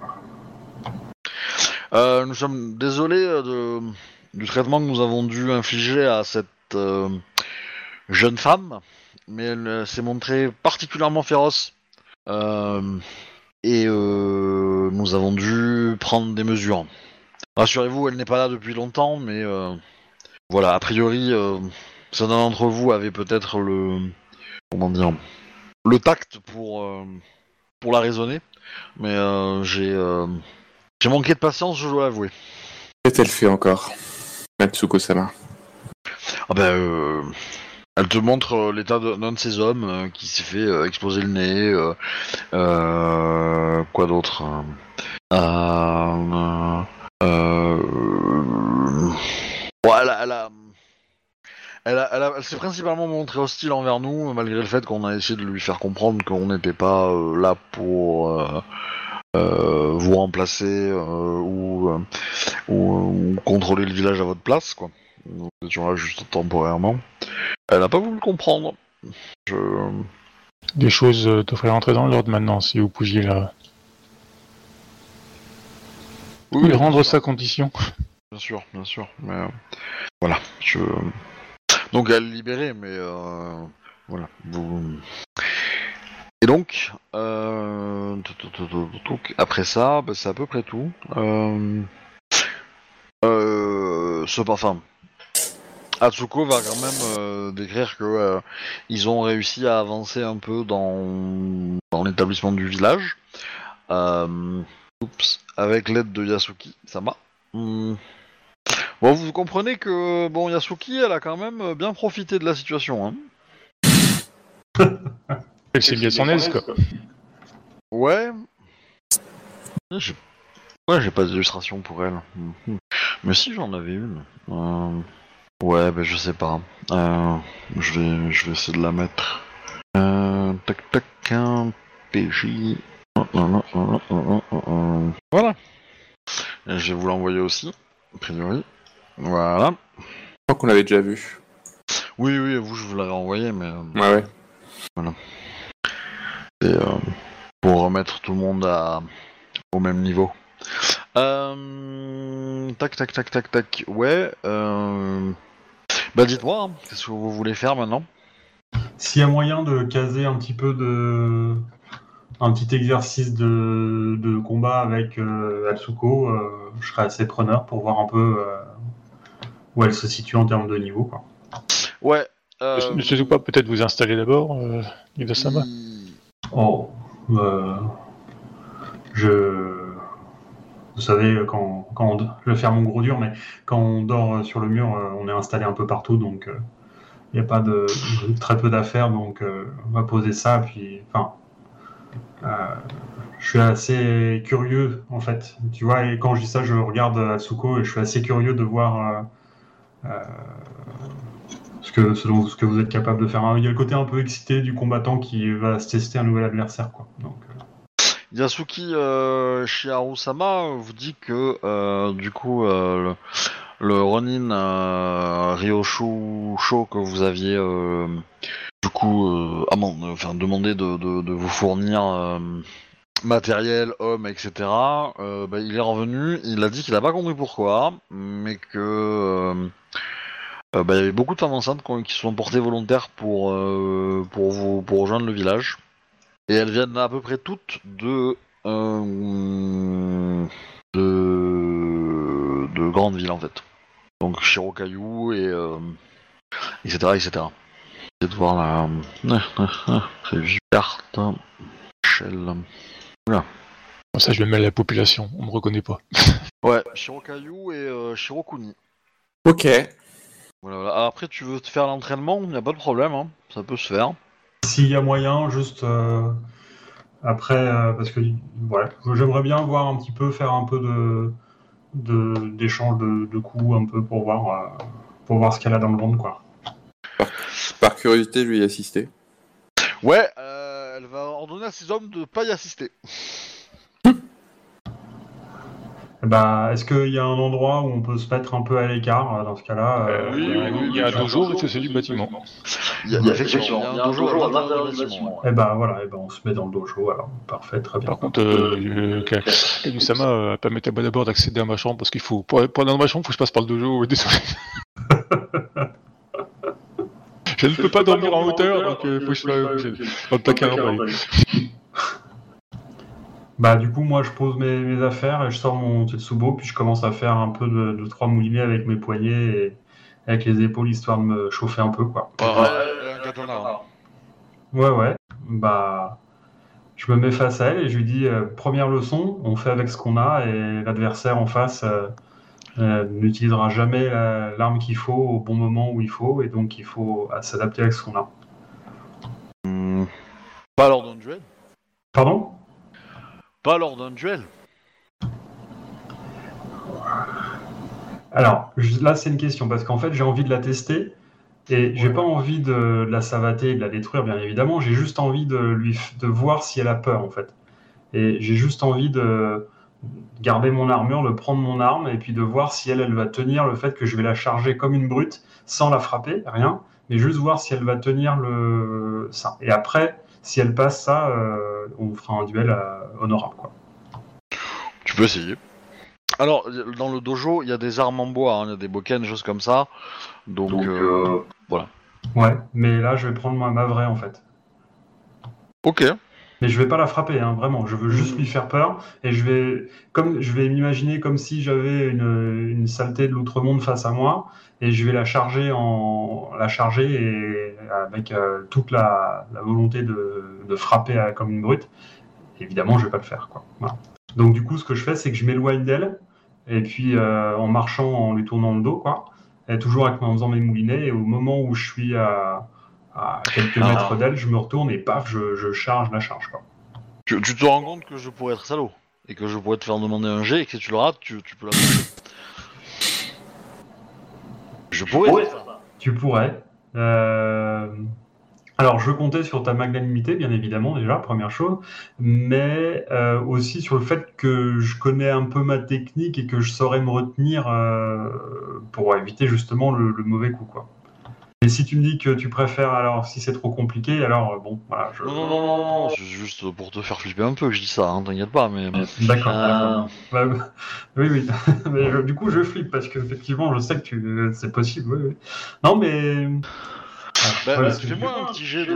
Nous sommes désolés du traitement que nous avons dû infliger à cette jeune femme, mais elle s'est montrée particulièrement féroce. Et nous avons dû prendre des mesures. Rassurez-vous, elle n'est pas là depuis longtemps, mais voilà, a priori, certains d'entre vous avaient peut-être le tact pour la raisonner, mais j'ai manqué de patience, je dois l'avouer. Qu'est-elle fait encore, Atsuko-sama? Ah ben, elle te montre l'état d'un de ses hommes qui s'est fait exploser le nez. Quoi d'autre? Elle s'est principalement montrée hostile envers nous, malgré le fait qu'on a essayé de lui faire comprendre qu'on n'était pas là pour vous remplacer ou ou contrôler le village à votre place, quoi. Vous étiez là juste temporairement. Elle n'a pas voulu comprendre. Des choses devraient rentrer dans l'ordre maintenant, si vous pouviez la... Oui, rendre sa condition. Bien sûr. Mais voilà, donc elle est libérée, mais voilà. Et donc, après ça, bah, c'est à peu près tout. Enfin, Atsuko va quand même décrire que ils ont réussi à avancer un peu dans l'établissement du village. Avec l'aide de Yasuki, Sama. Bon, vous comprenez que Yasuki, elle a quand même bien profité de la situation, hein. Elle s'est mis à son aise, quoi. Ouais. J'ai pas d'illustration pour elle. Mais si, j'en avais une. Ouais, je sais pas. Je vais essayer de la mettre. Tac, PJ. Voilà. Je vais vous l'envoyer aussi, a priori. Voilà. Je crois qu'on l'avait déjà vu. Oui, vous, je vous l'avais envoyé, mais... Ouais. Voilà. Et pour remettre tout le monde au même niveau. Tac. Ouais. Dites-moi, hein, qu'est-ce que vous voulez faire maintenant ? S'il y a moyen de caser un petit peu un petit exercice de combat avec Atsuko, je serais assez preneur pour voir un peu où elle se situe en termes de niveau, quoi. Ouais. Ne sais pas, peut-être vous installer d'abord, Yudasama. Oh, vous savez, je vais faire mon gros dur, mais quand on dort sur le mur, on est installé un peu partout, donc il n'y a pas très peu d'affaires, donc on va poser ça, puis, je suis assez curieux, en fait, tu vois, et quand je dis ça, je regarde Atsuko, et je suis assez curieux de voir ce que vous êtes capable de faire. Il y a le côté un peu excité du combattant qui va se tester un nouvel adversaire, quoi. Donc, Yasuki Shiharu-sama vous dit que du coup le Ronin Ryosho que vous aviez du coup demandé de vous fournir matériel, hommes, etc. Il est revenu, il a dit qu'il a pas compris pourquoi, mais que il y avait beaucoup de femmes enceintes qui se sont portées volontaires pour rejoindre le village. Et elles viennent à peu près toutes de grandes villes en fait. Donc Shirokayu et etc. J'essaie de voir la prévue carte. Shell. Voilà. Ça, je vais mettre la population, on me reconnaît pas. Ouais, Shirokayu et Shirokuni. Ok. Voilà. Après, tu veux te faire l'entraînement, il n'y a pas de problème, hein. Ça peut se faire. s'il y a moyen, juste après, parce que voilà, j'aimerais bien voir un petit peu, faire un peu d'échange de coups, un peu pour voir ce qu'elle a dans le ventre, quoi. Par curiosité, je vais y assister. Ouais, elle va ordonner à ses hommes de pas y assister. Est-ce qu'il y a un endroit où on peut se mettre un peu à l'écart dans ce cas-là Oui, il y a un dojo et c'est du bâtiment. Il y a effectivement un dojo à l'intérieur du bâtiment. On se met dans le dojo, alors parfait, très bien. Par contre, Yusama permettez moi d'abord d'accéder à ma chambre parce qu'il faut. Pour aller dans ma chambre, il faut que je passe par le dojo, désolé. Je ne peux pas dormir en hauteur, donc il faut que je sois dans le placard. Du coup, moi, je pose mes affaires et je sors mon Tetsubo, puis je commence à faire un peu de 3 moulinets avec mes poignets et avec les épaules, histoire de me chauffer un peu, quoi. Un katana. Ouais. Je me mets face à elle et je lui dis première leçon, on fait avec ce qu'on a et l'adversaire en face n'utilisera jamais l'arme qu'il faut au bon moment où il faut, et donc il faut s'adapter avec ce qu'on a. Pas lors d'un duel. Pardon ? Pas lors d'un duel. Alors, là, c'est une question, parce qu'en fait, j'ai envie de la tester, et j'ai pas envie de la savater et de la détruire, bien évidemment, j'ai juste envie de voir si elle a peur, en fait. Et j'ai juste envie de garder mon armure, de prendre mon arme et puis de voir si elle va tenir le fait que je vais la charger comme une brute sans la frapper, rien, mais juste voir si elle va tenir ça. Et après, si elle passe ça, on fera un duel honorable, quoi. Tu peux essayer. Alors, dans le dojo, il y a des armes en bois, hein, il y a des bokken, des choses comme ça. Donc voilà. Ouais, mais là, je vais prendre ma vraie, en fait. Ok. Mais je vais pas la frapper, hein, vraiment. Je veux juste lui faire peur. Et je vais m'imaginer comme si j'avais une saleté de l'outre-monde face à moi. Et je vais la charger et avec toute la volonté de frapper comme une brute. Évidemment, je vais pas le faire, quoi. Voilà. Donc du coup, ce que je fais, c'est que je m'éloigne d'elle. Et puis, en marchant, en lui tournant le dos, quoi. Et toujours en faisant mes moulinets. Et au moment où je suis à quelques mètres d'elle, je me retourne et paf, je charge la charge, quoi. Tu te rends compte que je pourrais être salaud et que je pourrais te faire demander un jet et que si tu le rates, tu peux la toucher. Je pourrais faire ça. Tu pourrais. Alors, je comptais sur ta magnanimité, bien évidemment, déjà, première chose, mais aussi sur le fait que je connais un peu ma technique et que je saurais me retenir pour éviter justement le mauvais coup, quoi. Et si tu me dis que tu préfères, alors si c'est trop compliqué, alors bon, voilà. Non, c'est juste pour te faire flipper un peu que je dis ça, hein, t'inquiète pas, mais... D'accord. Oui. Mais du coup, je flippe parce qu'effectivement, je sais que c'est possible, oui. Non, mais... fais-moi un petit jet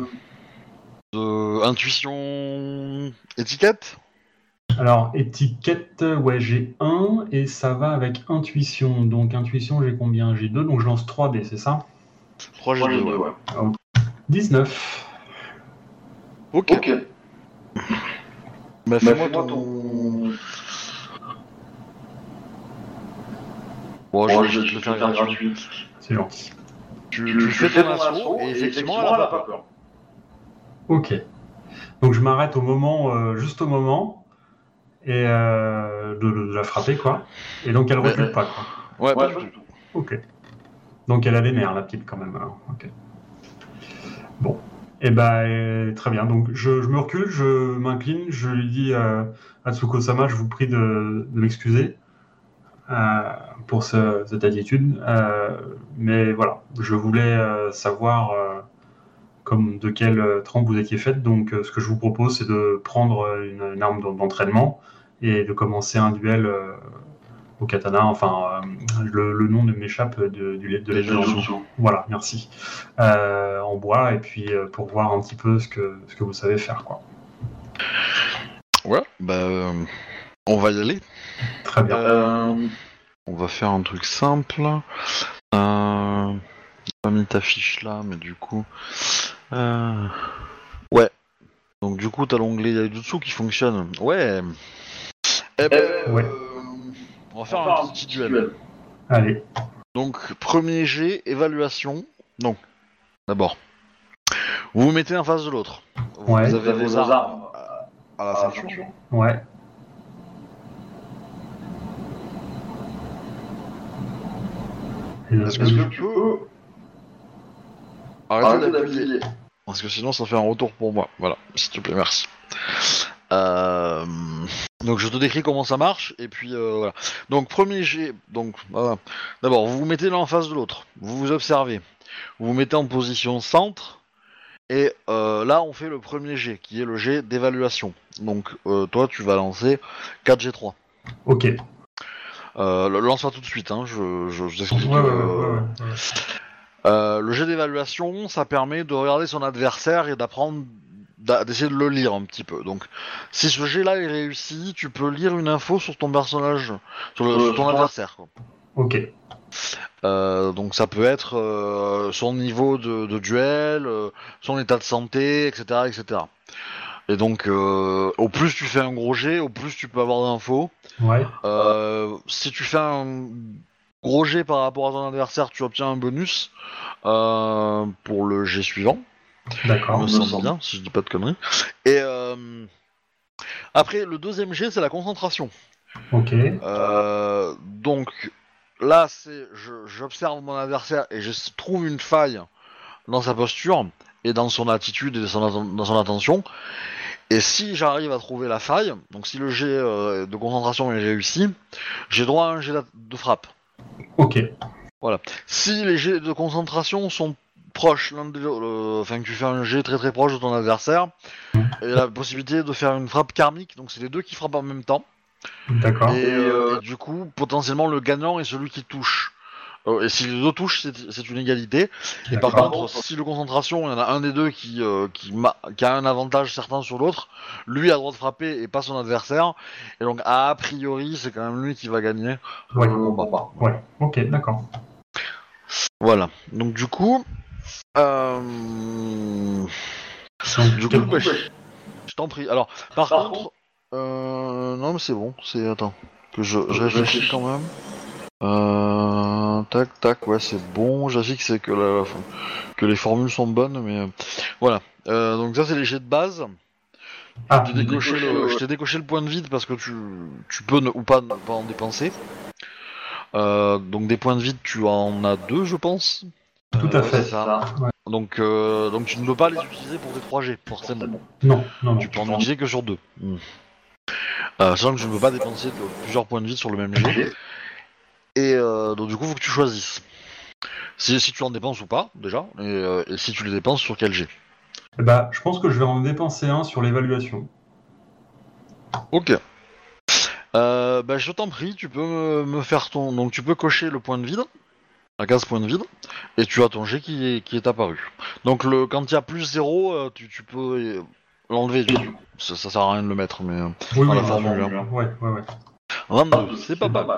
de intuition étiquette. Alors, étiquette, ouais, j'ai 1 et ça va avec intuition. Donc, intuition, j'ai combien? J'ai 2, donc je lance 3 dés, c'est ça? 3 G2, ouais. 19. Ok. Bah, fais-moi ton... Bon, je vais te le faire gratuit. C'est gentil. Tu fais ton assaut et effectivement, elle a pas peur. Ok. Donc, je m'arrête au moment, juste au moment, et de la frapper, quoi. Et donc, elle recule pas, quoi. Ouais, pas du tout. Ok. Donc, elle a des nerfs, la petite, quand même. Alors. Ok. Bon. Et très bien. Donc, je me recule, je m'incline, je lui dis à Tsuko-sama, je vous prie de m'excuser pour cette attitude. Mais voilà, je voulais savoir de quelle trempe vous étiez faite. Donc, ce que je vous propose, c'est de prendre une arme d'entraînement et de commencer un duel au katana. Enfin, le nom ne m'échappe de l'Ejutsu. Voilà, merci. En bois, et puis pour voir un petit peu ce que vous savez faire, quoi. Ouais, on va y aller. Très bien. On va faire un truc simple. J'ai pas mis ta fiche là, mais du coup... Ouais. Donc du coup, t'as l'onglet Yaijutsu qui fonctionne. Ouais. Ouais. On va faire un petit duel. Allez. Donc, premier jet, évaluation. Donc, d'abord, vous vous mettez en face de l'autre. Vous Ouais. avez vos armes à la ceinture. Ouais. Est-ce que tu peux arrêter d'appuyer? Parce que sinon, ça fait un retour pour moi. Voilà, s'il te plaît, merci. Donc je te décris comment ça marche et puis voilà. Donc premier jet, donc voilà. D'abord vous vous mettez l'un en face de l'autre, vous vous observez, vous vous mettez en position centre et là on fait le premier jet qui est le jet d'évaluation. Donc toi tu vas lancer 4G3. Ok. Lance-toi tout de suite, hein, je t'explique. Ouais. Le jet d'évaluation, ça permet de regarder son adversaire et d'essayer de le lire un petit peu. Donc, si ce jet-là est réussi, tu peux lire une info sur ton personnage, sur ton adversaire, quoi. Ok. Donc, ça peut être son niveau de duel, son état de santé, etc., etc. Et donc, au plus tu fais un gros jet, au plus tu peux avoir d'infos. Ouais. Si tu fais un gros jet par rapport à ton adversaire, tu obtiens un bonus pour le jet suivant. D'accord. Me semble bien, si je dis pas de conneries. Et après, le deuxième jet, c'est la concentration. Ok. Donc là, j'observe mon adversaire et je trouve une faille dans sa posture et dans son attitude et dans son attention. Et si j'arrive à trouver la faille, donc si le jet de concentration est réussi, j'ai droit à un jet de frappe. Ok. Si les jets de concentration sont proches, enfin que tu fais un jet très très proche de ton adversaire, il y a la possibilité de faire une frappe karmique, donc c'est les deux qui frappent en même temps. D'accord. Et du coup, potentiellement, le gagnant est celui qui touche. Et si les deux touchent, c'est une égalité. Et par D'accord. contre, si le concentration, il y en a un des deux qui a un avantage certain sur l'autre, lui a le droit de frapper et pas son adversaire. Et donc, a priori, c'est quand même lui qui va gagner Ouais. le combat. Ouais. Ok, d'accord. Voilà. Donc, du coup... Donc, Du coup, bah, je t'en prie. Alors, par contre... non, mais c'est bon. Attends. Que je réfléchis quand même. Tac, ouais, c'est bon. J'affiche que c'est que les formules sont bonnes, mais voilà. Donc ça, c'est les jets de base. Ah, Je t'ai décoché le point de vide parce que tu peux ou pas ne pas en dépenser. Donc des points de vide, tu en as 2, je pense. tout à fait. C'est ça. Ouais. Donc tu ne peux pas les utiliser pour tes 3 G, forcément. Non. Tu peux en utiliser que sur 2. Sachant que je ne peux pas dépenser plusieurs points de vide sur le même jet. Et donc du coup, faut que tu choisisses. Si tu en dépenses ou pas, déjà, et si tu les dépenses, sur quel jet. Bah, je pense que je vais en dépenser un sur l'évaluation. Ok. Bah, je t'en prie, tu peux me faire ton... Donc tu peux cocher le point de vide, la case point de vide, et tu as ton jet qui est apparu. Donc quand il y a plus 0, tu peux l'enlever du coup. Ça sert à rien de le mettre, mais Oui, dans oui, la formule. Hein. Ouais. 22, c'est pas mal.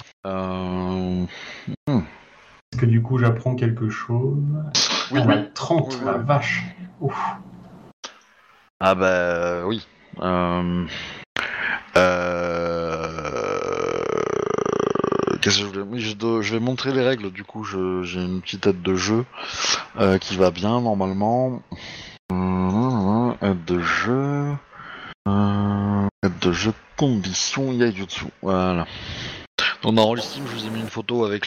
Est-ce que du coup, j'apprends quelque chose? Oui, Ah, 30, Oui. la vache. Ouf. Ah bah oui. Qu'est-ce que je voulais... Oui, je vais montrer les règles, du coup j'ai une petite aide de jeu qui va bien normalement. Aide de jeu... aide de jeu condition Yaijutsu. Voilà. Donc dans Rollistim, je vous ai mis une photo avec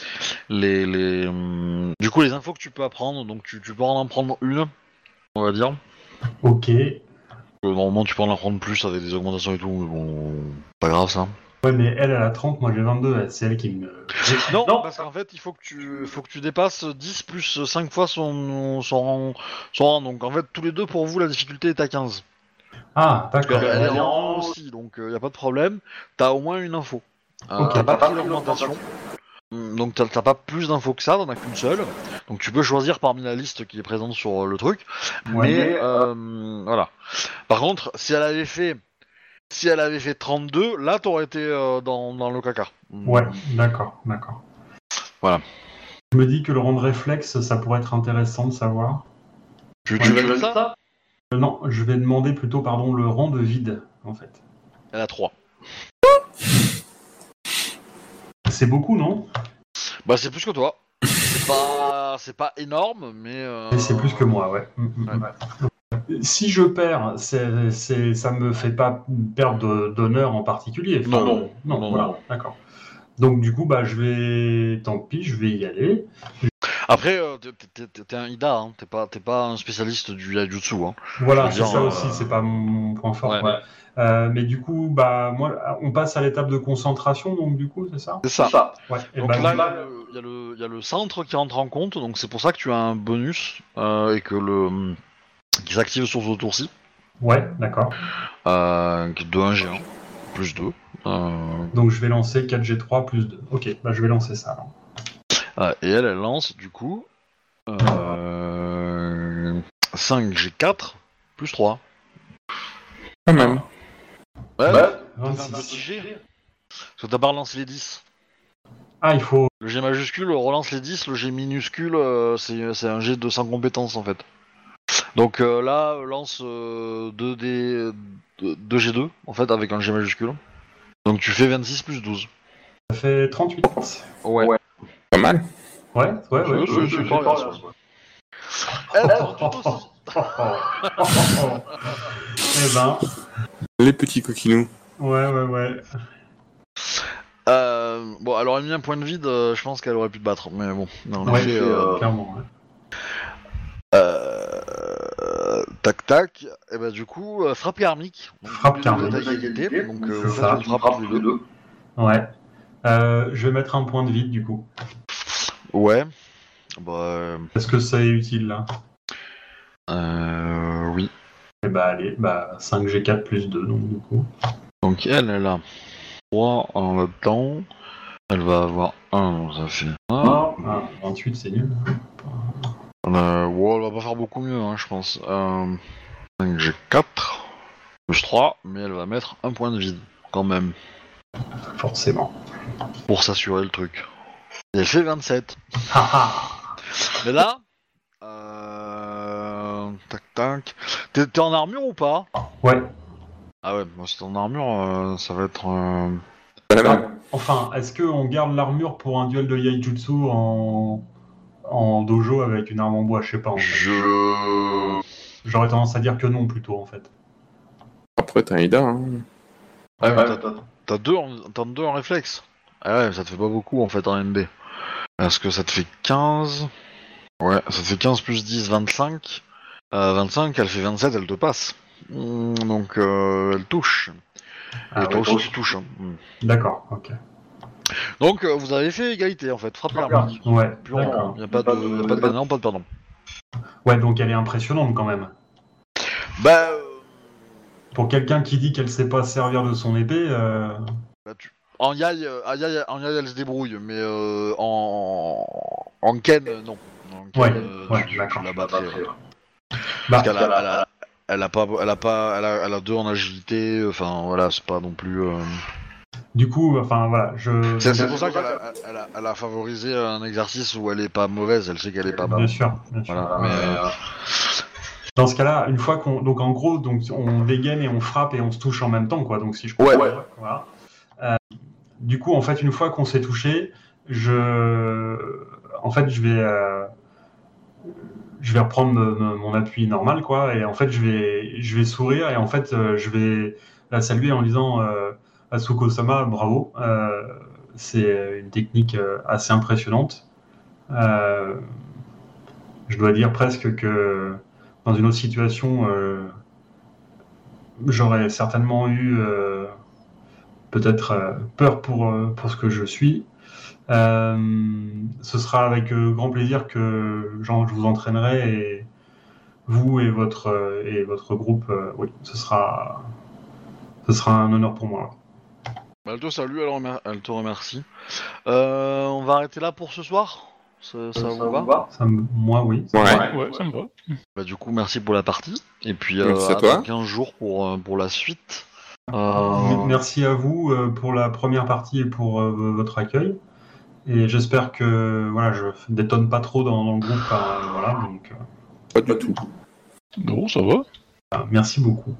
du coup les infos que tu peux apprendre, donc tu peux en prendre une, on va dire. Ok. Normalement tu peux en apprendre plus avec des augmentations et tout, mais bon, pas grave ça. Ouais, mais elle a 30, moi j'ai 22, c'est elle qui me... Non, parce qu'en fait, il faut que tu dépasses 10 plus 5 fois son rang. Donc en fait, tous les deux, pour vous, la difficulté est à 15. Ah, Parce d'accord. qu'elle est en rang aussi, donc il n'y a pas de problème. T'as au moins une info. Ok. T'as pas pris l'augmentation. Donc t'as pas plus d'infos que ça, t'en as qu'une seule. Donc tu peux choisir parmi la liste qui est présente sur le truc. Ouais. Mais voilà. Par contre, si elle avait fait 32, là t'aurais été dans le caca. Ouais, d'accord. Voilà. Je me dis que le rang de réflexe, ça pourrait être intéressant de savoir. Tu valides ça? Non, je vais demander plutôt, le rang de vide, en fait. Elle a 3. C'est beaucoup, non? Bah c'est plus que toi. C'est pas énorme, mais... C'est plus que moi, ouais. Si je perds, ça me fait pas perdre d'honneur en particulier. Enfin, non, voilà, d'accord. Donc du coup, tant pis, je vais y aller. Après, t'es un Ida, hein. T'es pas un spécialiste du Yaijutsu. Hein. Voilà, c'est ça aussi, c'est pas mon point fort. Ouais. Mais du coup, moi, on passe à l'étape de concentration, donc du coup, c'est ça? C'est ça. Ouais. Donc là, il y a le centre qui rentre en compte, donc c'est pour ça que tu as un bonus et que qui s'active sur ce tour-ci. Ouais, d'accord. De 1 G1, plus 2. Donc je vais lancer 4G3 plus 2. Ok, je vais lancer ça alors. Et elle lance du coup 5G4 plus 3. Quand même. Ouais, t'as fait un 26. petit G. Parce que t'as pas relancé les 10. Ah, il faut... Le G majuscule relance les 10, le G minuscule c'est un G de 100 compétences en fait. Donc là, lance 2G2 en fait avec un G majuscule. Donc tu fais 26 plus 12. Ça fait 38. Ouais. Pas mal. Ouais. C'est pas grave, ça. Elle prend tout aussi. Eh ben... Les petits coquinous. Ouais. Bon, elle aurait mis un point de vide, je pense qu'elle aurait pu te battre, mais bon, en Ouais, effet, clairement. Ouais. Tac tac, et bah du coup, frappe karmique. Donc, Frappe tous les deux, karmique. vous êtes à égalité, donc C'est vous ça. faites une frappe tous les deux. Ouais. Je vais mettre un point de vide du coup. Ouais. Bah, Est-ce que ça est utile là? oui. Et bah allez, 5G4 plus 2 donc du coup. Donc elle a 3 en là-dedans. Elle va avoir 1, donc ça fait 1. 28 c'est nul. Ouais, elle va pas faire beaucoup mieux, hein, je pense. 5G4 plus 3, mais elle va mettre un point de vide, quand même, Forcément. pour s'assurer le truc. Et elle fait 27. Haha. Mais là, tac tac. T'es en armure ou pas? Ouais. Ah ouais, moi si t'es en armure, ça va être. Pas la même. Enfin, est-ce qu'on garde l'armure pour un duel de Yaijutsu en dojo avec une arme en bois? Je sais pas en fait. J'aurais tendance à dire que non plutôt en fait. Après, t'as un Ida. Hein. Ouais, mais t'as deux en réflexe. Ah ouais, ça te fait pas beaucoup en fait en NB. Parce que ça te fait 15. Ouais, ça te fait 15 plus 10, 25. 25, elle fait 27, elle te passe. Donc elle touche. Et toi aussi tu touches. Hein. D'accord, ok. Donc vous avez fait égalité en fait, frappe karmique. Ouais, Purement, d'accord. y a pas de gagnant, pas de perdant. Ouais, donc elle est impressionnante quand même. Bah, Pour quelqu'un qui dit qu'elle sait pas servir de son épée, en Yai, elle se débrouille, mais en Ken, non. En Ken, Ouais, tu d'accord. la battrais. Bah, Parce elle a 2 en agilité, enfin voilà, c'est pas non plus. du coup, enfin voilà, C'est pour ça qu'elle a favorisé un exercice où elle est pas mauvaise, elle sait qu'elle est pas bien bonne. sûr, bien sûr. Voilà, mais Dans ce cas-là, une fois donc en gros, donc on dégaine et on frappe et on se touche en même temps, quoi. Donc si je Ouais. voilà. Du coup, en fait, une fois qu'on s'est touché, en fait, je vais reprendre mon appui normal, quoi. Et en fait, je vais sourire et en fait, je vais la saluer en disant Asuko-sama, bravo. C'est une technique assez impressionnante. Je dois dire presque que dans une autre situation, j'aurais certainement eu peut-être peur pour ce que je suis. Ce sera avec grand plaisir que je vous entraînerai et vous et votre groupe, oui, ce sera un honneur pour moi. elle te salue, elle te remercie. On va arrêter là pour ce soir. Ça vous va? Moi, oui. Ouais. Ouais, ça me va. Bah, du coup, merci pour la partie. Et puis Merci à dans toi. 15 jours pour la suite. Merci à vous pour la première partie et pour votre accueil. Et j'espère que voilà, je détonne pas trop dans le groupe. Voilà, donc, Pas du tout. Non, ça va. merci beaucoup.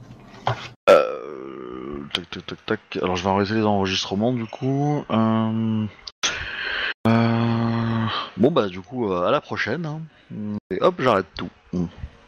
Tac, tac, tac, tac. Alors, je vais arrêter les enregistrements du coup. Bon, bah, du coup, à la prochaine. Hein. Et hop, j'arrête tout.